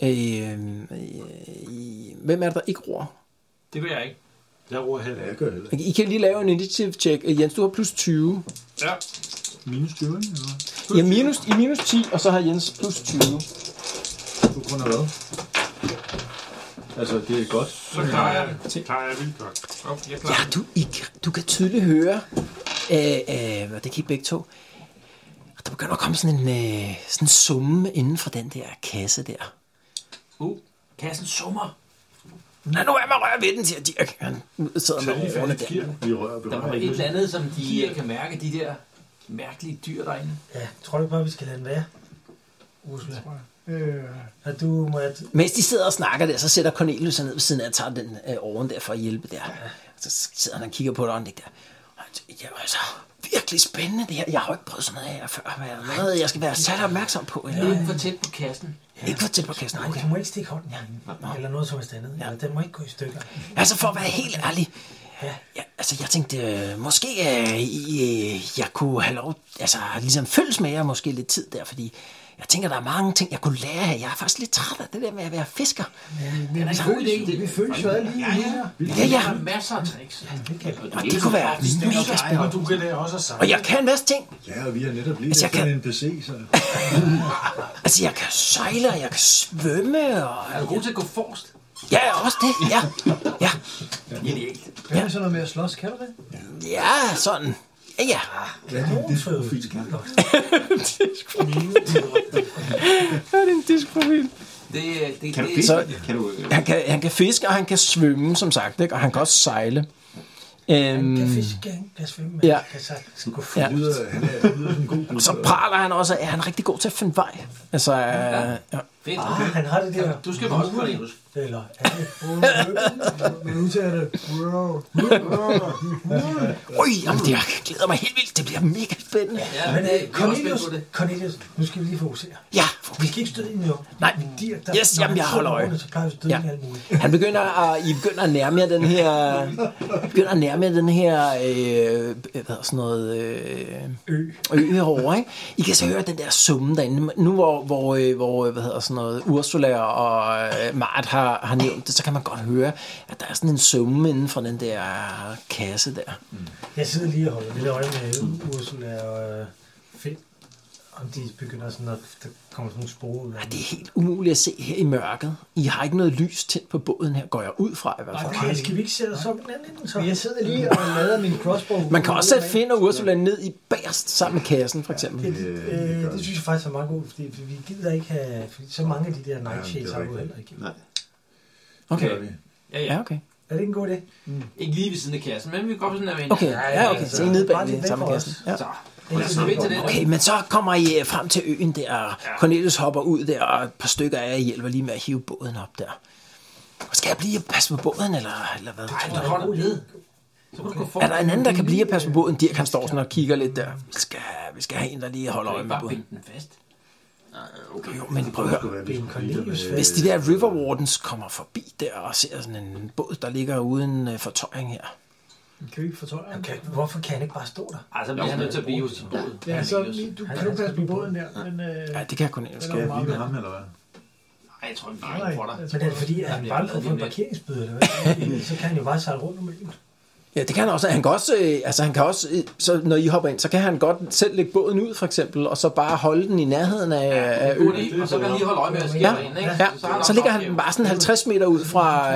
Hvem er der ikke ror? Det vil jeg ikke. Jeg roer heller Jeg ikke. gør heller ikke. I kan lige lave en initiative check. Jens, du har plus 20. Ja. Minus 20, eller I minus 10, og så har Jens plus 20. på grund af hvad? Altså, det er godt. Så klarer jeg det. Klarer jeg vildt godt. Okay, jeg klarer Du kan tydeligt høre, det kan I begge to, der begynder at komme sådan en summe inden for den der kasse der. Kassen summer. Nej, nu er man rører ved den, siger Dirk. Han sidder med ordene der. Vi rører Der var et eller andet, som de kan mærke, de der mærkelige dyr derinde. Ja, tror du bare, vi skal lade den være? Ursula. At du må... Mens de sidder og snakker der, så sætter Cornelius sig ned ved siden af og tager den oven der for at hjælpe der. Så sidder han og kigger på det og der. Det er altså virkelig spændende det her. Jeg har jo ikke prøvet sådan noget her før. Noget, jeg skal være særlig opmærksom på. Ikke for tæt på kassen. Ja. Ikke for tæt på kassen. Nej, du må ikke stikke hånden herinde. Eller noget som helst andet. Ja. Den må ikke gå i stykker. Altså for at være helt ærlig. Ja, altså jeg tænkte, måske jeg kunne have lov, altså ligesom følges med jer måske lidt tid der, fordi jeg tænker, der er mange ting, jeg kunne lære af. Jeg er faktisk lidt træt af det der med at være fisker. Det er en god idé. Vi føles jo alle lige her. Ja. Der er masser af tricks. Og det kunne være mega spændende. Og du kan lære også at sejle. Og jeg kan en masse ting. Ja, og vi har netop lige Altså, sådan en PC, så... Altså jeg kan sejle, og jeg kan svømme. Og Er du god til at gå forrest? ja, også det. Ja. Genialt. Hvad er sådan noget med at slås? Kan du det? Ja, sådan. Ja. Hvad er din diskprofil? Hvad er din diskprofil? Det Kan du fiske? Så- Kan du... Han kan fiske, og han kan svømme, som sagt, ikke? Og han kan også sejle. Han kan fiske, han kan svømme, Ja. han kan så gå Ja. fuld. Han lyder som en god gut. Så praler han også, at han er rigtig god til at finde vej. Altså, ja. fedt. Han har det der... Du skal også på det. Eller er det... Men nu tager det. Jamen det jeg glæder mig helt vildt. Det bliver mega spændende. Ja, Men jeg er også spændt på det. Cornelius, nu skal vi lige fokusere. Ja, Vi skal ikke støde ind i noget. Nej. Yes, jamen, jeg holder øje. Så plejer vi at støde Ja. ind i alt muligt. I begynder at nærme jer den her, hvad hedder sådan noget, ø herovre, ikke? I kan så høre den der summe derinde. Nu hvor hvad hedder sådan noget, Ursula og Mart har nævnt det, så kan man godt høre, at der er sådan en summe inden for den der kasse der. Jeg sidder lige og holder lidt øje med Ursula og Finn. Om de begynder sådan at der kommer sådan nogle spore ud af. Det er helt umuligt at se her i mørket. I har ikke noget lys tændt på båden her, går jeg ud fra i hvert fald. Okay, skal vi ikke sætte os op den anden? Så? Jeg sidder lige og lader min crossbow. Man kan også sætte Finn og Ursula ned i bagerst sammen med kassen, for eksempel. Det synes jeg faktisk er meget godt, fordi vi gider ikke have... Fordi så mange af de der nightshades har du heller ikke. Nej. Okay. Ja. Okay. Er det ikke en god idé? Ikke lige ved siden af kassen, men vi kan godt ved sådan en. Okay, ja, okay. Så I er nede bag den samme kassen. Ja. Så, lad os gå ind til den. Okay, men så kommer I frem til øen der. Cornelius hopper ud der, og et par stykker af jer hjælper lige med at hive båden op der. Skal jeg blive og passe på båden, eller hvad? Nej, du holder ned. Så kan du gå for. Er der en anden, der kan blive og passe på båden? Dirk, han står sådan og kigger lidt der. Vi skal have en, der lige holder øje med Bare båden. binde den fast. Okay, jo, men prøv at høre. Cornelius. Hvis de der River Wardens kommer forbi der og ser sådan en båd, der ligger uden fortøjning her. Kan vi ikke fortøje? Okay, hvorfor kan han ikke bare stå der? Altså, bliver han nødt til at blive hos sin båd. Ja, så du kan jo passe på båden der. Men, Ja, det kan Cornelius. Skal jeg blive med ham, eller hvad? Nej, jeg tror, vi er ikke for dig. Men er det fordi, at han bare får en parkeringsbøde, eller hvad? Så kan han jo bare sejle rundt om øen. Ja, det kan han også. Han kan også, så når I hopper ind, så kan han godt selv lægge båden ud, for eksempel, og så bare holde den i nærheden af øen. Og så kan han lige holde øje med, at Ja, sker derinde, ikke? ja. Så ligger han bare sådan 50 meter ud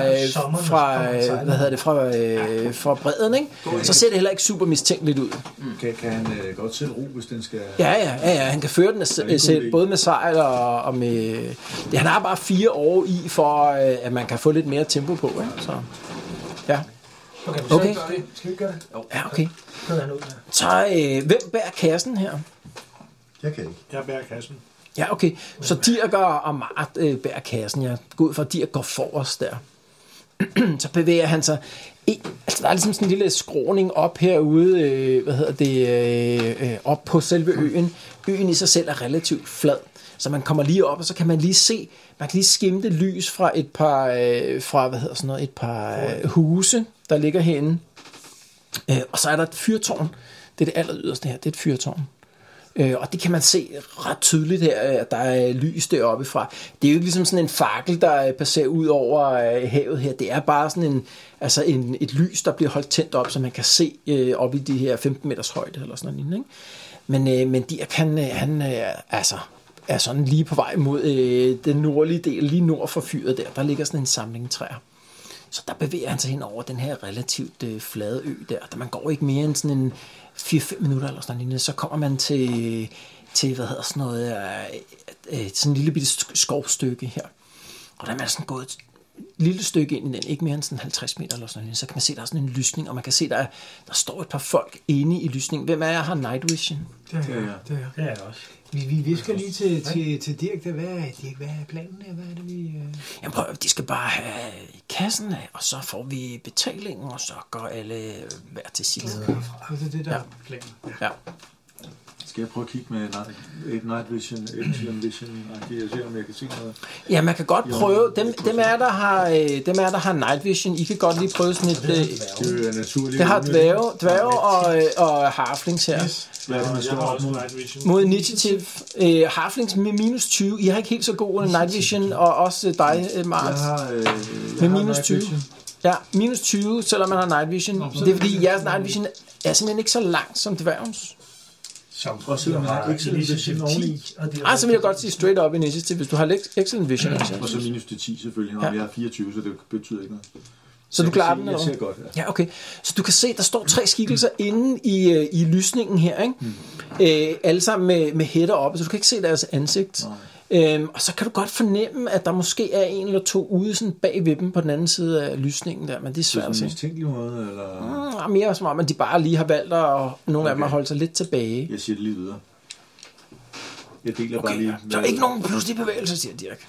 fra bredden, ikke? Så ser det heller ikke super mistænkeligt ud. Kan han godt sætte ro, hvis den skal... Ja, han kan føre den selv, både med sejl og med... Det, han har bare 4 år i, for at man kan få lidt mere tempo på, ikke? Så, ja. Okay. Skal vi gøre det? Ja, okay. Kører han ud der. Så hvem bærer kassen her? Jeg kan ikke. Jeg bærer kassen. Ja, okay. Så Dirk og Mart bærer kassen. Jeg går ud fra, at Dirk går forrest der. Så bevæger han sig... Altså, der er ligesom sådan en lille skråning op herude, op på selve øen. Øen i sig selv er relativt flad. Så man kommer lige op, og så kan man lige se, man kan lige skimte lys fra et par huse, der ligger herinde. Og så er der et fyrtårn. Det er det aller yderste her, det er et fyrtårn. Og det kan man se ret tydeligt her, at der er lys deroppe fra. Det er jo ikke ligesom sådan en fakkel, der passerer ud over havet her. Det er bare sådan et lys, der bliver holdt tændt op, så man kan se op i de her 15 meters højde eller sådan noget. Ikke? Men Dirk, han er sådan lige på vej mod den nordlige del, lige nord for fyret der ligger sådan en samling træer. Så der bevæger han sig hen over den her relativt flade ø der. Man går ikke mere end sådan en 4-5 minutter eller sådan noget. Så kommer man til sådan en lille bitte skovstykke her. Og der er man sådan gået et lille stykke ind i den, ikke mere end sådan 50 meter eller sådan noget. Så kan man se, der er sådan en lysning, og man kan se, der står et par folk inde i lysningen. Hvem er jeg har night vision? Det er jeg også. Vi skal lige til Dirk. Hvad er planen her? Hvad er det, vi... Jamen prøv, de skal bare have kassen af, og så får vi betalingen, og så går alle hver til sit. Det er det, der er planen. Ja. Skal jeg prøve at kigge med et night vision, Epsilon vision, og se, om jeg kan se noget? Ja, man kan godt prøve. Dem er der har night vision. I kan godt lige prøve sådan et... Det er naturligt. Det har dværge og harflings her. Yes. Hvad er det, man slår op mod initiativ. Harflings med minus 20. I har ikke helt så god night vision, og også dig, Mars. Med minus 20. Ja, minus 20, selvom man har night vision. Det er fordi, jeres night vision er simpelthen ikke så langt som dværgens. Og selvom man har excellent vision oveni. Så vil jeg godt sige straight up initiative, hvis du har excellent vision. Og så minus til 10 selvfølgelig, og jeg har 24, så det betyder ikke noget. Så du klarer den, eller? Jeg ser godt, ja. Okay. Så du kan se, der står 3 skikkelser inde i lysningen her, ikke? Alle sammen med hætter oppe, så du kan ikke se deres ansigt. Og så kan du godt fornemme, at der måske er en eller to ude sådan bag ved dem på den anden side af lysningen der, men det er svært at se. Det er sådan en mistænkelig måde, eller? Mere som om, at de bare lige har valgt, og nogle af dem har holdt sig lidt tilbage. Jeg siger det lige videre. Jeg deler bare lige... Så ikke nogen pludselig bevægelse, siger Dirk.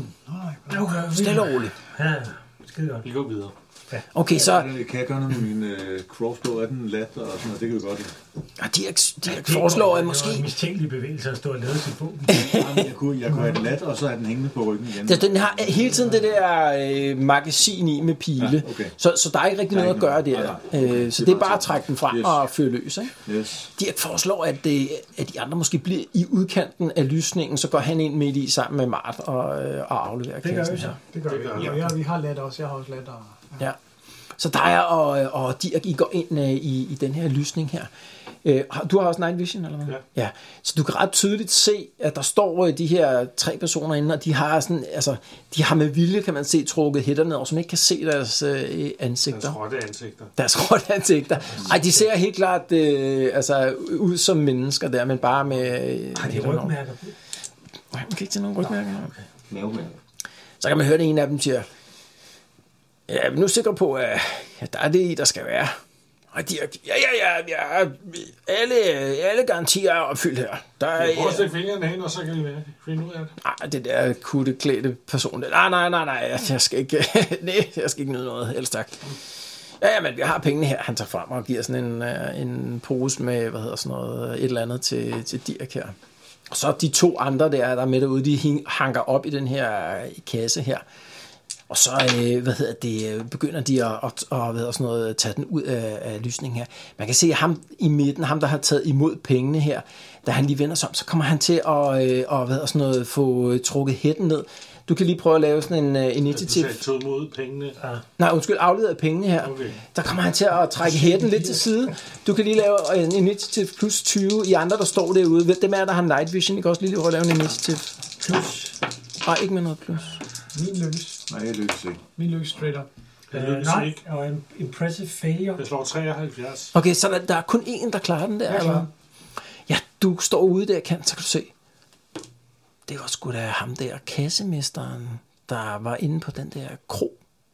Stille og roligt. Ja, skide godt. Vi går videre. Okay, så... Kan jeg gøre noget med min crossbow? Er den lat og sådan noget? Det kan vi godt lide. Ja, Dirk foreslår, at måske... Det er en mistænkelig bevægelse at stå og lade sit våben. Jeg kunne have den lat, og så er den hængende på ryggen igen. Ja, den har hele tiden det der magasin i med pile. Ja, okay. Så der er ikke rigtig noget at gøre der. Så det er bare at trække den frem og føre løs. Ikke? Yes. Dirk foreslår, at de andre måske bliver i udkanten af lysningen, så går han ind midt i sammen med Mart og afleverer kassen. Det gør vi. Ja, vi har lat også. Jeg har også lat. Ja. Så dig og Dirk, I går ind i den her lysning her. Du har også night vision, eller hvad? Ja. Så du kan ret tydeligt se, at der står de her 3 personer inde, og de har sådan, altså, de har med vilje, kan man se, trukket hætter ned, og som ikke kan se deres ansigter. Deres rotte ansigter. Ej, de ser helt klart ud som mennesker der, men bare med hætterne over. Nej, man kan ikke til nogen rygmærker. Okay. Så kan man høre, at en af dem siger, ja, jeg er nu sikker på, at der er det i, der skal være. Og Dirk, ja, alle garantier er opfyldt her. Jeg prøver at stikke fingrene ind, og så kan vi finde ud af det. Nej, det der kutteklædte person. Nej, jeg skal ikke nyde noget, helst tak. Ja, men vi har pengene her. Han tager frem og giver sådan en pose med, et eller andet til Dirk her. Og så de 2 andre der er med derude, de hanker op i den her kasse her. Og så begynder de at tage den ud af lysningen her. Man kan se ham i midten, ham der har taget imod pengene her, da han lige vender sig om, så kommer han til at få trukket hætten ned. Du kan lige prøve at lave sådan en initiativ. Du sagde imod pengene? Nej, afleveret pengene her. Okay. Der kommer han til at trække hætten lidt til side. Du kan lige lave en initiativ plus 20. I andre, der står derude, dem er der har night vision. I kan også lige prøve at lave en initiativ plus. Nej, ikke med noget plus. Min lykkes. Nej, jeg lykkes ikke. Min lykkes straight up. Nej, og en impressive failure. Jeg slår 73. Okay, så der er kun én, der klarer den der, ja, eller? Ja, du står ude der, så kan du se. Det var sgu da ham der, kassemesteren, der var inde på den der kro.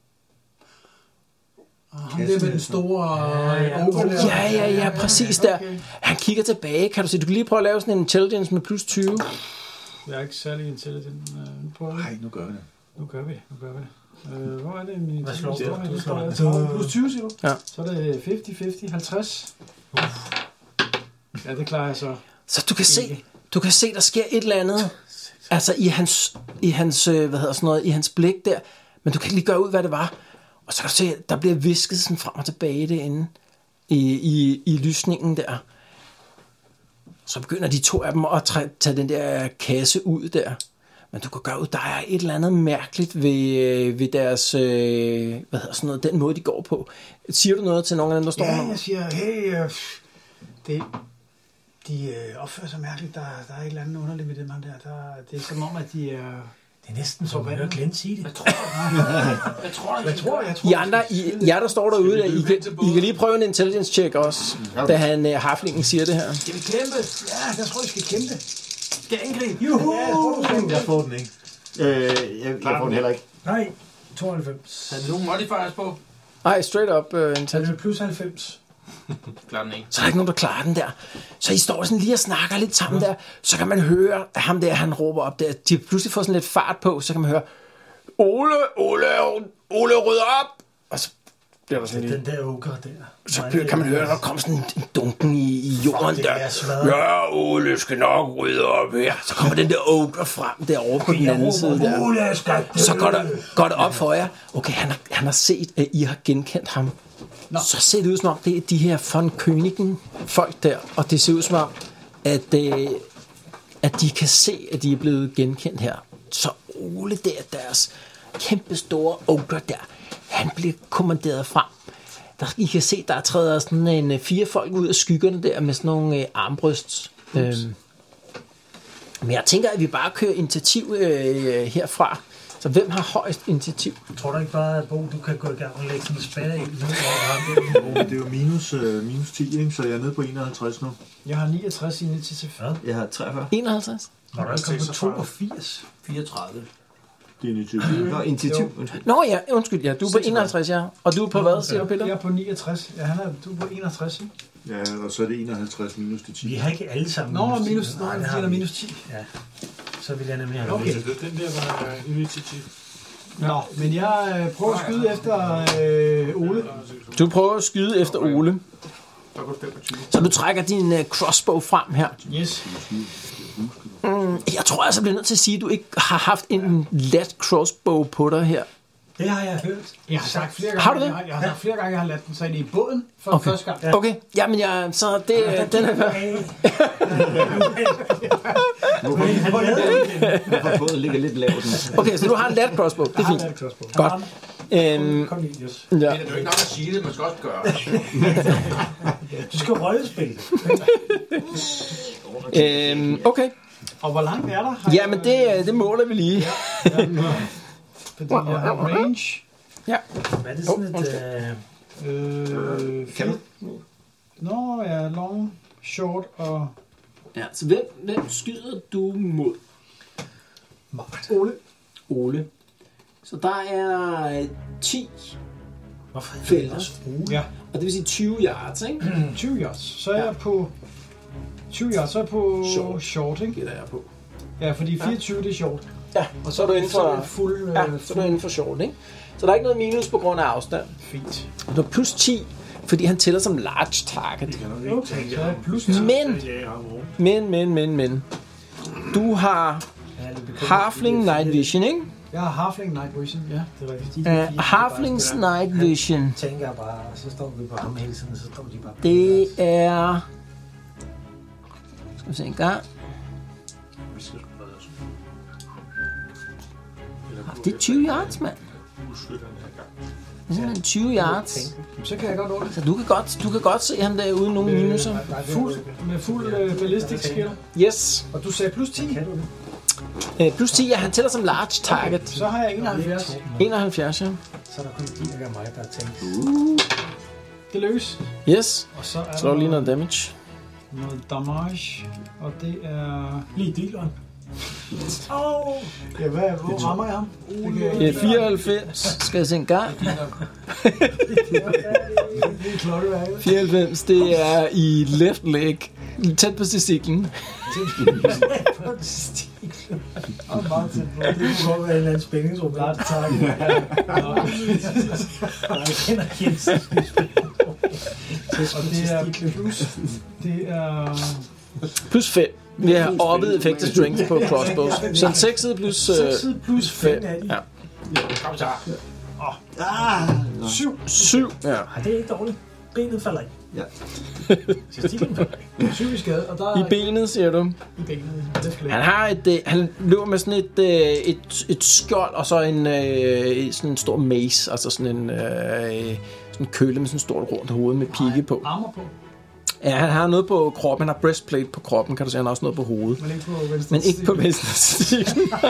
Ham der med den store... Ja, præcis der. Okay. Han kigger tilbage, kan du se. Du kan lige prøve at lave sådan en intelligence med plus 20. Jeg er ikke særlig intelligent på det. Nej, nu gør vi det. Nu gør vi det. Hvor er det? Hvad slår du? Plus 20, siger du? Ja. Så er det 50-50, 50. Ja, det klarer jeg så. Så du kan se, Du kan se, der sker et eller andet, altså i hans blik der, men du kan ikke lige gøre ud, hvad det var. Og så kan du se, der bliver visket sådan frem og tilbage derinde i lysningen der. Så begynder de 2 af dem at tage den der kasse ud der. Men du kan gøre ud, der er et eller andet mærkeligt ved deres, den måde, de går på. Siger du noget til nogen af dem, der står Ja, jeg siger, hey, de opfører sig mærkeligt. Der er et eller andet underligt med dem her der. Det er som om, at de er... Det er næsten som at høre Glenn sige det. Jeg tror. I andre, jer der står derude, I kan lige prøve en intelligence check også, da harflingen siger det her. Skal vi kæmpe? Ja, jeg tror, vi skal kæmpe. Skal jeg angribe? Juhu! Jeg får den ikke. Jeg får den heller ikke. Nej, 92. Er der nogen modifiers på? Nej, straight up intelligence. Det er plus 90. Klar den ikke. Så er der ikke nogen, der klarer den der. Så I står sådan lige og snakker lidt sammen der. Så kan man høre, at ham der, han råber op der. De pludselig får sådan lidt fart på. Så kan man høre, Ole, rydder op! Og så bliver der sådan Den der ogre der. Så kan man høre, at der kommer sådan en dunken i jorden der. Ja, Ole skal nok rydde op her. Så kommer den der ogre frem derovre på den anden side der. Så går det op for jer. Okay, han har set, at I har genkendt ham. Nå. Så ser det ud som om, det er de her von Königen folk der. Og det ser ud som om, at de kan se, at de er blevet genkendt her. Så Ole der, deres kæmpe store ogre der, han bliver kommanderet frem. I kan se, der træder sådan en 4 folk ud af skyggerne der med sådan nogle armbryst. Men jeg tænker, at vi bare kører initiativ herfra. Så hvem har højst initiativ? Tror du ikke bare, at Bo, du kan gå i gang og lægge sådan en spade ind? Det er jo minus 10, ikke? Så jeg er nede på 51 nu. Jeg har 69 initiativ. Ja. Jeg har 43. 51? Var du ikke kommet på 82? 34. Det er initiativ. Nå, initiativ. Nå ja, undskyld, ja. Du er på 51, ja. Og du er på hvad, siger du, Peter? Jeg er på 69. Ja, du er på 61, ikke? Ja, og så er det 51 minus det 10. Vi har ikke alle sammen minus 10. Nej, det er minus 10. Ja. Så vil jeg nemlig have okay. Den der var initiativ. Nå, men jeg prøver at skyde efter Ole. Du prøver at skyde efter Ole. Så du trækker din crossbow frem her. Yes. Jeg tror altså, jeg bliver nødt til at sige, at du ikke har haft en let crossbow på dig her. Det har jeg hørt. Jeg har sagt flere gange, har du det? Jeg har sagt flere gange, jeg har ladt den, så er det i båden for første gang. Ja. Okay, jamen så det den er Hvorfor båden ligger lidt lavt. Okay, så du har en let crossbow. Det er fint. Godt. Det er jo ikke nok at sige det, man skal også gøre. Du skal røgespille. Okay. Og hvor langt er der? Jamen det måler vi lige. Fordi jeg har range. Ja. Hvad er det sådan et... Nå, ja, long, short og... Ja, så hvem skyder du mod? Mart. Ole. Så der er 10 Hvorfor felter. Ja. Og det vil sige 20 yards, ikke? 20 yards. Så er jeg på... 20 yards, så er jeg på short, ikke? Gætter jeg på. Ja, fordi 24 det er short. Ja, og så er du inden for fuld... så er du inden for short, ikke? Så der er ikke noget minus på grund af afstand. Fint. Og du er plus 10, fordi han tæller som large target. Okay, så er jeg plus 10. Men. Du har Halfling Night Vision, ikke? Jeg har Halfling Night Vision, ja. Det var fordi, Halflings Night Vision. Tænker jeg bare, så står vi på ham hele tiden, så står de bare... Det er... Skal vi se en gang. Det er 20 yards, mand. Det er simpelthen 20 yards. Så kan jeg godt nå det. Så du kan godt se ham der uden nogen minuser. Med fuld ballistic skill. Yes. Og du sagde plus 10? Plus 10, ja, han tæller som large target. Okay, så har jeg 71. 71, ja. Så er der kun de og mig, der har tænkt. Det lykkes. Yes. Og så er slår lige noget damage. Noget damage. Og det er... Lige dealeren. Ja, hvor rammer jeg ham? Det er 94. Skal jeg se en gang? 94, det er i left leg. Tæt på testiklen. Og meget tæt på. Det kunne godt være en eller anden spændingsrum. Jeg kender Jensen. Og det er plus... Det er... Plus 5. Vi har oppet effective strength på crossbows. Så en 6 side plus... 6 side plus 5 er de. Ja. Kom så. 7. Ja. Ej, det er ikke dårligt. Benet falder ikke. Ja. Så stilen falder ikke. Psykisk skade, og der I benet, siger du. I benet. Det skal Han har han løber med sådan et skjold, og så sådan en stor mace, altså sådan en kølle med sådan en stort rundt hoved med pigge på. Armor på. Ja, han har noget på kroppen. Han har breastplate på kroppen, kan du se. Han har også noget på hovedet. Men ikke på venstre side.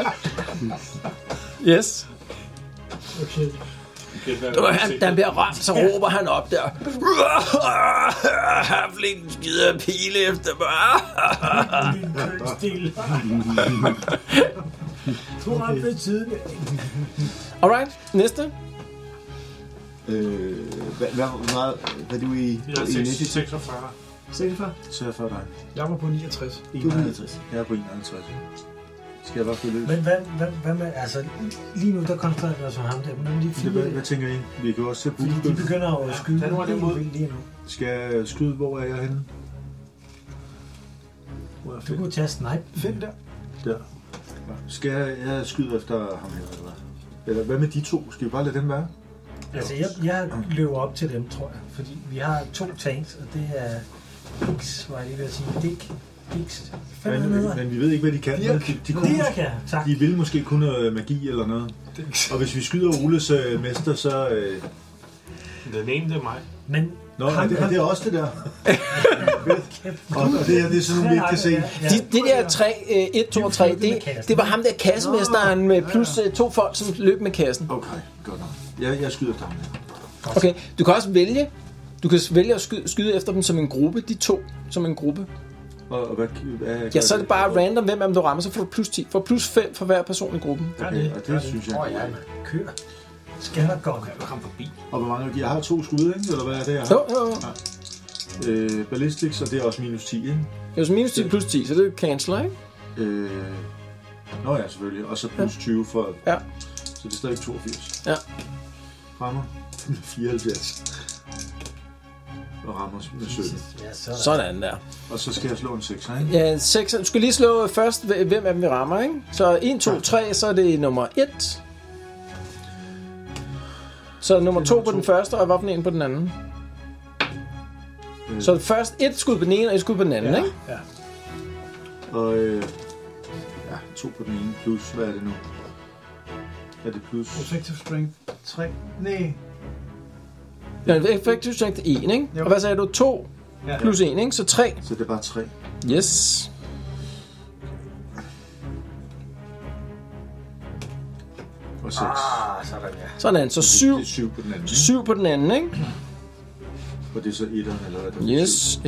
Yes. Okay. Da han bliver ramt, så råber han op der. Havlingen skider pile efter mig. Din kønstil. Du har ramt ved tiden. Alright, næste. Hvad er du i? Jeg er 46. 46? 43 dig. Jeg var på 69. 61. Jeg er på 51. Skal jeg bare følge løs? Men hvad med, altså lige nu der koncentrerer vi os om ham der, men de fire... Hvad tænker I? Vi kan også se på de begynder at skyde nu er det mod. Lige nu. Skal jeg skyde? Hvor er jeg henne? Hvor er Du kunne tage snipe. 5 der. Der. Skal jeg skyde efter ham her, eller hvad? Eller hvad med de to? Skal vi bare lade dem være? Altså jeg løber op til dem, tror jeg, fordi vi har 2 tanks, og det er Dix, var jeg lige ved at sige. Dix. Men vi ved ikke, hvad de kan. De vil måske kun noget magi eller noget. Og hvis vi skyder Oles mester, så... Den ene, det er mig. Men Nå, er det også det der? Og det er sådan nogle, vi ikke kan se. Det der 1, 2 og 3, det var ham der kassemesteren med plus 2 folk, som løb med kassen. Okay, godt nok. Jeg skyder efter ham der. Okay, du kan også vælge. Du kan vælge at skyde efter dem som en gruppe, de 2 som en gruppe. Og hvad ja, så er det bare random, hvem af dem du rammer, så får du plus 10. For plus 5 for hver person i gruppen. Okay, og det synes jeg. Kør. Skal der gå? Du kom forbi. Og hvor mange? Jeg har 2 skud, ikke? Eller hvad er det, jeg har? Jo. Ballistics, og det er også minus 10, ikke? Det er så minus 10 plus 10, så det canceler, ikke? Nå ja, selvfølgelig. Og så plus 20 for... Ja. Så det er stadig 82. Ja. Rammer 74. Og rammer med 17. Ja, sådan der. Og så skal jeg slå en 6, ikke? Ja, 6. Du skal lige slå først, hvem af dem vi rammer, ikke? Så 1, 2, 3, så er det nummer 1. Så nummer 2 på den første, og hvad for en på den anden? Så først 1 skud på den ene, og 1 skud på den anden, ikke? Ja. Og 2 på den ene, plus, hvad er det nu? Er det plus? Effective strength 3. Nej. Ja, effective strength 1, ikke? Jo. Og hvad sagde du? 2 plus 1, ikke? Så 3. Så det er bare 3. Yes. Og 6. Sådan, ja. Sådan, så 7. Det er 7 på den anden, ikke? 7 på den anden, ikke? Og det er så 1'eren, eller hvad det er? Yes.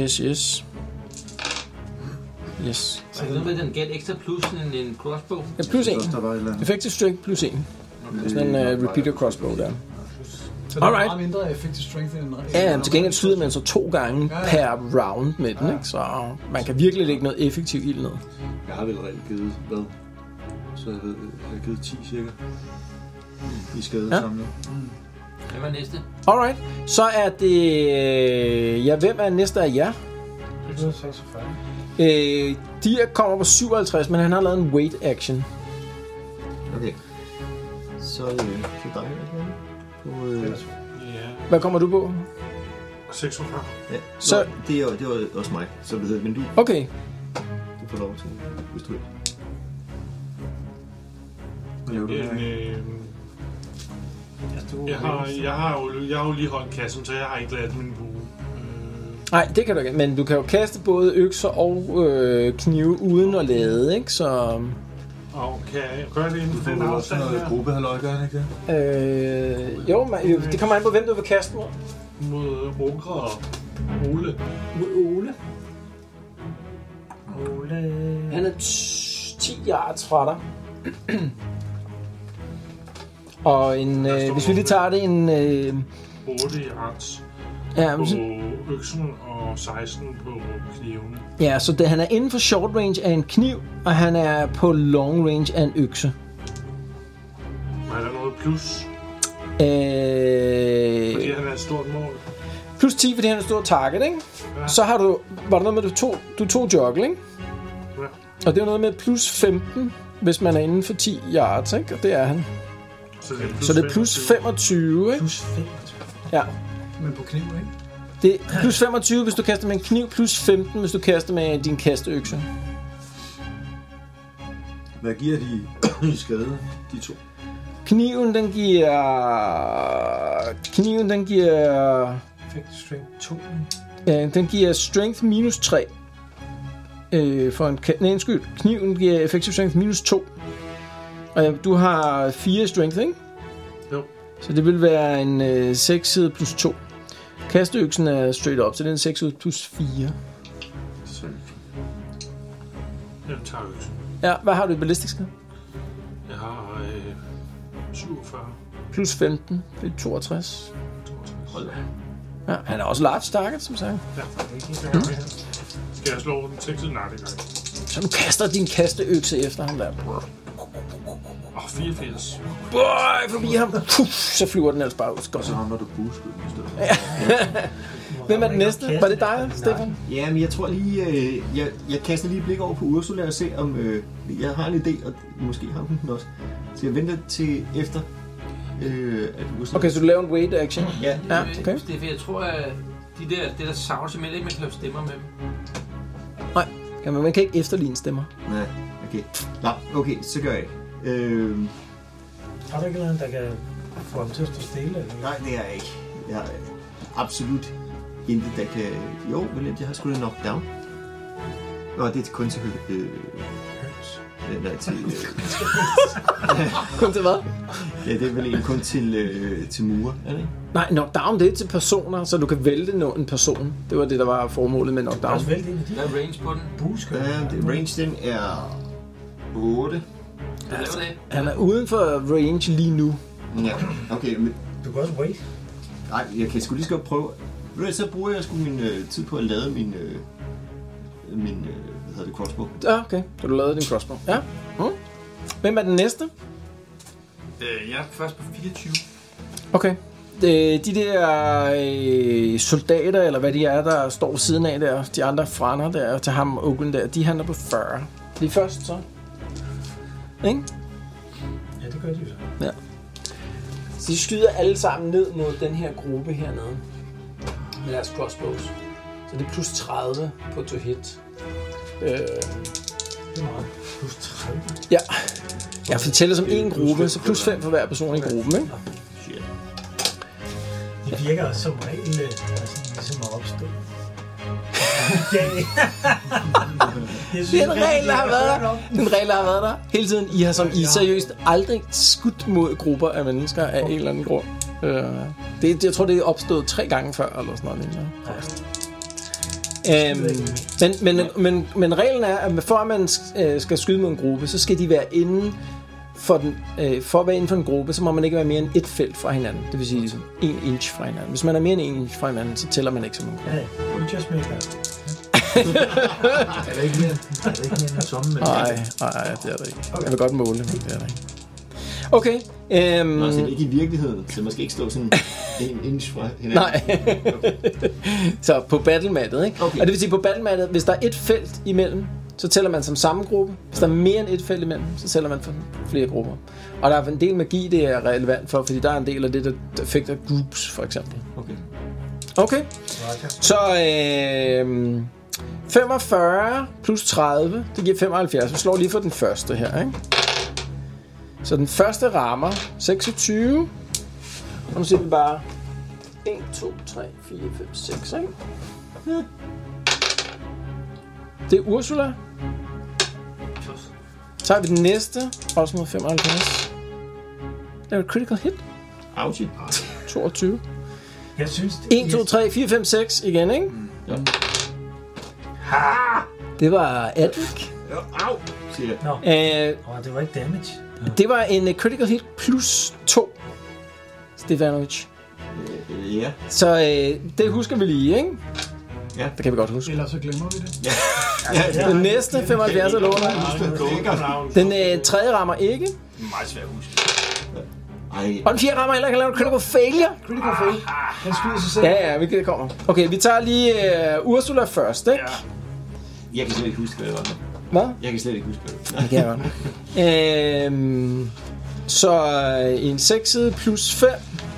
Yes. Så er det med den get ekstra plus en crossbow? Ja, plus 1. Der var et eller andet. Effective strength plus 1. Sådan en repeater crossbow der. Så det er meget mindre effective strength end en... Ja, til gengæld skyder man så 2 gange per round med den, ikke? Så man kan virkelig lægge noget effektivt ild ned. Jeg har vel reelt givet, hvad? Så jeg har givet 10 cirka. I skade samlet. Hvem er næste? Alright, så er det... Ja, hvem er næste af jer? 46. De kommer på 57, men han har lavet en wait action. Okay. Så dig, Ja. Hvad kommer du på? 46. Ja, Så- det er også mig, så det hedder, men du Okay, får lov til, hvis du vil. Hvad laver du her? Jeg har jo lige holdt kassen, så jeg har ikke lavet min bue. nej, det kan du ikke. Men du kan jo kaste både økser og knive uden at lade, ikke? Så... Og kan jeg gøre det inden Du for får den vel også afstand noget der? gruppehalløj, gør han ikke det? Jo, det kommer an på, hvem du vil kaste mod. Mod Ogre og Ole. Ole. Han er 10 yards fra dig. Og hvis vi lige tager det en... 8 i arts ja, på øksen og 16 på knivene. ja, så han er inden for short range af en kniv, og han er på long range af en økse. Og er der noget plus? Fordi han er et stort mål. Plus 10, fordi han er et stort target, ikke? Ja. Så har du... Var der noget med, du tog juggle, ikke? Ja. Og det er noget med plus 15, hvis man er inden for 10 yards, ikke? Og det er han. Så det er plus 25, ikke? Plus 25. Ja. Men på kniv, ikke? Det er plus 25, hvis du kaster med en kniv, plus 15, hvis du kaster med din kasteøkse. Hvad giver de i skade, de to? Kniven, den giver... Effect strength 2. Ja, den giver strength minus 3. For en... Nej, undskyld. Kniven giver effective strength minus 2. Og du har 4 strength, ikke? Jo. Så det vil være en 6 side plus 2. Kasteøksen er straight up, så det er en 6 side plus 4. Jeg tager øksen. Ja, hvad har du i ballistisk? Jeg har 47. Plus 15, det er 62. 62. Ja, han er også large target, som sagt. Ja. Skal jeg slå den 6 side? Nej, det gør jeg. Så du kaster din kasteøkse efter ham der. 84. Forbi ham. Puh, så flyver den ellers bare ud. Og så rammer du bueskyden i stedet. Hvem er den næste? Var det dig, Stefan? Ja, men jeg tror lige... jeg kaster lige et blik over på Ursula og ser om... jeg har en idé, og måske har hun den også. Så jeg venter til efter... at Ursula... Okay, så du laver en wait action? Ja. Ja, okay. Stefan, jeg tror, at det der sounds, jeg mener ikke, man kan lave stemmer med dem. Nej, ja, men man kan ikke efterligne stemmer. Nej, okay. Nå, okay, så gør jeg. Har du ikke noget, der kan få ham til at stå stille? Eller? Nej, det er jeg ikke. Jeg har absolut intet, der kan... Jo, vel, jeg har sgu da knockdown. Og det er kun til nej, til... Kun til hvad? Ja, det er vel en kun til murer, er det ikke? Nej, knockdown det er til personer, så du kan vælte en person. Det var det, der var formålet med knockdown. Også vælte en af de. Hvad er range på den? Bueskyld. Range, den er 8. Altså, Han er uden for range lige nu. Ja, okay, men... Du kan også wait. Nej, jeg kan sgu lige så godt prøve... Så bruger jeg sgu min tid på at lade min hvad hedder det, crossbow. Ja, okay. Så du lavede din crossbow. Ja. Hvem er den næste? jeg er først på 24. Okay. De der soldater, eller hvad de er, der står siden af der, de andre frander der, til ham og Oakland der, de handler på 40. De er først så. Ikke? Ja, det gør de jo så. Ja. De skyder alle sammen ned mod den her gruppe hernede. Med deres crossbows. Så det er plus 30 på to hit. Det er meget. Plus 30. Ja. Jeg fortæller som en gruppe, så plus 5 for hver person i gruppen, ikke? De virker som regel ligesom at opstå. Den regel, der har været der. Den regel, der har været der hele tiden. I har som I seriøst aldrig skudt mod grupper af mennesker af en eller anden grund. Jeg tror, det er opstået 3 gange før, eller sådan noget. Men reglen er, at for at man skal skyde mod en gruppe, så skal de være inden for den, for at være inden for en gruppe, så må man ikke være mere end 1 felt fra hinanden. Det vil sige 1 inch fra hinanden. Hvis man er mere end 1 inch fra hinanden, så tæller man ikke som en gruppe. Ja, just make that. Er det ikke mere end tomme? Nej, det er det ikke. Jeg vil godt måle det, men det er det ikke. Okay. Nå, så det er ikke i virkeligheden, så man skal ikke stå sådan 1 inch fra hinanden. Nej. Okay. Så på battlemattet, ikke? Okay. Og det vil sige, på battlemattet, hvis der er 1 felt imellem, så tæller man som samme gruppe. Hvis der er mere end 1 felt imellem, så tæller man for flere grupper. Og der er en del magi, det er relevant for, fordi der er en del af det, der affekter groups, for eksempel. Okay. Så 45 plus 30, det giver 75. Vi slår lige for den første her, ikke? Så den første rammer 26. Og nu ser vi bare 1, 2, 3, 4, 5, 6, ikke? Ja. Det er Ursula. Så har vi den næste, også mod 75. Det er et critical hit. Ouchie. 22. Jeg synes, 1, 2, 3, 4, 5, 6 igen, ikke? Ja. Det var Adric. Ja, au, siger jeg. Det var ikke damage. Det var en critical hit plus 2. Stefanovic. Ja. Så det husker vi lige, ikke? Ja. Det kan vi godt huske. Ellers så glemmer vi det. Ja. Den næste 75 er låner. Den tredje rammer ikke. Det er meget svært at huske. Ej. Og den fjerde rammer heller kan lave en critical failure. Critical fail. Den skyder sig selv. Ja, det kommer. Okay, vi tager lige Ursula først, ikke? Ja. Jeg kan slet ikke huske, hvad det var. Hvad? Jeg kan slet ikke huske det. Det kan jeg godt. Så en 6 plus 5.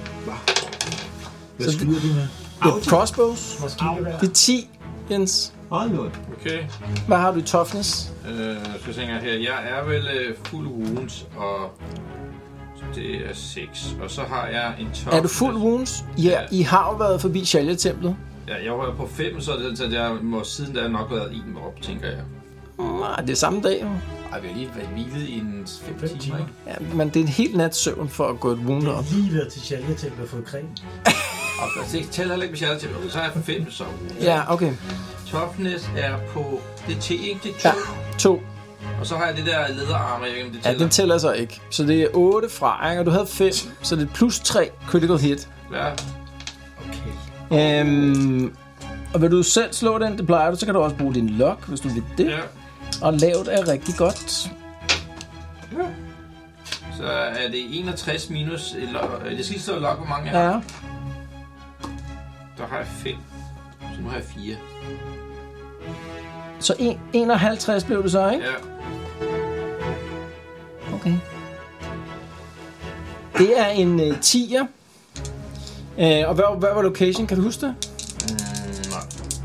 Hvad skyder de med? Det er crossbows. Det er 10, Jens. Okay. Hvad har du i toughness? Så tænker jeg her, jeg er vel fuld wounds, og det er 6. Og så har jeg en toughness. Er du fuld wounds? Ja, I har jo været forbi Shalja-templet. Ja, jeg var på 5, så jeg må siden der nok været 1 op, tænker jeg. Nej, det er samme dag jo. Ej, vi har lige været hvilet i en 5 timer, ikke? Ja, men det er en helt nat søvn for at gå et wound op. Lige været til Shalja-templet og fået creme. Og det tæller heller ikke med Shalja-templet, så har jeg 5 så. Ja, okay. Toughness er på... Det er T, ikke? Det er 2. Ja, 2. Og så har jeg det der lederarm, jeg ved, det tæller. Ja, den tæller så ikke. Så det er 8 fra, ikke? Og du havde 5, så det er plus 3 critical hit. Ja. Okay. Og vil du selv slå den, det plejer du, så kan du også bruge din luck, hvis du vil det. Ja. Og lavt er rigtig godt. Ja. Så er det 61 minus... Det skal slå luck, hvor mange jeg har. Ja. Der har jeg 5. Så nu har jeg 4. Så 51 blev det så, ikke? Ja. Okay. Det er en 10'er. Og hvad var location? Kan du huske det? Nej.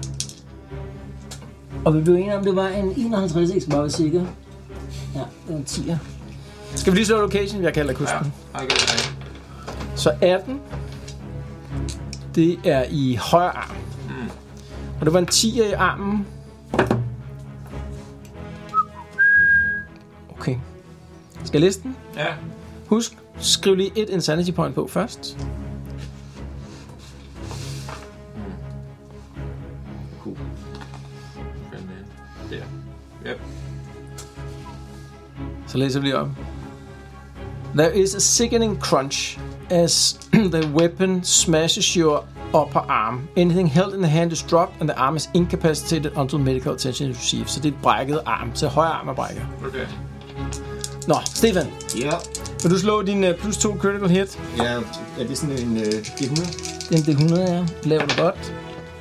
Og vi blev enige om, det var en 51, ikke? Så bare være sikker. Ja, det var en 10'er. Skal vi lige slå location? Jeg kan heller ikke huske den. Okay. Så 18. Det er i højre arm. Og det var en 10'er i armen. Okay. Skal jeg læse den? Ja. Husk, skriv lige et insanity point på først. Cool. Der. Yep. Så læser vi lige om. There is a sickening crunch as the weapon smashes your upper arm. Anything held in the hand is dropped, and the arm is incapacitated until medical attention is received. Så det er et brækket arm. Så højre arm er brækket. Okay. Nå, Stefan. Ja. Vil du slå din plus 2 critical hit? Ja, er det sådan en D100? Den D100, ja. Laver du godt.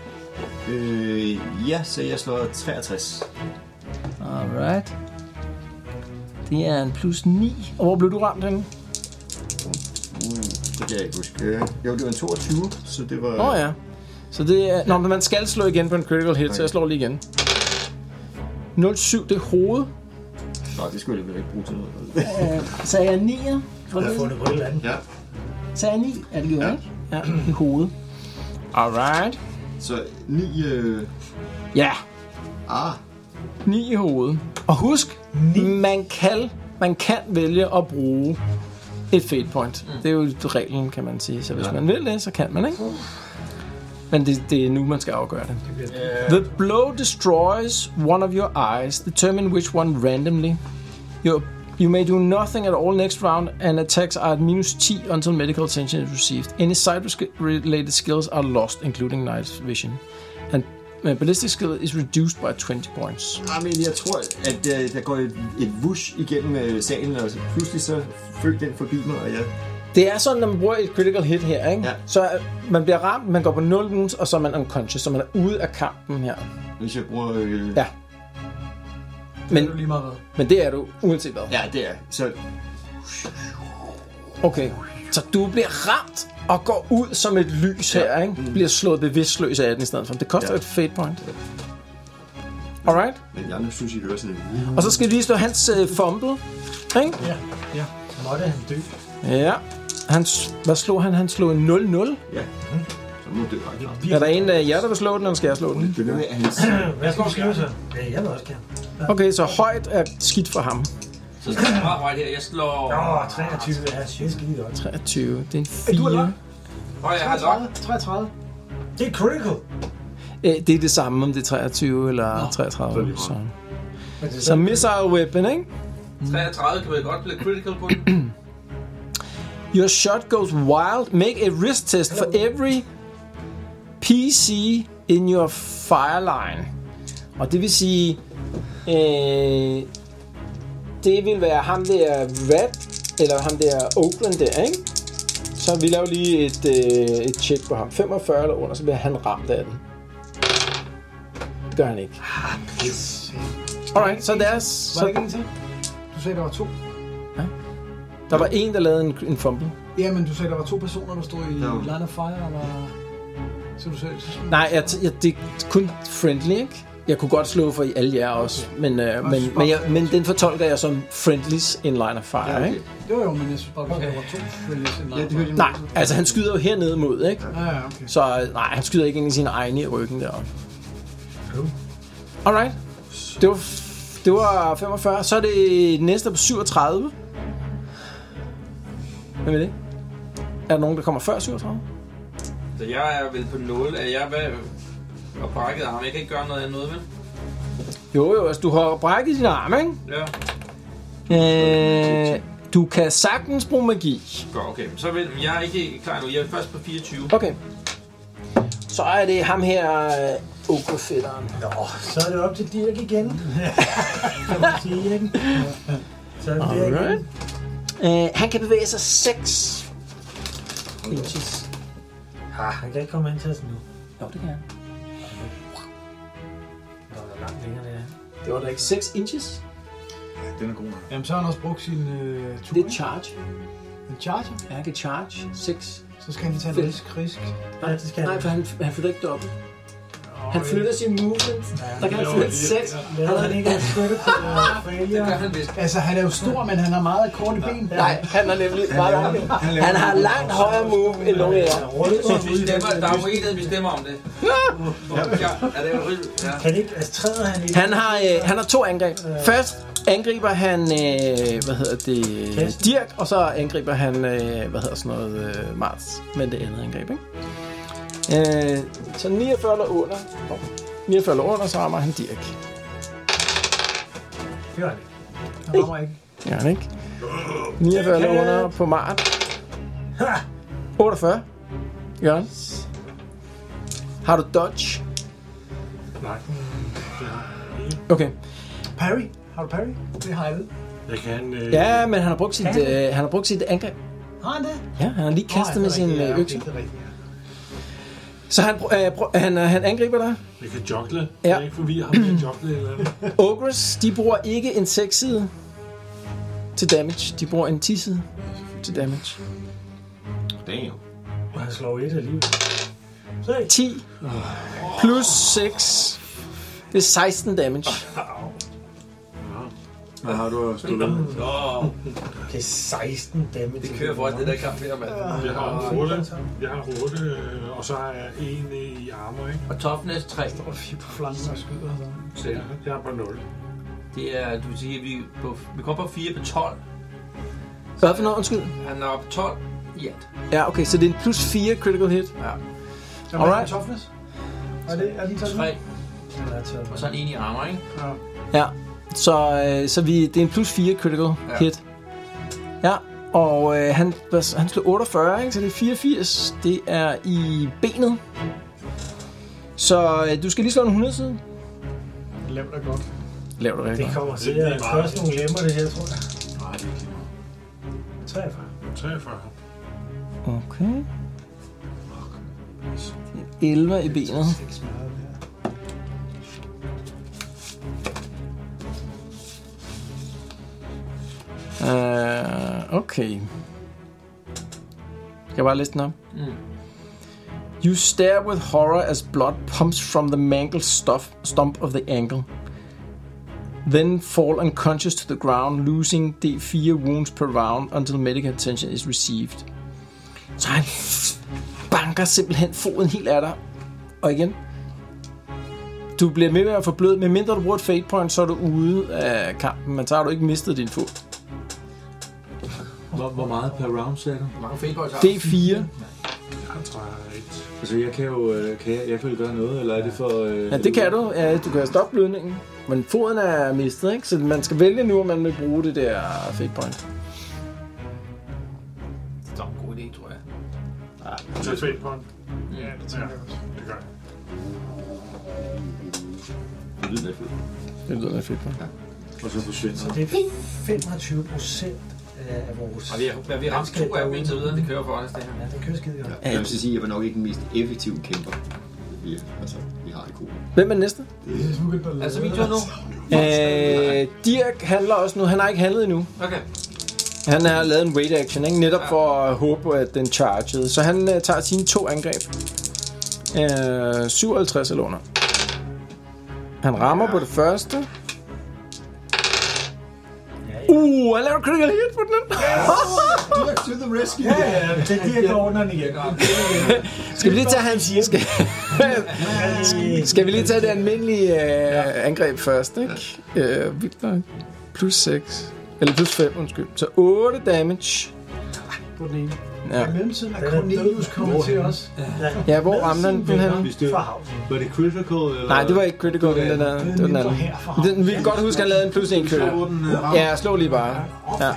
Ja, så jeg slår 63. Alright. Det er en plus 9. Og hvor blev du ramt henne? Det kan jeg ikke huske. Jo, det var en 22, så det var... Ja. Så det er... Nå, men man skal slå igen på en critical hit, så jeg slår lige igen. 07, det er hovedet. Nå, det skulle jeg ikke bruge til noget. Så er jeg 9'er. Jeg har fundet på et eller andet. Ja. Så er jeg 9. Er det jo ikke? Ja, i hovedet. Alright. Så 9... Ja. 9 i hovedet. Og husk, man kan vælge at bruge et fate point. Det er jo reglen, kan man sige. Så hvis man vil det, så kan man, ikke? Men det er nu, man skal afgøre det. The blow destroys one of your eyes. Determine which one randomly. You may do nothing at all next round, and attacks are at minus 10 until medical attention is received. Any sight-related skills are lost, including night vision. And ballistic skill is reduced by 20 points. Men jeg tror, at der går et whoosh igennem salen, og så pludselig så følger den forbi mig, og jeg... Det er sådan, når man bruger et critical hit her, ikke? Ja. Så man bliver ramt, man går på 0 wounds, og så er man unconscious, så man er ude af kampen her. Hvis jeg bruger... Ja. Men, Det er lige meget hvad. men det er du, uanset hvad. Ja, det er. Så Okay, så du bliver ramt og går ud som et lys her, ikke? Bliver slået bevidstløs af den i stedet for. Det koster et fate point. Alright? men jeg synes, I hører sådan en... Og så skal vi lige slå hans fumble, ikke? Ja. Måtte han dø. Ja. Hvad slog han? Han slog en 0-0. Ja. Så må det faktisk. Er der en af jer, der vil slå den, eller skal jeg slå den? Det er noget af hans... Hvad skal du skrive så? Ja, jeg vil også gerne. Okay, så højt er skidt for ham. Så skal jeg meget højt her. Jeg slår... 23 er shit skide godt. 23. Det er en 4. Jeg har lok. 33. Det er critical. Det er det samme, om det er 23 eller 33. Så missile weapon, ikke? 33 kan vi godt blive critical på den. Your shot goes wild. Make a risk test for every PC in your fire line. Og det vil sige, det vil være ham der Rat, eller ham der Oakland der, ikke? Så vi laver lige et check på ham. 45 eller under, så bliver han ramt af den. Det gør han ikke. Alright, så deres... Var der ikke en til? Du sagde, der var 2. Ja. Der var en, der lavede en fumble. Ja, men du sagde, der var 2 personer, der stod i line of fire, eller... Så du sagde... Nej, det er kun friendly, ikke? Jeg kunne godt slå for I alle jer også, men den fortolker jeg som friendlies in line of fire, ikke? Jo, men jeg synes bare, der var 2 friendlies in line of fire. Nej, altså han skyder jo hernede mod, ikke? Ja, okay. Så nej, han skyder ikke ind i sine egne i ryggen deroppe. Alright. Det var 45. Så er det næste på 37. Hvem er det? Er der nogen, der kommer før 37? Så jeg er vel på 0. Er jeg og brækket arm? Jeg kan ikke gøre noget andet, vel? Jo, altså du har brækket din arm, ikke? Ja. Du kan sagtens bruge magi. Godt, okay. Så vil jeg er ikke klar nu. Jeg er først på 24. Okay. Så er det ham her, Ogre-fætteren. Nå, så er det op til Dirk igen. Kan man sige, ikke? Så er det Dirk igen. Han kan bevæge sig 6 inches. Han kan ikke komme ind til os nu. Jo, det kan han. Nå, der er langt længere det her. Det var da ikke 6 inches? Ja, den er god nok. Jamen, så har han også brugt sin tur. Det er charge. En charge? Ja, han kan charge 6. Så skal han tage en risk. Nej, det skal han. For han flytter ikke dobbelt. Han flytter sin movement. Der kan han flytte 6. Han har ikke en flytte på failure. Altså, han er jo stor, men han har meget korte ben. Nej, han har nemlig meget langt. Han har langt højere move end nogen af jer. Der er uenighed, vi stemmer om det. Er det jo rigeligt? Ja. Kan ikke, altså træder han ikke? Han har 2 angreb. Først angriber han, Dirk, og så angriber han, Mars med det andet angreb, ikke? Så 49 eller under. 49 eller under, så rammer han Dirk. Det gør han ikke. Han rammer ikke. Ja, han ikke. 49 eller under på Mart. 48. Jørgen. Har du dodge? Nej, det har jeg ikke. Okay. Parry? Har du parry? Det har alle. Jeg kan... Ja, men han har brugt sit angreb. Har han det? Ja, han har lige kastet med sin økse. Det er rigtigt, ja. Så han angriber dig. Jeg kan joggle. Ja. Jeg er ikke forbi ham med joggle eller andet. Ogres, de bruger ikke en 6-side til damage. De bruger en 10-side til damage. Damn. Og han slår 1 alligevel. 10 plus 6. Det er 16 damage. Hvad har du at stå med? Okay, 16 damage. Det kører for det der kamp her, mand. Jeg har 8, og så har jeg 1 i armor, ikke? Og toughness 3. Der var 4 på flanken og skyder. Så jeg er på 0. Det er, du vil sige, vi kommer på 4 på 12. Hvad for noget, undskyld? Han er oppe på 12 i alt. Ja, okay, så det er en plus 4 critical hit. Ja. Alright. Toughness? Er den taget 3. Og så en 1 i armor, ikke? Ja, så det er en plus 4 critical hit. Ja, og han slog 48, ikke? Så det er 84. Det er i benet. Så du skal lige slå en 100-side. Lav dig godt. Lav dig rigtig Det godt. kommer til at koste nogle lemmer, det her, tror jeg. Nej, det er ikke 43. 43. Okay. 11 i benet. Okay. Skal jeg bare læse den op? You stare with horror as blood pumps from the mangled stump of the ankle. Then fall unconscious to the ground, losing D4 wounds per round until medical attention is received. Så han banker simpelthen foden helt af dig. Og igen. Du bliver med at få blød. Men mindre du bruger et fate point, så er du ude af kampen. Men så har du ikke mistet din fod. Hvor meget per round, sagde du? Hvor mange fate points har du? D4. Jeg tror jeg ikke. Altså, jeg kan jo gøre noget, eller er det for... Ja, det kan du. Ja, du kan stoppe blødningen. Men foden er mistet, ikke? Så man skal vælge nu, om man vil bruge det der fate point. Det er en god idé, tror jeg. Så et fate point. Ja, det tænker jeg også. Det gør jeg. Det lyder fedt. Det lyder fedt point. Og så forsvinder. Så det er 25% af vores... Og vi har ramt 2 af dem indtil videre, det kører for os, det her. Ja, det kører skide godt. Jeg vil sige, at jeg var nok ikke den mest effektive kæmper. vi har det gode. Hvem er den næste? Altså min tur nu? Dirk handler også nu. Han har ikke handlet endnu. Okay. Han har lavet en wait action, ikke? Netop for at håbe, at den chargede. Så han tager sine 2 angreb. 57 eller under. Han rammer på det første. Han laver critical hit på den. Dirk to the rescue. Ja, det er Dirk, der ordner den igen. Skal vi lige tage hans... Skal vi lige tage det almindelige angreb først, ikke? Vildt nok. Plus 6. Eller plus 5, undskyld. Så 8 damage. På den ene. Ja. I mellemtiden er Cornelius kommet til os. Ja, hvor rammer den her? Var det critical? Eller? Nej, det var ikke critical. Det var den anden. Vi kan godt huske, at han lavede en plus 1 kø. Ja, slå lige bare. Ja.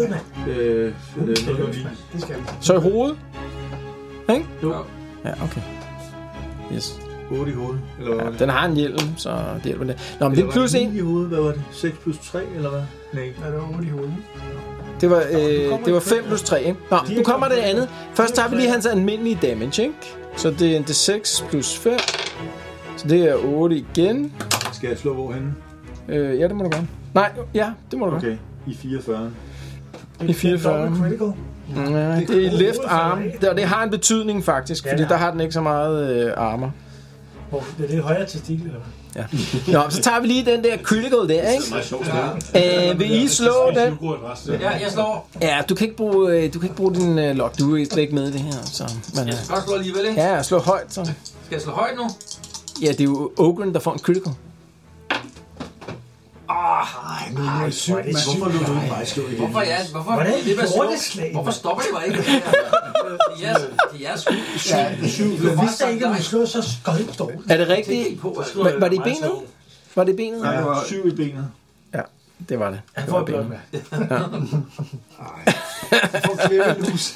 Så i hovedet? Ikke? Jo. Ja, okay. Yes. 8 i hovedet. Eller Ja, den har en hjelm, så det hjælper det. Nå, men det er plus 1. i hovedet, hvad var det? 6 plus 3, eller hvad? Nej. Ja, det var 8 i hovedet. Det var 5 plus 3, ikke? Nå, nu kommer det andet. Først tager vi lige hans almindelige damage, ikke? Så det er en D6 plus 5. Så det er 8 igen. Skal jeg slå hvorhenne? Ja, det må du gøre. Nej, ja, det må du gøre. Okay, i 44. I 44. Ja, det er left arm. Det har en betydning faktisk, fordi der har den ikke så meget armor. Det er lidt højere til stil, eller hvad? Ja. Nå, så tager vi lige den der critical der, ikke? Vil I slå den? Ja, jeg slår. Ja, du kan ikke bruge din lock. Du er slet ikke med i det her. Så, men, Jeg skal godt slå alligevel, ikke? ja, slå højt så. Skal jeg slå højt nu? Ja, det er jo Ogren, der får en critical. Hvorfor lå du ikke bare slå igen? Hvorfor stopper det mig ikke? Det er jeres skyld. Du vidste ikke, at du slog så skøjt dårligt. Er det rigtigt? Var det i benet? Var det i benet? Nej, det var 7 i benet. Ja, det var det. Han får blot med. For klævelus.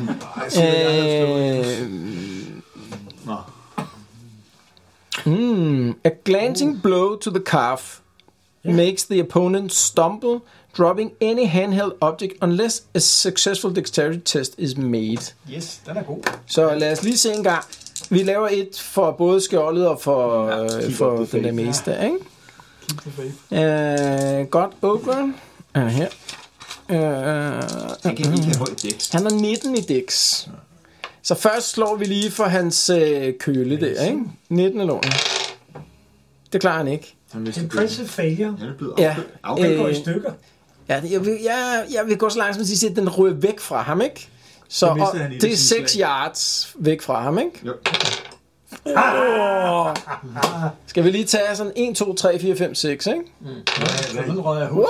A glancing blow to the calf makes the opponent stumble, dropping any handheld object unless a successful dexterity test is made. Yes, den er god. Så lad os lige se en gang. Vi laver et for både skjoldet og for den der meste, ikke? Godt, Ogren. Her. Han er 19 i dex. Så først slår vi lige for hans køle der, ikke? 19 eller under. Det klarer han ikke. Impressive failure. Han er blevet Den går i stykker. Ja, jeg vil gå så langt som at sige, at den ryger væk fra ham, ikke? Så det er 6 yards væk fra ham, ikke? Jo. Skal vi lige tage sådan 1, 2, 3, 4, 5, 6, ikke? Så den røg jeg Wow.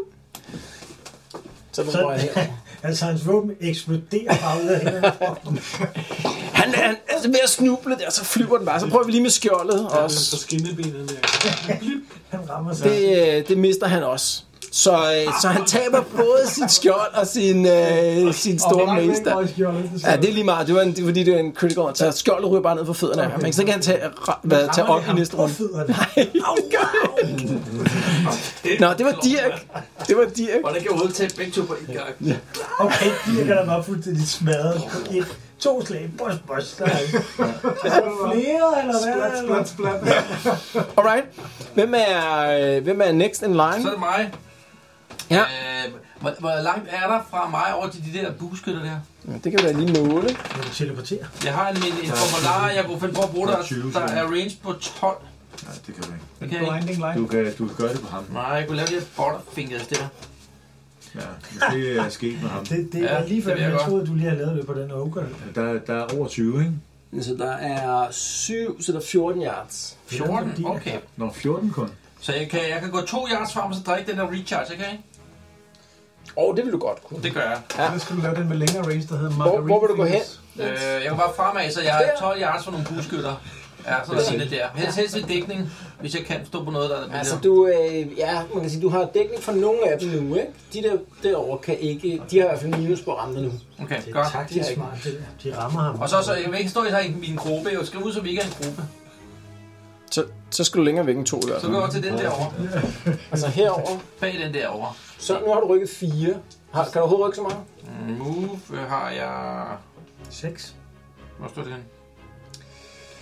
Så den røg jeg her. Altså, hans våben eksploderer bare ud af hænderne. Han er ved at snuble der, så flyver den bare. Så prøver vi lige med skjoldet også. Så skinnebenet der. Han rammer sig. Det mister han også. Så han taber både sit skjold og sin store mester. Ja, det er lige meget. Det er fordi, det er en critical. Så skjoldet ryger bare ned på fødderne af ham. Så kan han tage op i næste runde. Nej, det gør det ikke. Nå, det var Dirk. Og der kan jeg udtage begge to på en gang. Okay, Dirk er der bare fuldstændig smadret på 2 slag. Boss. Der er flere, eller hvad? Splat. Alright. Hvem er next in line? Så er det mig. Ja. Hvor langt er der fra mig over til de der bueskytter der? Ja, det kan vi da lige måle. Må du teleportere? Jeg har en formular, jeg kunne finde på at bruge der. Der er range på 12. Nej, det kan du ikke. Okay. Blinding light. Du kan gøre det på ham. Nej, jeg kunne lave de her butterfingers der. Ja, det er sket med ham. Det er lige før, jeg troede, du lige har lavet det på den ogre. Der er over 20, ikke? Så der er 7, så der er 14 yards. 14? Okay. Nå, 14 kun. Så jeg kan gå 2 yards frem, og så drikke den der recharge, okay? Det vil du godt kunne. Det gør jeg. Ja. Så skal du lave den med længere range, der hedder Marguerite. Hvor vil du gå hen? Jeg kan bare fremad, så jeg har 12 yards for nogle bueskytter. Ja, så er der der. Helst ved dækning, hvis jeg kan stå på noget, der er billigere. Altså man kan sige, du har dækning for nogle af dem nu, ikke? De der derovre kan ikke, de har i hvert fald minus på rammene nu. Okay, Det er godt. taktisk smart, det der. De rammer ham. Og så jeg vil ikke stå i min gruppe, jeg skriver ud, så vi ikke er en gruppe. Så skal du længere væk end 2 i hvert Så fald. går jeg til den derovre. Altså herover. Bag den derovre. Så nu har du rykket 4. Kan du overhovedet rykke så meget? Move har jeg... 6. Hvor står det hen?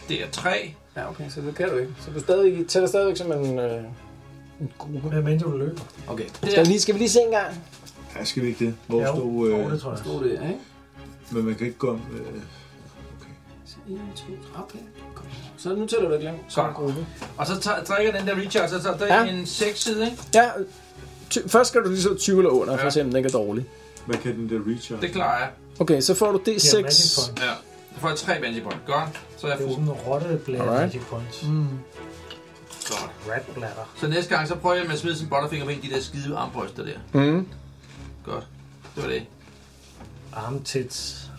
Det er 3. Ja, okay, så det kan du ikke. Så du tæller stadigvæk som en gruppe. Hvad mener du løber? Okay. Skal vi lige se en gang? Ja, skal vi ikke det? Hvor det tror jeg. Stod det, ikke? Men man kan ikke gå om... Okay. 1, 2, okay. Så nu tæller du ikke længere som en gruppe. Og så trækker den der recharge, så tager det en 6-side, ikke? Ja, først skal du lige så 20 eller under, for at se, om den ikke er dårlig. Hvad kan den der recharge? Det klarer jeg. Okay, så får du D6. Ja, så får jeg 3 magic point. Godt. Så er jeg fuld. Det er sådan en rotteblæder magic points. Godt. Rat bladder. Så næste gang, så prøver jeg med at smide sådan en butterfinger med de der skide armbryster der. Godt. Det var det. Armtits.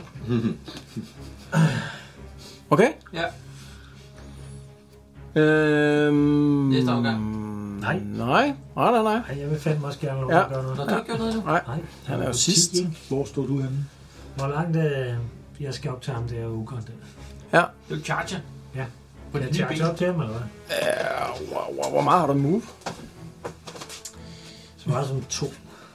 Okay? Ja. Næste omgang. Nej, jeg vil fandme også gerne gøre noget. Nå, du har ikke gjort noget nu? Nej, han er jo sidst. Hvor står du henne? Hvor langt jeg skal op til ham, det er Ukon der. Ja. Du charger? Ja. Jeg charger op til ham, eller hvad? Hvor meget har du move? Så meget som 2.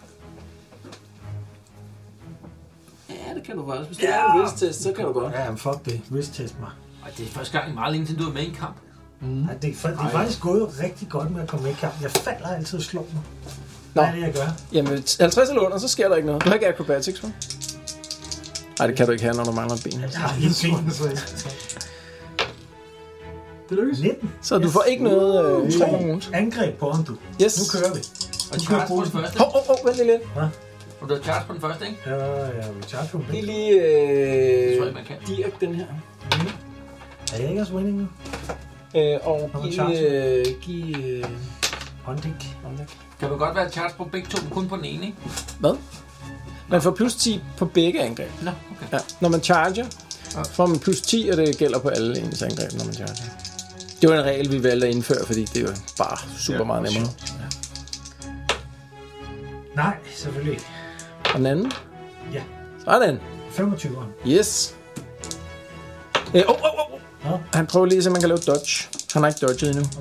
Ja, det kan du faktisk. Hvis du har en risk-test, så kan du godt. Ja, fuck det. Risk-test mig. Det er første gang i meget længe, siden du er med i en kamp. Ja, det er faktisk gået rigtig godt med at komme med i kamp. Jeg falder altid og slår mig. Hvad er det, jeg gør? Jamen, 50 eller under, så sker der ikke noget. Du har ikke acrobatics, hva'? Nej, det kan du ikke have, når du mangler ben. Jeg har ikke ben. Det lykkes. 19. Så du får ikke noget angreb på ham, du. Yes. Nu kører vi. Og charge på den første. Vent lidt. Hvad? Og du har charge på den første, ikke? Ja, jeg vil charge på den. Det er lige det tror jeg, man kan. Dirk, den her. Er jeg ikke også winning nu? Og give Hondik. Kan du godt være charge på begge to, men kun på den ene, ikke? Hvad? Man får plus 10 på begge angreb. Nå, okay. Ja, når man charger, får man plus 10, og det gælder på alle ens angreb, når man charger. Det var en regel, vi valgte at indføre, fordi det er jo bare super meget nemmere. Ja. Nej, selvfølgelig ikke. Og den anden? Ja. Sådan. 25'eren. Yes. Han prøver lige, så man kan lave dodge. Han har ikke dodget endnu.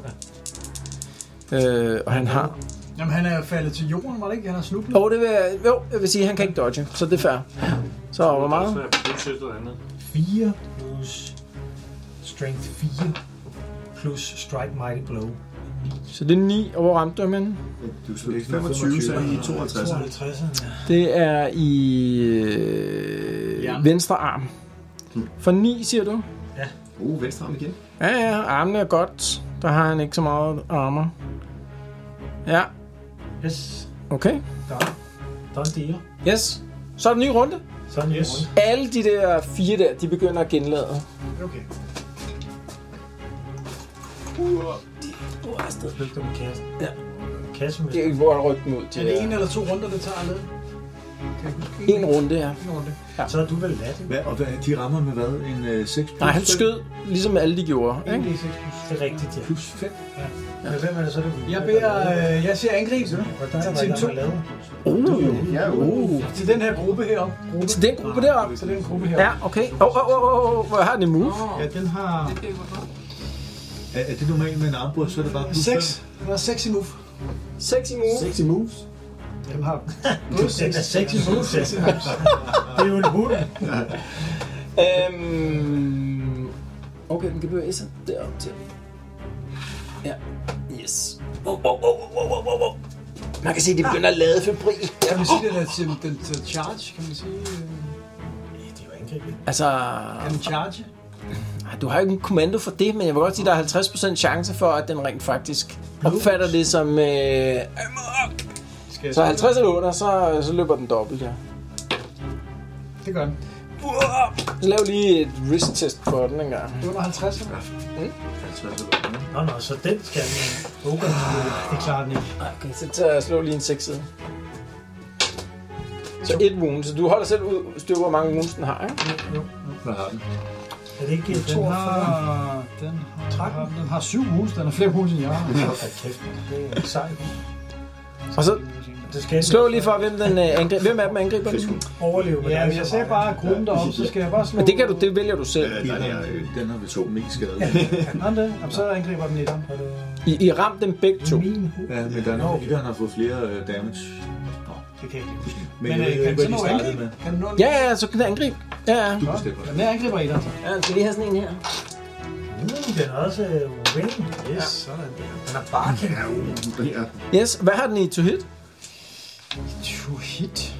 Okay. Og han har... Jamen, han er faldet til jorden, var det ikke? Han har snublet. Jeg vil sige, at han kan ikke dodge, så det er fair. Så hvor meget? 4 plus strength 4 plus strike mighty blow. Så det er 9, og hvor ramte du ham? Du er 25, så er I 52. Det er i venstre arm. For 9, siger du? Ja. Venstre arm igen. Ja, armene er godt. Der har han ikke så meget armor. Ja. Yes. Okay. Der er en deal. Yes. Så er der en ny runde. Så er der en ny runde. Alle de der 4 der, de begynder at genlade. Okay. Afsted. Flygter med kassen. Ja. Kassen med... Det er ikke, hvor han rykker dem ud til. Er det 1 eller 2 runder, det tager at lede? En runde, ja. Ja. Så er du vel ladt. Hvad, og de rammer med hvad? En 6 plus? Nej, han skød, ligesom alle de gjorde. Ikke? Ikke? Det er rigtigt, ja. Plus 5. Ja. Men hvem er det så, det jeg ser angreb til Team 2. Til den her gruppe heroppe. Til den gruppe deroppe? Til den gruppe heroppe. Ja, okay. Hvor har den en move? Ja, den har... Er det normalt med en armbrud, så er det bare plus 6. Den har 6 i move. 6 i move? 6 i moves. Den har... Den er 6 i moves. Det er jo en hund. Okay, den kan bevæge sig derop til. Ja. Yes. Man kan se, at de begynder at lade febrilsk. Kan man sige, at den er charge? Kan man sige... Det er jo angreb. Altså... Er den charge? Du har ikke en kommando for det, men jeg vil godt sige, at der er 50% chance for, at den rent faktisk opfatter det som... Så 50 eller under, så løber den dobbelt, ja. Det gør den. Så lav lige et risk-test for den en gang. Det var 50, eller? 50 eller Nå, så den skal den. Okay, det klarer den ikke. Okay, så slå lige en 6-side. Så 1 wound, så du holder selv styr hvor mange wounds den har, ikke? Jo. Hvad har den? Er det ikke 42? Den har 7 wounds, den har flere wounds end jeg har. Kæft, det er sejt. Og så slå lige for, hvem af dem angriber den? Overleve. Ja, men jeg ser bare gruppen deroppe, så skal jeg bare slå... Men det vælger du selv. Den har vi to mest skadet. Så angriber den 1'eren. I ramt dem begge to. Ja, men der har fået flere damage. Det kan jeg ikke huske. Men jeg ved ikke, hvad de startede med. Ja, så kan det angribe. Ja. Den her angriber 1'eren. Ja, den skal lige have sådan en her. Den er også wing. Yes, sådan der. Den er barking. Yes, hvad har den i to hit? To hit.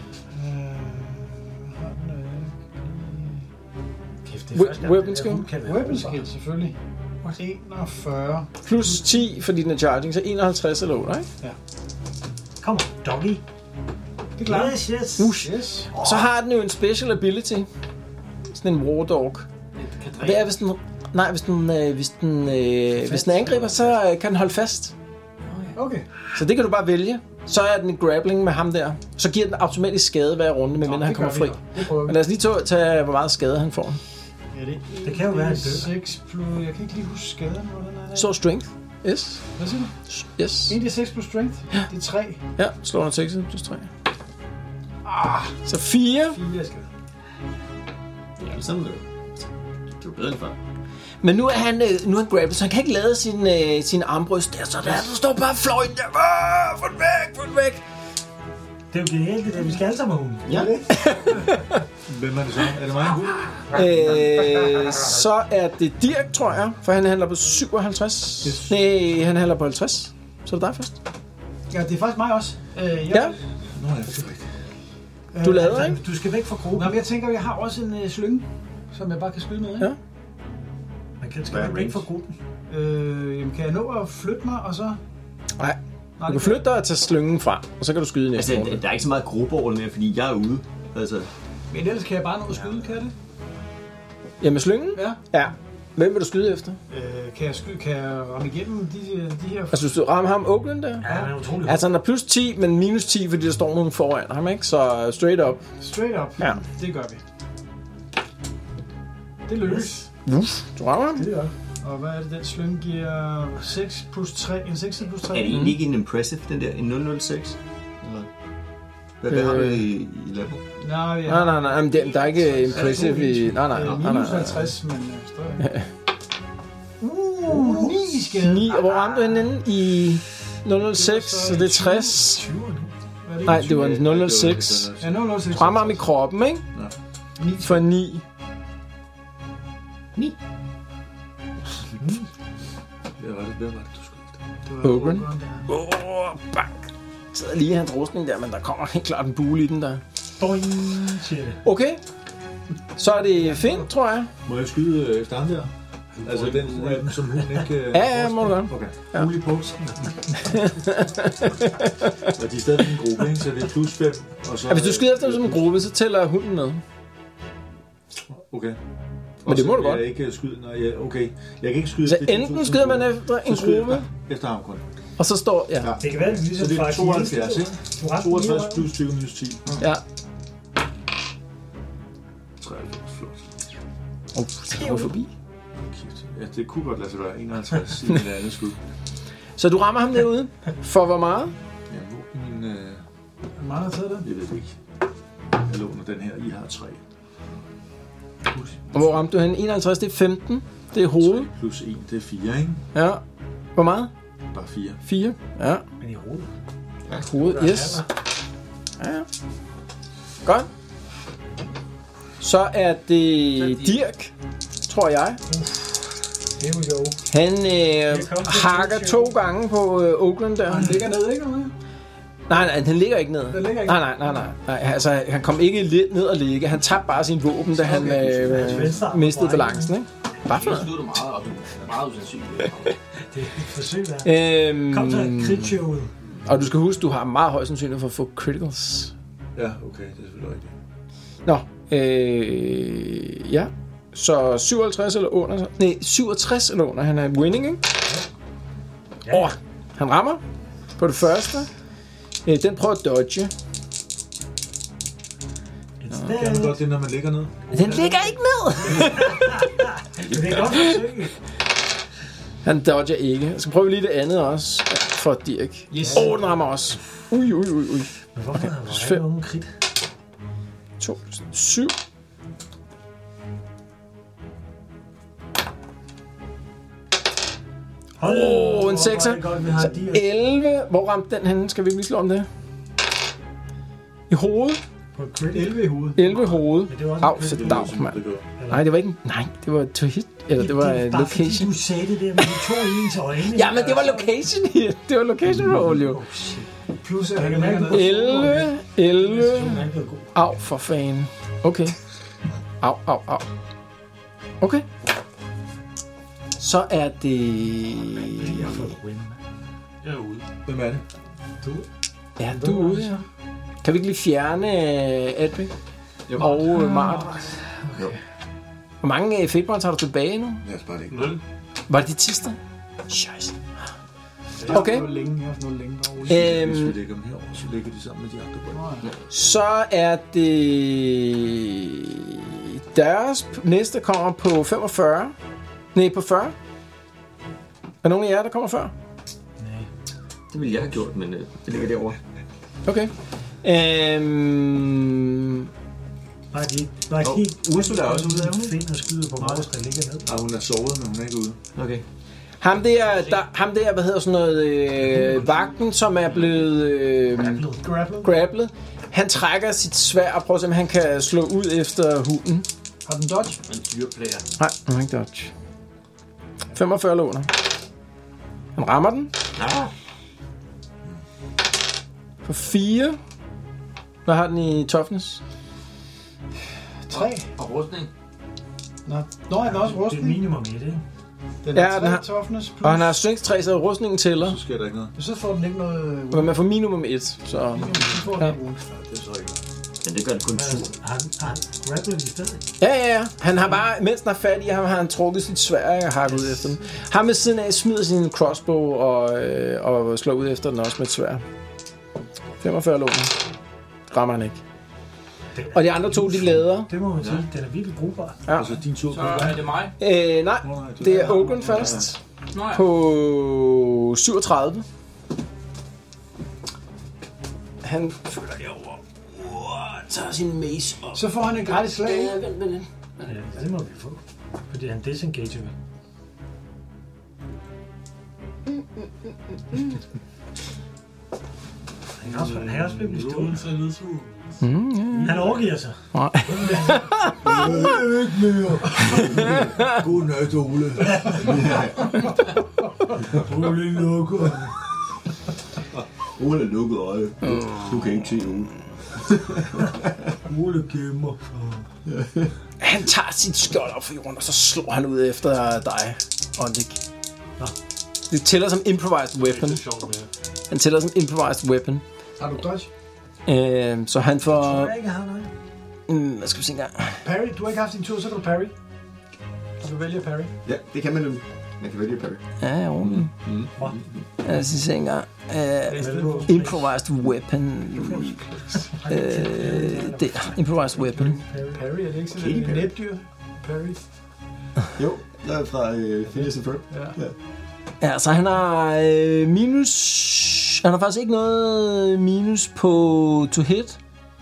Weapon skill. Weapon skill, selvfølgelig. 41. Plus 10, fordi den er charging, så 51 eller under, ikke? Ja. Kom, doggy. Det er klart. Yes. Yes. Så har den jo en special ability. Sådan en war dog. Det er, hvis den... Nej, hvis den angriber, så kan den holde fast. Okay. Så det kan du bare vælge. Så er den i grappling med ham der. Så giver den automatisk skade hver runde, medmindre han kommer fri. Men lad os lige tage, hvor meget skade han får. Ja, det kan jo være en 6 plus... Jeg kan ikke lige huske skaden, hvordan er det? Så strength. Yes. Hvad siger du? Yes. 1d6 plus strength. Ja. Det er 3. Ja, slår han 6 plus 3. Så 4. 4 skade. Det er alle sammen det er bedre end før. Men nu er han grabbet, så han kan ikke lade sin armbryst der, så der står bare fløjten der. Få den væk. Det er jo genialt, det der. Vi skal alle sammen have hunden. Ja. Hvem er det så? Er det mig en hund? Så er det Dirk, tror jeg, for han handler på 57. Yes. Nej, han handler på 50. Så er det dig først. Ja, det er faktisk mig også. Ja. Nå, ja, det er rigtigt. Du lader, ikke? Du skal væk fra gruppen. Jamen, jeg tænker, jeg har også en slynge, som jeg bare kan skyde med, ikke? Ja. Man kan væk fra gruppen. Jamen, kan jeg nå at flytte mig, og så... Nej. Du kan flytte dig og tage slyngen fra, og så kan du skyde næste runde. Der er ikke så meget gruppeover mere, fordi jeg er ude. Altså. Men ellers kan jeg bare nå at skyde, kan jeg det? Ja, med slyngen? Ja. Ja. Hvem vil du skyde efter? Kan jeg ramme igennem de her... Altså, du rammer ham Oakland der? Ja, han er utrolig. Altså, han er plus 10, men minus 10, fordi der står nogen foran ham, ikke? Så straight up. Straight up? Ja. Det gør vi. Det lykkes. Du rammer ham? Det gør. Og hvad er det, den slynge giver 6 plus 3? En 6 plus 3? Er det egentlig ikke en impressive, den der? En 006? Hvad har du i level? Nej, men der er ikke impressive i... Nej. Minus 50, men stadig. 9 skade. 9, og hvor ramte du henne inde? I 006, så det er 60. Nej, det var en 006. Ja, 006. Du rammer ham i kroppen, ikke? Ja. For 9. 9? Hvad var det, du skulle efter? Open. Bang. Så er lige hans rustning der, men der kommer helt klart en bule i den der. Okay. Så er det Finn, tror jeg. Må jeg skyde efter ham der? Altså den som hun ikke... Ja, må du gøre. Okay. Ja. Mulig pose. Og de er stadig en gruppe, ikke? Så det er plus 5. Og så, hvis du skyder efter dem som en gruppe, så tæller hunden med. Okay. Men det må du godt. Jeg ikke skyde, okay. Jeg kan ikke skyde... Så enten skyder man efter en gruppe... Efter ham kun. Og så står... Ja. Det kan være, det så det er 72, ikke? 62 plus 20 minus 10. Ja. 93, flot. Så går forbi. Ja, det kunne godt lade sig være 51 i det andet skud. Så du rammer ham derude? For hvor meget? Ja, hvor min... Hvor meget har taget det? Jeg ved det ikke. Jeg låner den her. I har 3. Og hvor ramte du hen? 51, det er 15. Det er hovedet. 3 plus 1, det er 4, ikke? Ja. Hvor meget? Bare 4. 4. Ja. Men i hovedet. Ja, hovedet. Yes. Ja. Godt. Så er det Dirk, tror jeg. Here we go. Han hakker 2 gange på Oakland der. Han ligger ned, ikke? Nej, han ligger ikke ned. Nej. Altså, han kom ikke ned og ligge. Han tabte bare sin våben, da han mistede balancen, ikke? Bare for noget. Det er meget, og det er meget usandsynligt. Det er et forsøg, der. Kom så, crit-showet. Og du skal huske, du har meget højst sandsynlighed for at få criticals. Ja, okay, det er selvfølgelig rigtigt. Nå, ja. Så 57 eller under. Nej, 67 eller under. Han er winning, ikke? Ja. Han rammer på det første. Den prøver at dodge. Kan man godt det, når man ligger ned? Den ligger ikke ned! Det er godt forsøg. Han dodger ikke. Jeg skal prøve lige det andet også. For Dirk. Yes. Den rammer også. Ui. Men hvorfor har der ikke nogen krit? 2, 7. En 6'er. Så 11. Hvor ramte den henne? Skal vi lige slå om det? I hovedet. På 11 i hovedet. 11 i hovedet. Au, så dav, mand. Nej, det var ikke... Nej, det var to hit. Eller det var det location. Fordi du sagde det der med de 2 ens øjne. Ja, men det var location hit. Det var location roll, jo. Plus, jeg kan mærke 11. Au, for fanden. Okay. Au. Okay. Så er det... Jeg er ude. Hvem er det? Du. Ja, du er ude, ja. Kan vi ikke lige fjerne Edvin og Mart? Jo. Hvor mange fedtbånd har du tilbage nu? Lad os bare det. 0. Var det de sidste? Scheisse. Okay. Jeg har længe. Hvis vi lægger dem herover, så lægger de sammen med de andre bånd. Så er det... Deres næste kommer på 45. Nej, på 40. Er nogen af jer, der kommer før? Det ville jeg have gjort, men det ligger derovre. Okay. Ursula er også ude, er hun? Find og skyder på Maus, der ligger ned. Hun er sovet, men hun er ikke ude. Okay. Ham der, hvad hedder sådan noget, vagten, som er blevet grapplet. Han trækker sit sværd og prøver at se, om han kan slå ud efter hunden. Har den dodge? En dyreplayer. Nej, han har ikke dodge. 45 låner. Han rammer den. På 4. Hvad har den i toughness? 3. Og rustning. Nå, han har også Det er rustning. minimum 1, ikke? Den er Ja, 3 den har- toughness plus. Og han har strength 3, så rustningen tæller. Så sker der ikke noget. Så får den ikke noget... Men man får minimum 1, så... Så får den Ja. ikke wound. Det er så ikke noget. Men det gør det kun 7. Har han grapplet i stedet? Ja. Han har bare, mens den har fat i ham, har han trukket sit sværd og hakket ud efter den. Ham ved siden af smider sin crossbow og slår ud efter den også med et sværd. 45 låner. Rammer han ikke. Og de andre to, de lader. Det må man sige. Den er virkelig brugbar. Ja. Altså din tur. Så er det mig. Nej, det er Ogren først. Nå ja. På 37. Han følger derovre. Tager sin mace op. Så får han en gratis slag. Vent. Ja, det må vi få. Fordi han disengager med. Han er også virkelig stående. Han overgiver sig. Nej. Ikke mere. God nat, Ole. Ole lukker. Ole er lukket øje. Du kan ikke se Ole. Ole gemmer. Han tager sit skjold op for jorden, og så slår han ud efter dig, Ondik. Det tæller som improvised weapon. Han tæller som improvised weapon. Har du dodge? Så han får... Jeg ikke har noget. Hvad skal vi se engang? Parry? Du har ikke haft din tur, så kan du parry. Og du vælger parry. Ja, det kan man nemlig. Man kan vælge parry. Ja, roligt. Jeg skal se engang. Improvised weapon. Der. Improvised weapon. Parry, er det ikke sådan et netdyr? Parry? Jo, jeg er fra Phineas and Ferb. Ja. Ja, så han har minus... Han har faktisk ikke noget minus på to hit.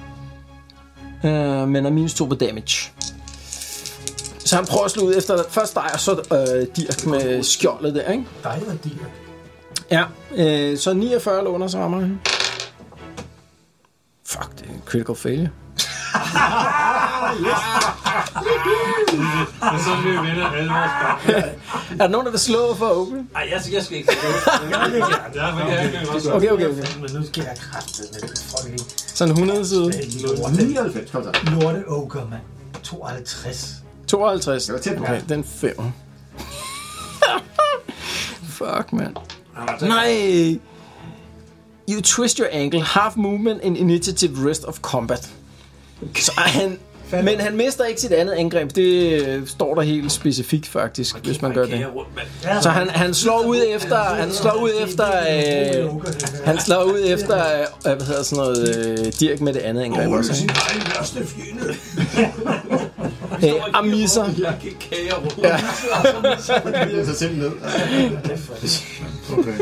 Men har minus 2 på damage. Så han prøver at slå ud efter først dig, og så Dirk med skjoldet der, ikke? Dig og Dirk. Ja, så 49 låner, så rammer han. Fuck, det er en critical failure. Og så vil vi vinde alle vores kampe. Er der nogen, der vil slå for Open? Nej, jeg skal ikke. Okay. Men nu skal jeg kraftigt med det. Fuck ikke. Sådan 100 side. 99, kom så. Lorte Ogre, mand. 52. 52. Det var tæt på. Okay, den 5. Fuck, man. Nej! You twist your ankle, half movement and initiative, rest of combat. Så men han mister ikke sit andet angreb. Det står der helt specifikt faktisk, hvis man gør det. Så han slår ud efter hvad hedder sådan noget Dirk med det andet angreb også. Sin egen værste fjende. Amiser. Jeg kan kage rundt. Ja. Det er sig selv ned. Okay.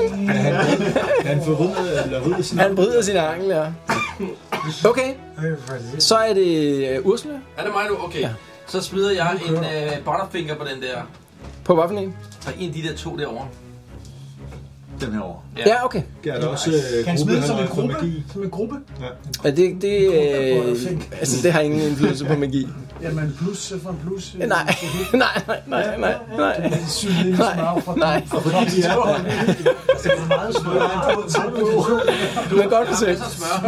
Han bryder sin ankel, ja. Okay, så er det Ursula. Er det mig nu? Okay. Ja. Så smider jeg en butterfinger på den der. På hvad for en? Så en af de der to derovre. den her år. Ja, okay. Er der også Kan han smide som en gruppe? magi? Som en gruppe? Ja, altså, det har ingen indflydelse på magi. Jamen, plus for en plus. Nej. Og fordi de er det er meget smør. Du kan godt forsøge.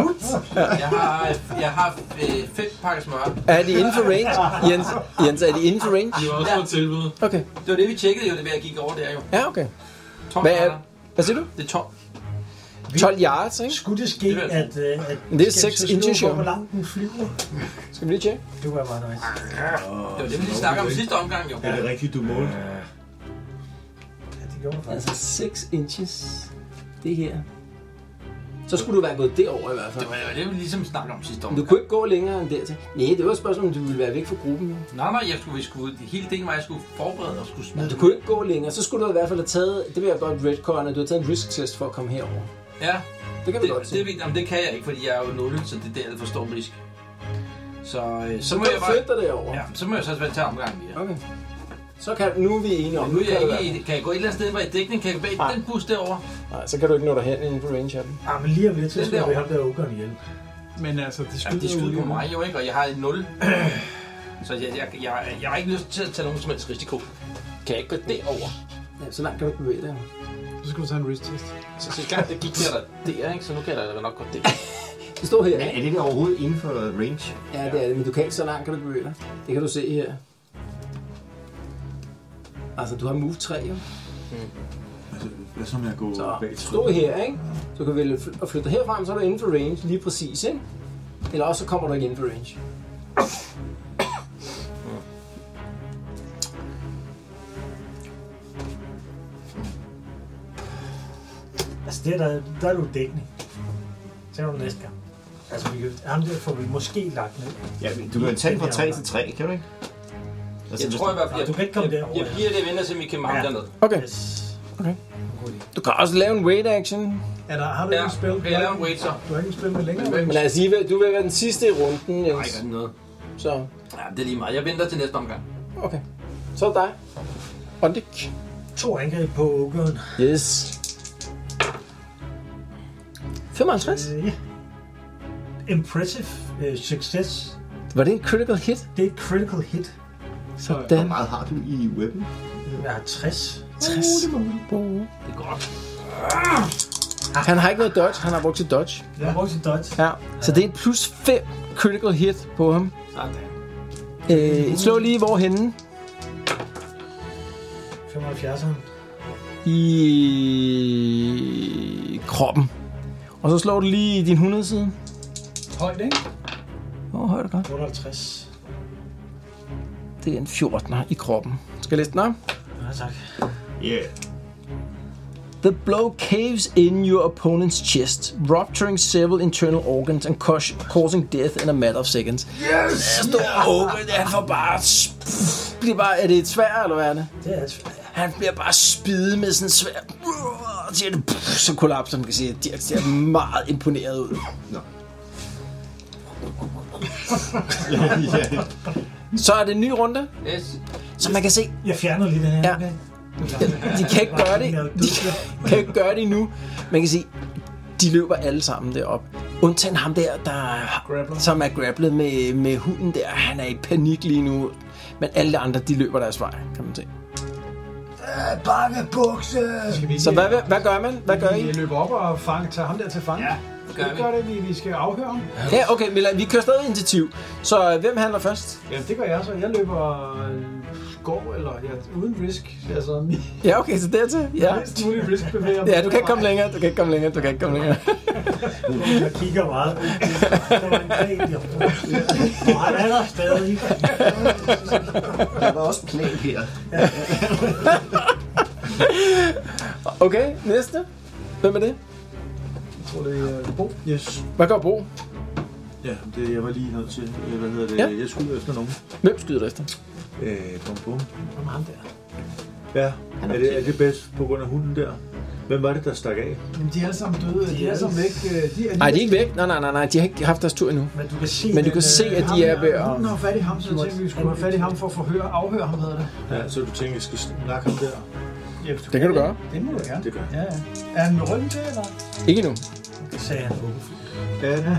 Jeg har 5 pakker smør. Er de inden for range? Jens, er de inden for range? De var også på tilbud. Okay. Det var det, vi tjekkede jo, det ved jeg gik over der jo. Ja, okay. 12 Hvad siger du? Det er 12. 12 yards, ikke? Skulle det ske, at det er 6 inches, hvor langt den flyver? Skal vi lige tjekke? Det var meget nice. Det var det, vi lige snakkede om sidste omgang, jo. Er det rigtigt, du målte? Ja, det gjorde faktisk. Altså 6 inches. Det her. Så skulle du være gået derover i hvert fald. Det var det, vi ligesom snakkede om sidste Men omgang. du kunne ikke gå længere end dertil. Nej, det var et spørgsmål, om du ville være væk fra gruppen. Jo. Nej, vi skulle hele delen var, jeg skulle forberede og skulle smide. Men du kunne ikke gå længere. Så skulle du i hvert fald have taget, det vil jeg godt redcorn, at du har taget en risk test for at komme herover. Ja, Det kan vi godt se. det kan jeg ikke, fordi jeg er jo 0, så det er alt for stor risk. Så må kan jeg du bare... flytte dig derover. Ja, så må jeg så tage omgang mere. Okay. Så kan nu er vi enige om. Men nu er jeg ikke, kan jeg gå et eller andet sted, hvor i dækning, kan jeg gå bag den bus derovre? Nej, så kan du ikke nå derhen inden for range af den. Ah, men lige om lidt, så skal vi ham der ogeren ihjel. Men altså, De skyder på mig jo ikke, og jeg har et 0. Så jeg har ikke lyst til at tage nogen som helst risiko. Kan jeg ikke gå derover? Ja, så langt kan du ikke bevæge dig. Så skal du tage en risk test. Så sidste gang, det gik der, ikke? Så nu kan jeg da nok godt det. Det står her. Men er det der overhovedet inden for range? Ja, det er det, men du kan ikke så langt, kan du bevæge dig. Det kan du se her. Altså, du har move 3, jo. Altså, hvad så med at gå Så bag stå her, ikke? Du kan vælge at flytte herfrem, så er du inden for range, lige præcis, ikke? Eller også så kommer du ikke inden for range. Altså, der er du dækning. Så er du næste gang. Altså, ham der får vi måske lagt ned. Ja, du kan tage fra 3 til 3, kan du ikke? Altså, Jeg tror i hvert fald, du kan ikke komme derover. jeg giver det venter, så vi kan mange dernede. Okay. Yes. Okay. Du kan også lave en wait action. Har du ikke en spil? Okay, jeg laver en wait så. Du har ikke en spil med længere? Men lad os sige, du vil være den sidste i runden, Nej, Jens. ikke noget. Så, Ja, det er lige meget. Jeg venter til næste omgang. okay. Så er det dig. Ondik. 2 angreb på ogeren. Yes. 55? Ja. Impressive success. Var det en critical hit? Det er et critical hit. Hvor Sådan. meget har du i weapon? Jeg har 60. 60. Det er godt. Han har ikke noget dodge, han har brugt sit dodge. Jeg har brugt sin dodge. Ja. Så det er en plus 5 critical hit på ham. Sådan. Slå lige hvorhenne? 75'eren. I kroppen. Og så slår du lige i din 100 side. Højt, ikke? Højt og godt. 58. Det er en 14'er i kroppen. Skal jeg læse den op? Ja, tak. Yeah. The blow caves in your opponent's chest, rupturing several internal organs and causing death in a matter of seconds. Yes! Han får bare... Bliver bare... Er det et sværd, eller hvad er det? Det er et Han bliver bare spidet med sådan en sværd. Så kollapser han, kan sige. Det ser meget imponeret ud. Nå. Så er det en ny runde, Yes. så man kan se... Jeg fjerner lige den her. Ja. Okay? De kan ikke gøre det. De kan ikke gøre det endnu. Man kan sige, de løber alle sammen derop. Undtagen ham der, som er grapplet med hunden der. Han er i panik lige nu. Men alle de andre, de løber deres vej, kan man se. Bakkebukse! Så hvad gør man? Hvad gør I? Vi løber op og tager ham der til fange. Ja, det gør vi. Gør det, vi skal afhøre ham. Ja, okay, vi kører stadig initiativ. Så hvem handler først? Ja, det gør jeg så. Jeg løber går, eller uden risk. Altså, Ja, okay, så dertil. Ja, mindst mulig risk bevæger mig. ja, du kan ikke komme længere. Jeg kigger meget. Der var en gren, jo. Og han er der stadig. Der var også plan her. Okay, næste. Hvem er det? Jeg tror, det er Bo. Yes. Hvad gør Bo? Ja, det jeg var lige nødt til. Hvad hedder det? Ja. Jeg skyder efter nogen. Hvem skyder du efter? Bum bum. Kom ham der. Ja, er det bedst på grund af hunden der? Hvem var det, der stak af? Jamen, de er alle sammen døde. De er alle sammen væk. Nej, de er ikke væk. Nej, de har ikke haft deres tur endnu. Men du kan se, at de er ved at... Hun har fat i ham, så jeg tænkte, vi skulle have fat i ham for at afhøre ham, hedder det. Ja, så du tænker, jeg skal snakke ham der? Det kan du gøre. Det må du gerne. Det gør Ja. Er han med ryggen til, eller? Ikke nu. Det sagde han åbent. 18.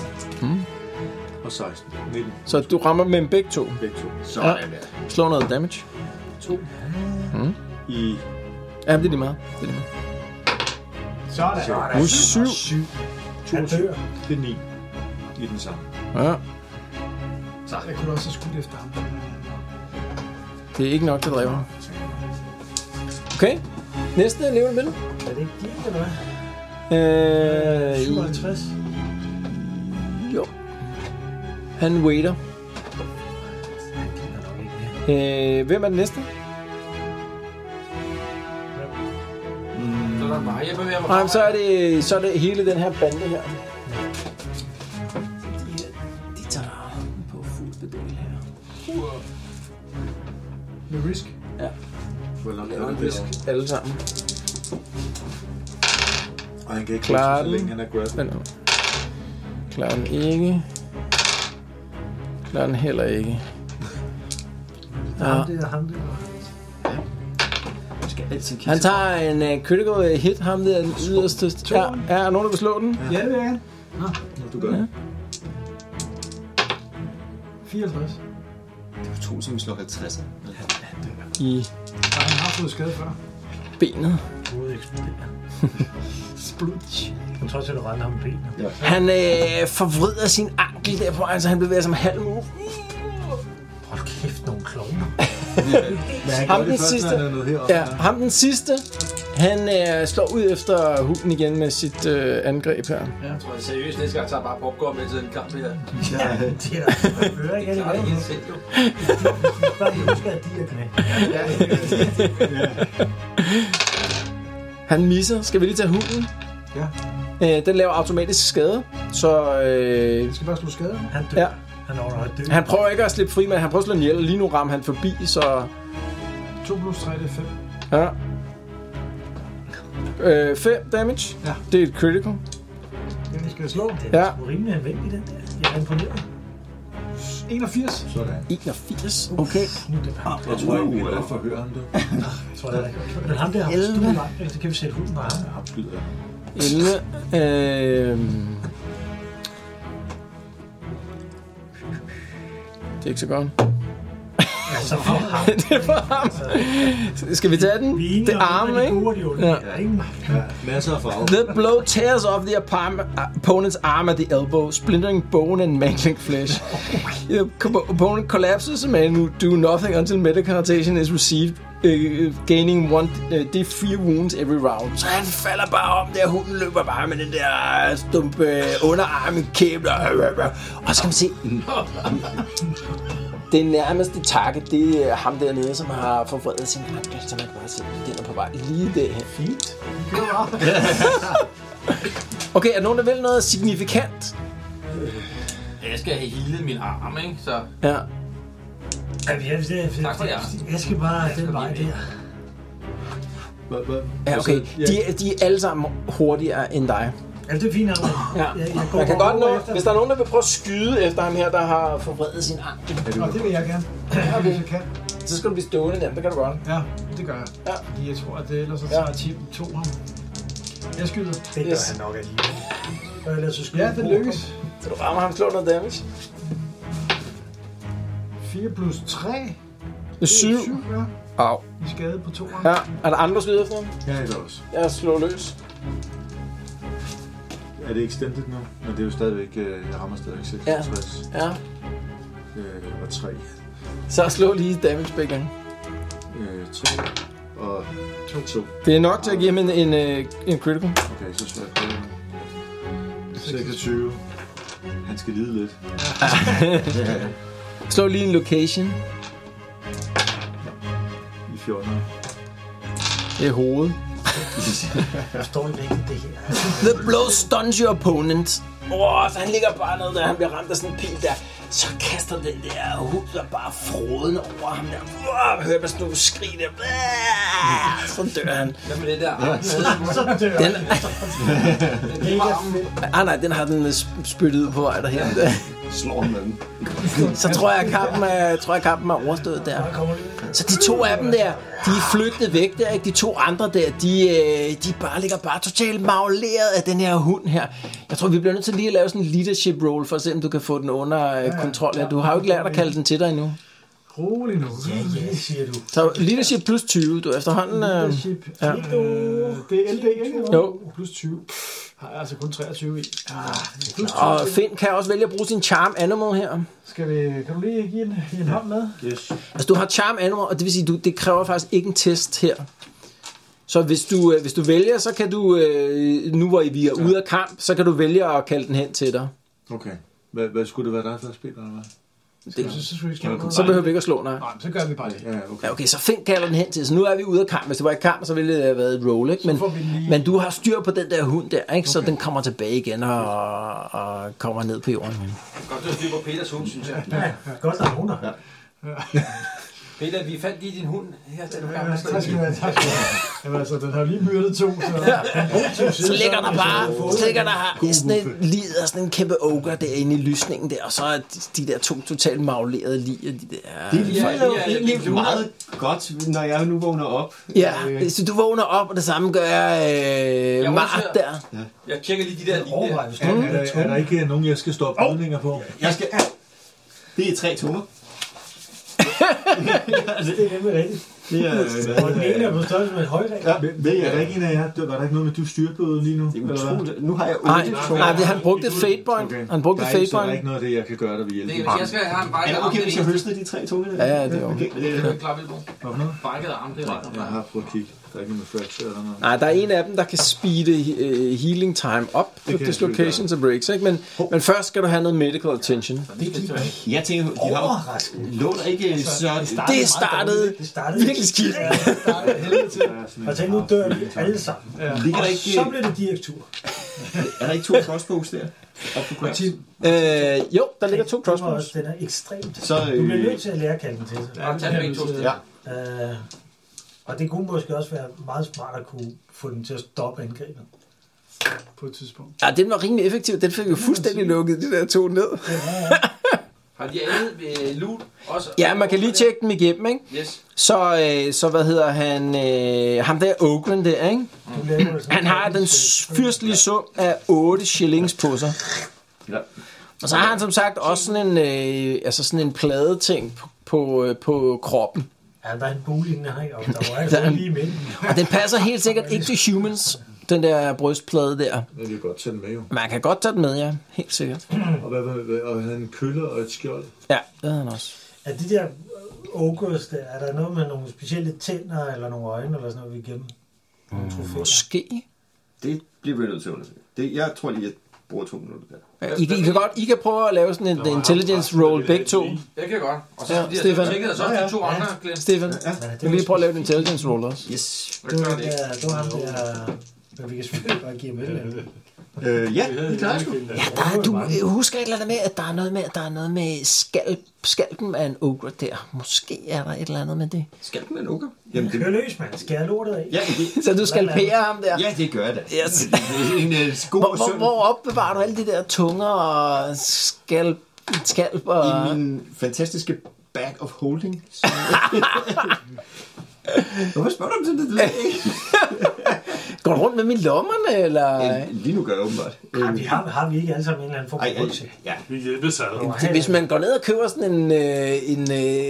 Og 16. 19. Så du rammer med dem begge to. Begge to. Sådan der. Slå noget damage. 2. I... Ja, det er lige meget. Sådan. 7. 22. Det er 9. I den samme. Ja. Jeg kunne også have skudt efter ham. Det er ikke nok, der dræber. Okay. Næste lever vil. Er det ikke din, eller hvad? 57. Jo. Han waiter. Hvem er den næste? Så er der bare, jeg bevæger mig Nej, så er det hele den her bande her. De tager på fuld bedel her. Med risk. Ja. Hvor langt Det er er det risk. derovre? Alle sammen. Og han kan ikke Klarer klare så længe den. han er grabbed. Klarer den ikke. Klarer den heller ikke. Ham der. Han tager en critical hit, ham der den yderste. Ja, er nogen, der vil slå den? Ja, det vil jeg gerne. Du gør det. 54. Det var 2, som vi slår 50. I Og han har fået skade før. benet. Hovedet eksploderer. Splutch. Jeg tror, at du render ham i benet. Han forvrider sin ankel der på, altså han bevæger sig med halv move. Hold kæft, nogle klovner. Ham den sidste. Ja, ham den sidste. Han slår ud efter hunden igen med sit angreb her. Jeg tror jeg seriøst, næste gang tager bare popcorn med til den kamp her. Ja, det er der. Jeg hører ikke, at det Det er er helt selv, jo. bare husker, at de er knæ. Han misser. Skal vi lige tage hunden? Ja. Den laver automatisk skade, så Jeg skal bare slå skade. Han dør. ja. Han overgår at dø. Han prøver ikke at slippe fri, men han prøver at slå en ihjel, og lige nu rammer han forbi, så 2 plus 3, det er 5. ja. 5 damage. Ja. Det er et critical. Den skal jeg slå. Det er Ja. sgu rimelig anvendelig, den der. Jeg er imponeret. 81. Sådan. 81. Okay. Nu er det bare. Jeg tror ikke, vi er forhøre ham det. Jeg tror, det er ikke. Men ham der har stået langt. Så kan vi sætte hunden på ham. Absolut. 11. Det er ikke så godt. Altså, for ham. Det er for ham. Skal vi tage den? Det er armen, ikke? Ja. Ja, masser af farve. The blow tears off the opponent's arm at the elbow, splintering bone and mangling flesh. The opponent collapses and do nothing until medication is received, gaining 1d3 wounds every round. Så han falder bare om der, hunden løber bare med den der stumpe underarm i kæben. Og så kan man se, det nærmeste target, det er ham dernede, som har forvredet sin ankel, så man kan bare se, den er på vej lige derhen. Fint. Okay, er der nogen, der vil noget signifikant? Jeg skal have healet min arm, ikke? Så Ja. Tak for jer. Jeg skal bare den vej der. Ja, okay. De er alle sammen hurtigere end dig. Ja, det er fint, Arne. Ja. Man kan godt nå, hvis der er nogen, der vil prøve at skyde efter ham her, der har forvredet sin ankel, Og det vil jeg gerne. Hvis jeg kan. så skal du blive stående der. Det kan du godt. Ja, det gør jeg. Ja. Fordi jeg tror, at det ellers så tager Tim 2 ham. Jeg skyder. Det gør Yes. han nok alligevel. Og ellers så skyder Ja, det lykkes. Så du rammer ham, slår noget damage. 4 plus 3. Det er 7. 7, ja. Au. I skade på 2 ham. Ja, er der andre skyder efter ham? Ja, det er også. Jeg slår løs. Er det extended nu? Men det er jo stadigvæk, jeg rammer stadigvæk 66. Ja. Og 3. Så slå lige damage begge gange. 3 og 2. Det er nok til at give ham en critical. Okay, så slår jeg på 26. Han skal lide lidt. Slå lige en location. I 14. Det er hovedet. Jeg forstår ikke rigtigt det her. The blow stuns your opponent. Så han ligger bare ned der, han bliver ramt af sådan en pil der. Så kaster den der hud der bare froden over ham der. Hørte man sådan nogle skrig der. Så dør han. Hvad med det der? Nej, den har den spyttet ud på vej derhen. Slår den med den. Så tror jeg, kampen er overstået der. Så de 2 af dem der, de er flygtet væk der, ikke? De 2 andre der, de ligger bare totalt magleret af den her hund her. Jeg tror, vi bliver nødt til lige at lave sådan en leadership role, for at se, om du kan få den under kontrol her. Du har jo ikke lært at kalde den til dig endnu. Rolig nu. Ja, siger du. Så leadership plus 20, du efterhånden... Leadership. Ja. Det er LD, ikke? Jo. Plus 20. Har jeg altså kun 23 i. Og Finn kan også vælge at bruge sin charm animal her. Kan du lige give en hånd med? Yes. Altså, du har charm animal, og det vil sige, det kræver faktisk ikke en test her. Så hvis du vælger, så kan du, nu hvor vi er ude af kamp, så kan du vælge at kalde den hen til dig. Okay. Hvad skulle det være dig, der spiller, eller hvad? Så behøver vi ikke at slå, nej. Nej, så gør vi bare det. Ja, okay. Ja, okay, så Finn kalder den hen til, så nu er vi ude af kamp. Hvis det var i kamp, så ville det have været et roll, ikke? Men du har styr på den der hund der, ikke? Okay. Så den kommer tilbage igen og kommer ned på jorden. Godt, du har styr på Peters hund, synes jeg. Ja, godt, der er nogen der. Ja. Peter, vi fandt lige din hund her. Tak skal du have. Jamen, altså, den har lige myrdet 2. Så ligger der bare sådan en lider, sådan en kæmpe ogre derinde i lysningen der, og så er de der 2 totalt maglerede liger. Det er jo egentlig meget godt, når jeg nu vågner op. Ja, så du vågner op, og det samme gør Mart der. Ja. Jeg tjekker lige de der lige. Er der ikke nogen, jeg skal stoppe holdninger på? Det er 3 tunger. Det er nemlig rigtigt. Det er... Og den ene er på størrelse med et højdag. Ja, er der ikke en af jer? Var der ikke noget med, du styrtede lige nu? Det er utroligt. Nu har jeg 8 tunger. Nej, han brugte et fate point. Okay. Han brugte et fate point. Så er der ikke noget af det, jeg kan gøre, der vil hjælpe. Jeg skal have en brækket arm. Okay, hvis jeg høster de 3 tunger? Ja, det er okay. Det er klar vel på. Hvad for noget? Brækket arm, det er rigtigt. Jeg har prøvet at kigge. Der er ikke noget med fracture eller noget. Nej, der er en af dem, der kan speede healing time op på dislocations og breaks, ikke? Men først skal du have noget medical attention. Jeg tænker, de har låner ikke så... Det startede virkelig skidt. Og tænk, nu dør vi alle sammen. Ligger der ikke... Så bliver det direktur. Er der ikke 2 crossbows der? Jo, der ligger 2 crossbows. Den er ekstremt. Så, du bliver nødt til at lære at kalde den til sig. Ja, tag den begge 2 steder. Ja. Og det kunne måske også være meget smart at kunne få den til at stoppe angrebet. På et tidspunkt. Ja, den var rimelig effektiv. Den fik jo fuldstændig lukket de der 2 ned. Har de andet ved loot også? Ja, man kan lige tjekke dem igennem, ikke? Yes. Så hvad hedder han? Ham der ogren der, ikke? Han har den fyrstelige sum af 8 shillings på sig. Ja. Og så har han som sagt også sådan en pladeting på kroppen. Ja, der er en bule inden her, og der var altså lige i midten. Og den passer helt sikkert ikke til humans, den der brystplade der. Det kan godt tage den med, jo. Man kan godt tage den med, ja. Helt sikkert. Og havde en køller og et skjold. Ja, det havde han også. Er de der ogres der, er der noget med nogle specielle tænder, eller nogle øjne, eller sådan noget, vi gemmer? Måske. Det bliver vi nødt til at undersøge. Jeg tror lige, jeg bruger 2 minutter der. Ja, I kan prøve at lave sådan en intelligence roll begge 2. Jeg kan godt. Og så ja, Stefan. tjekkede så også de 2 andre. Stefan, du kan lige prøve at lave en intelligence roll også. Yes. Du har ham der, men vi kan selvfølgelig bare give ham et ja, det klarer sgu. Ja, du husker et eller andet med, at der er noget med skalpen af en ogre der. Måske er der et eller andet med det. Skalpen af en ogre? Jamen, det er løs, mand. Skal jeg lortet af? Ja, så du skalperer ham der? Ja, det gør jeg da. Yes. Det er en god hvor opbevarer du alle de der tunger og skalp og... I min fantastiske bag of holding. Hvorfor spørger du om sådan det? Går du rundt med mine lommerne, eller? Lige nu gør jeg åbenbart. Har vi ikke alle sammen en eller anden form for rygsæk? Ja, vi hjælpes ad. Hvis man går ned og køber sådan en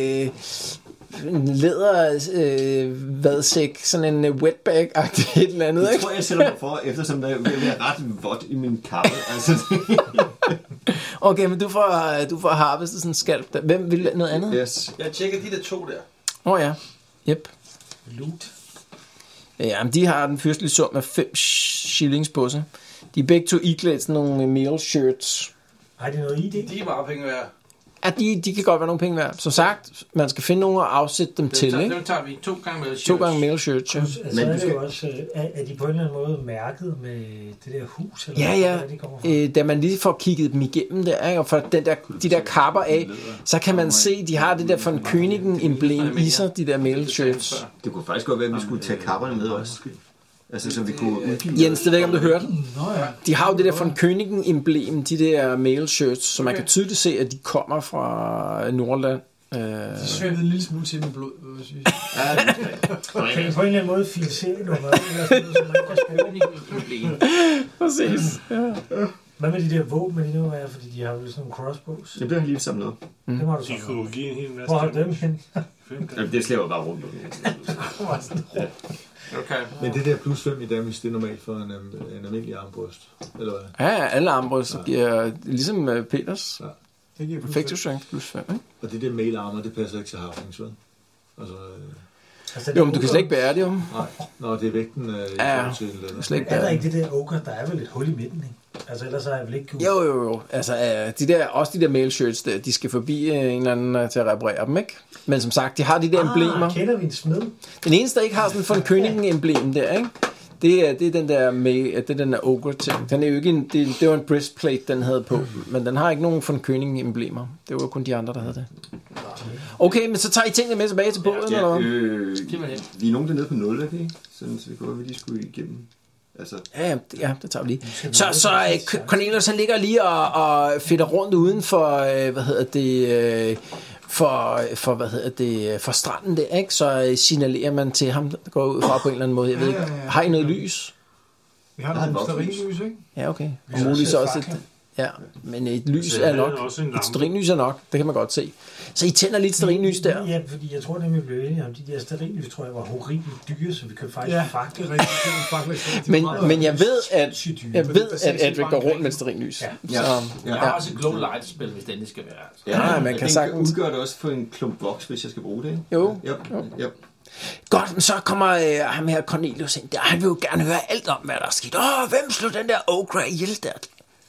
læder vadsæk, sådan en wetbag-agtig et eller andet, ikke? Det tror jeg sætter mig for, eftersom der vil være ret vådt i min kappe. Altså. Okay, men du får harvestet sådan en skalp der. Hvem vil noget andet? Yes. Jeg tjekker de der 2 der. Ja. Yep. Loot. Ja, men de har den fyrstelige sum af 5 shillings på sig. De er begge 2 iklædt sådan nogle meal shirts. Har de noget ID? De er meget penge værd. Ja, de kan godt være nogle penge værd. Som sagt, man skal finde nogen og afsætte dem til, ikke? Det tager vi 2 gange mail shirts. 2 gange mail shirts, ja. Så er det jo også, er de på en eller anden måde mærket med det der hus? Eller Ja. hvad de kommer fra? Da man lige får kigget dem igennem der, ikke? Og får de der kapper af, så kan man se, de har det der von Königen-emblem i sig, de der mail shirts. Det kunne faktisk godt være, at vi skulle tage kapperne med også. Altså, så vi kunne udgive... Jens, det ved jeg ikke, om du hørte. De har jo det der von Königen-emblem, de der mail shirts, så man kan tydeligt se, at de kommer fra Nordland. De svømmede en lille smule til med blod, vil jeg sige. Kan vi på en eller anden måde filsere noget, eller sådan noget, som man kan spille? Præcis. Ja. Hvad med de der våben, de nu er, fordi de har jo sådan nogle crossbows? Det bliver lige samlet op. Det må du De så. kunne give en hel masse. Hvor har du dem hen? Det slæver bare rundt. Okay. Men det der plus 5 i damage, det er normalt for en almindelig armbryst, eller hvad? Ja, alle armbryster giver, ligesom Peters, Det giver Effective Strength plus 5, ikke? Og det der mail armor, det passer ikke til harflings, vel? Altså, Jo, men du kan slet ikke bære det, jo. nej, når det er vægten i forhold til eller andet. Slet ikke Er der bære ikke det der ogre, der er vel et hul i midten, ikke? Altså ellers har jeg vel ikke kunne... Jo. Altså, også de der mail shirts, der, de skal forbi en eller anden til at reparere dem, ikke? Men som sagt, de har de der emblemer. Kender vi en smed? Den eneste, der ikke har sådan von Königen-emblem der, ikke? Det er den der det er den der ogre-ting. Den er jo ikke det var en breastplate, den havde på, men den har ikke nogen von Königen-emblemer. Det var kun de andre, der havde det. Okay, men så tager I tingene med tilbage til båden, eller hvad? Vi er nogen dernede på 0, ikke? Sådan, så det går, at vi lige skulle igennem. Altså. Ja, det tager vi lige. Så Cornelius, han ligger lige og fedter rundt uden for, for stranden der, ikke? Så signalerer man til ham, der går ud fra på en eller anden måde. Jeg ved ikke, har I noget lys? Vi har nogle stearinlys, ikke? Ja, okay. Og muligvis også men et lys er nok. Et stearinlys er nok, det kan man godt se. Så I tænder lidt stearinlys der? Ja, fordi jeg tror nemlig, vi blev enige om, de der stearinlys, tror jeg, var horribelt dyre, så vi kan faktisk fakle. Men jeg ved, at Edric går rundt med et stearinlys. Jeg har også et glow light spil, hvis det skal være. Ja, man kan sagtens udgøre det også for en klump voks, hvis jeg skal bruge det, ikke? Jo. Godt, men så kommer ham her Cornelius ind der. Han vil jo gerne høre alt om, hvad der er sket. Hvem slog den der ogre ihjel der?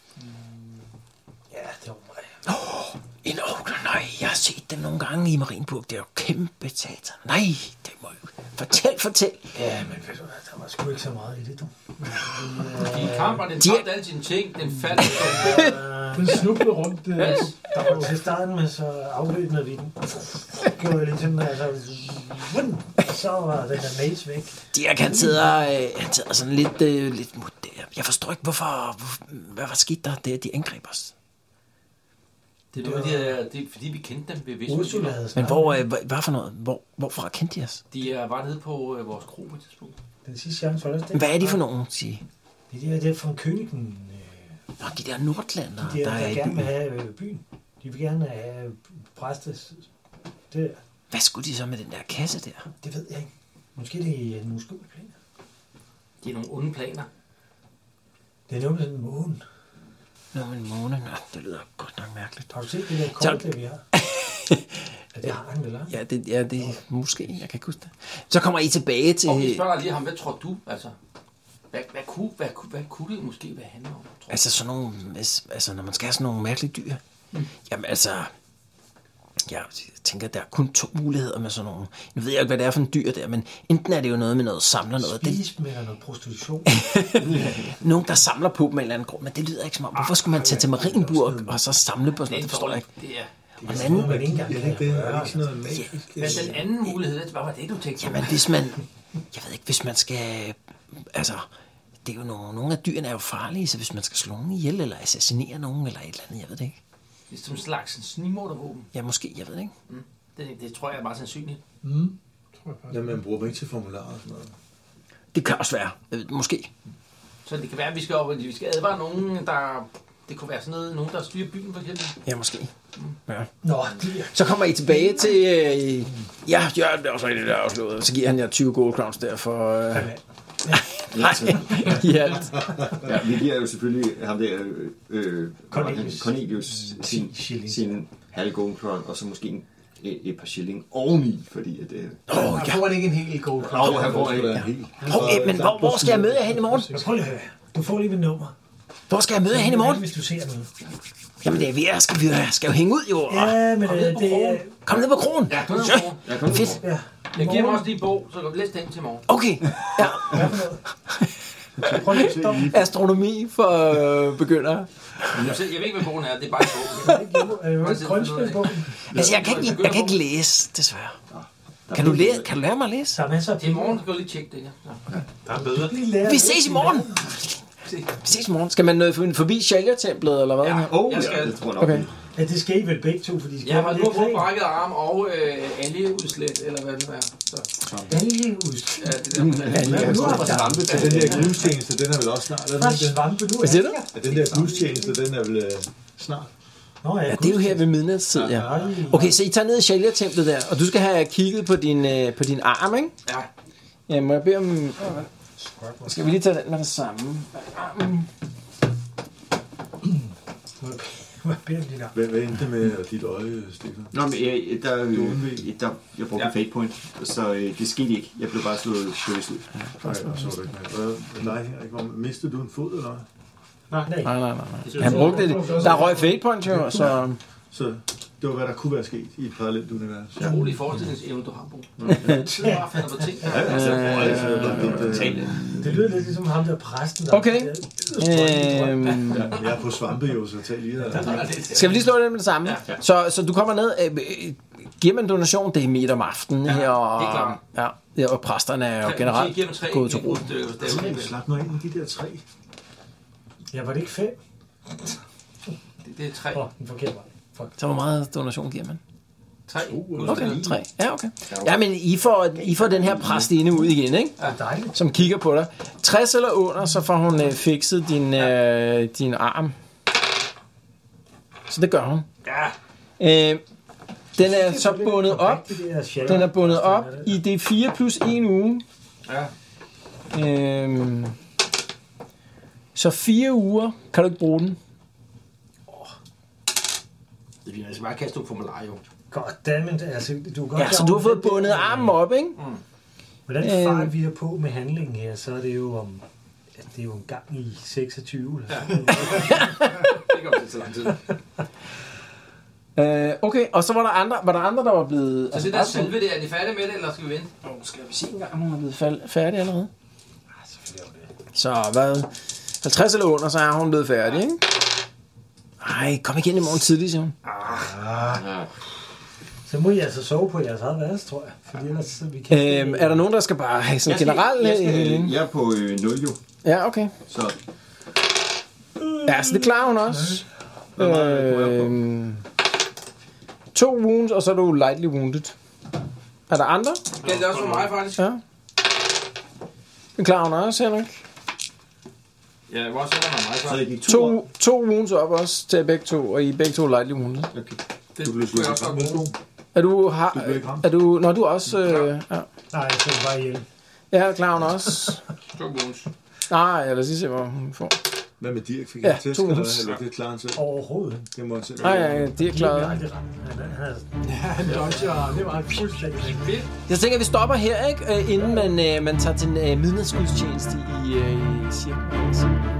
Ja, det var mig. En ogre, nej, jeg har set dem nogle gange i Marienburg. Det er jo kæmpe teater. Nej, det må jo... Fortæl. Ja, men ved du hvad, der var sgu ikke så meget i det, du. De kamper, den tabte alle sine ting, den faldt. Den snublede rundt. Der var til starten med, så afløbende vi den. Gjorde jeg lidt sådan, altså... Så var den der maze væk. Dirk, han sidder sådan lidt mod der. Jeg forstår ikke, hvad var sket der? Det de angreb os. Det er noget, det er fordi vi kendte dem ved Vestjylland. Men hvad for noget? Hvorfra kendte de os? De er bare nede på vores kro på et tidspunkt. Den sidste chance for det. Hvad er de for nogen, sige? Det er fra Königen. Nå, de der nordlander, der gerne vil have byen. De vil gerne have præstes. Det. Hvad skulle de så med den der kasse der? Det ved jeg ikke. Måske det er nogle skjulte planer. Det er nogle onde planer. Det er noget med en måne. En måne? Nå, det lyder godt nok mærkeligt. Har du set det der kort, der vi har? Det har han vel, ja, det måske. Jeg kan ikke huske det. Så kommer I tilbage til... Og vi spørger lige ham, hvad tror du? Altså, hvad kunne det måske være handler om? Altså sådan nogle... Altså, når man skal have sådan nogle mærkelige dyr. Jamen altså... Jeg tænker, der er kun 2 muligheder med sådan nogle... Nu ved jeg ikke, hvad det er for en dyr der, men enten er det jo noget med noget samler noget... Spis med noget prostitution. Nogen, der samler på dem en eller anden grund, men det lyder ikke som om... Hvorfor skulle man tage til Marienburg og så samle på sådan noget? Det forstår jeg ikke. Og den anden... Men den anden mulighed, hvad var det, du tænkte? Jamen, hvis man... Jeg ved ikke, hvis man skal... Altså... Det er jo nogle af dyrene er jo farlige, så hvis man skal slå nogen ihjel, eller assassinere nogen, eller et eller andet, jeg ved det ikke. Det er som en slags snigmordervåben. Ja, måske, jeg ved det ikke. Det tror jeg er meget sandsynligt. Ja, man bruger ikke til formularer og sådan noget. Det kan også være, måske. Så det kan være, at vi skal advare nogen, der... Det kunne være sådan noget, nogen, der styrer byen for eksempel. Ja, måske. Ja. Nå, så kommer I tilbage til... Ja, det er også rigtigt, der er afslået. Så giver han jer 20 gold crowns der for... Nej, i alt. Ja, vi giver jo selvfølgelig ham der Cornelius sin halv gold crown, og så måske et par shilling oveni, fordi at... Han får ikke en hel gold crown. Han får ikke en hel. Men hvor skal jeg møde jer hen i morgen? Prøv lige at høre. Du får lige mit nummer. Hvor skal jeg møde hen i morgen? Hvis du ser noget. Jamen, det er ved, jeg skal jo hænge ud, jo. Ja, men Kom ned på kronen. Ja, kom ned på kronen. Fedt. Ja. Jeg giver mig også lige en bog, så kan du læse den til morgen. Okay. Ja. Prøv at stoppe. Astronomi for begyndere. Jeg ved ikke, hvad bogen er. Det er bare en bog. Grønspilsbogen. Altså, jeg kan ikke læse, desværre. Kan du lære mig at læse? Der er masser af I morgen skal du lige tjekke det, ja. Der er bedre. Vi ses i morgen. Vi ses i morgen. Skal man nå forbi Shalya-templet, eller hvad? Ja, Jeg skal. Det tror jeg nok. Okay. Ja, det skal I vel begge to, fordi I skal Jeg har lidt nu fået krig. brækket arm og algeudslæt, eller hvad det er. Så. Algeudst. Ja, det der med Nu har Svampe, den der gudstjeneste, den er vel også snart. Hvad svampe nu? Hvad siger du? Ja, den der gudstjeneste, den er vel snart. Nå, Ja, det er jo her ved midnatstid, ja. Okay, så I tager ned i Shalya-templet der, og du skal have kigget på din arm, ikke? Ja. Ja, må jeg bede om... Skal vi lige tage den med det samme? Armen. Hvad endte det med dit øje, Stefan? Nå, men jeg brugte en fate point, så det skete ikke. Jeg blev bare slået ud. Nej, så du ikke med. Nej, mistede du en fod, eller hvad? Nej. Han brugte det. Der røg fate point, jo, så... Så det var, hvad der kunne være sket i et parallelt univers. Utrolig forestillingsevne, du har, Bo. Du bare finder på ting. Det lyder lidt ligesom ham der præsten. Der Okay. Jeg er på svampe jo, så tag lige der. Skal vi lige slå det med det samme? Så du kommer ned... Giver man donation? Det er midt om aftenen her, og... Ja, og præsterne er jo generelt gået til ro. Slap nu ind med de der 3. Ja, var det ikke 5? Det er 3. Den forkerte vej. Så hvor meget donation giver man? 3. Okay, 3. Ja, okay. Ja, men I får den her præstinde ud igen, ikke? Ja, dejligt. Som kigger på dig. 60 eller under, så får hun fikset din arm. Så det gør hun. Ja. Den er så bundet op. Den er bundet op i det 4 plus 1 uge. Ja. Så 4 uger kan du ikke bruge den. Det bliver altså bare kaste ud formular, jo. Goddammit, altså du kan Ja, så du har fået bundet armen op, ikke? Hvordan far vi er på med handlingen her, så er det jo om... Det er jo en gang i 26. Ja. Det går til så lang tid. Okay, og så var der andre, der var blevet... Så det der selve der, er de færdige med det, eller skal vi vente? Skal vi se engang, om hun er blevet færdig allerede? Så hvad? 50 eller under, så er hun blevet færdig, ikke? Ej, kom igen i morgen tidligt, siger hun. Så må I altså sove på jeres eget værelse, tror jeg. Fordi ellers så vi kan... Er der nogen, der skal bare have sådan generelt... Jeg er på 0 jo. Ja, okay. Så. Ja, så det klarer hun også. 2 wounds, og så er du lightly wounded. Er der andre? Ja, det er også for mig, faktisk. Ja. Det klarer hun også, Henrik. Ja, hvor også er mig, faktisk. 2 wounds op også til begge to, og I begge to lightly wounded. Okay. Det skulle jeg også godt bruge. Er du... Når du også... ja. Nej, jeg skal bare ihjel. Ja, klarer hun også. 2 wounds. Nej, jeg lad os lige se, hvor hun får. Hvad med Dirk? Fik Ja, han tæsk, 2 eller wounds. det klarer han selv? Overhovedet. Det må han selv. Nej, det er klaret. Han dodger, det var fuldstændig fedt. Jeg tænker, at vi stopper her, ikke? Inden man tager til midnatsgudstjeneste i cirka.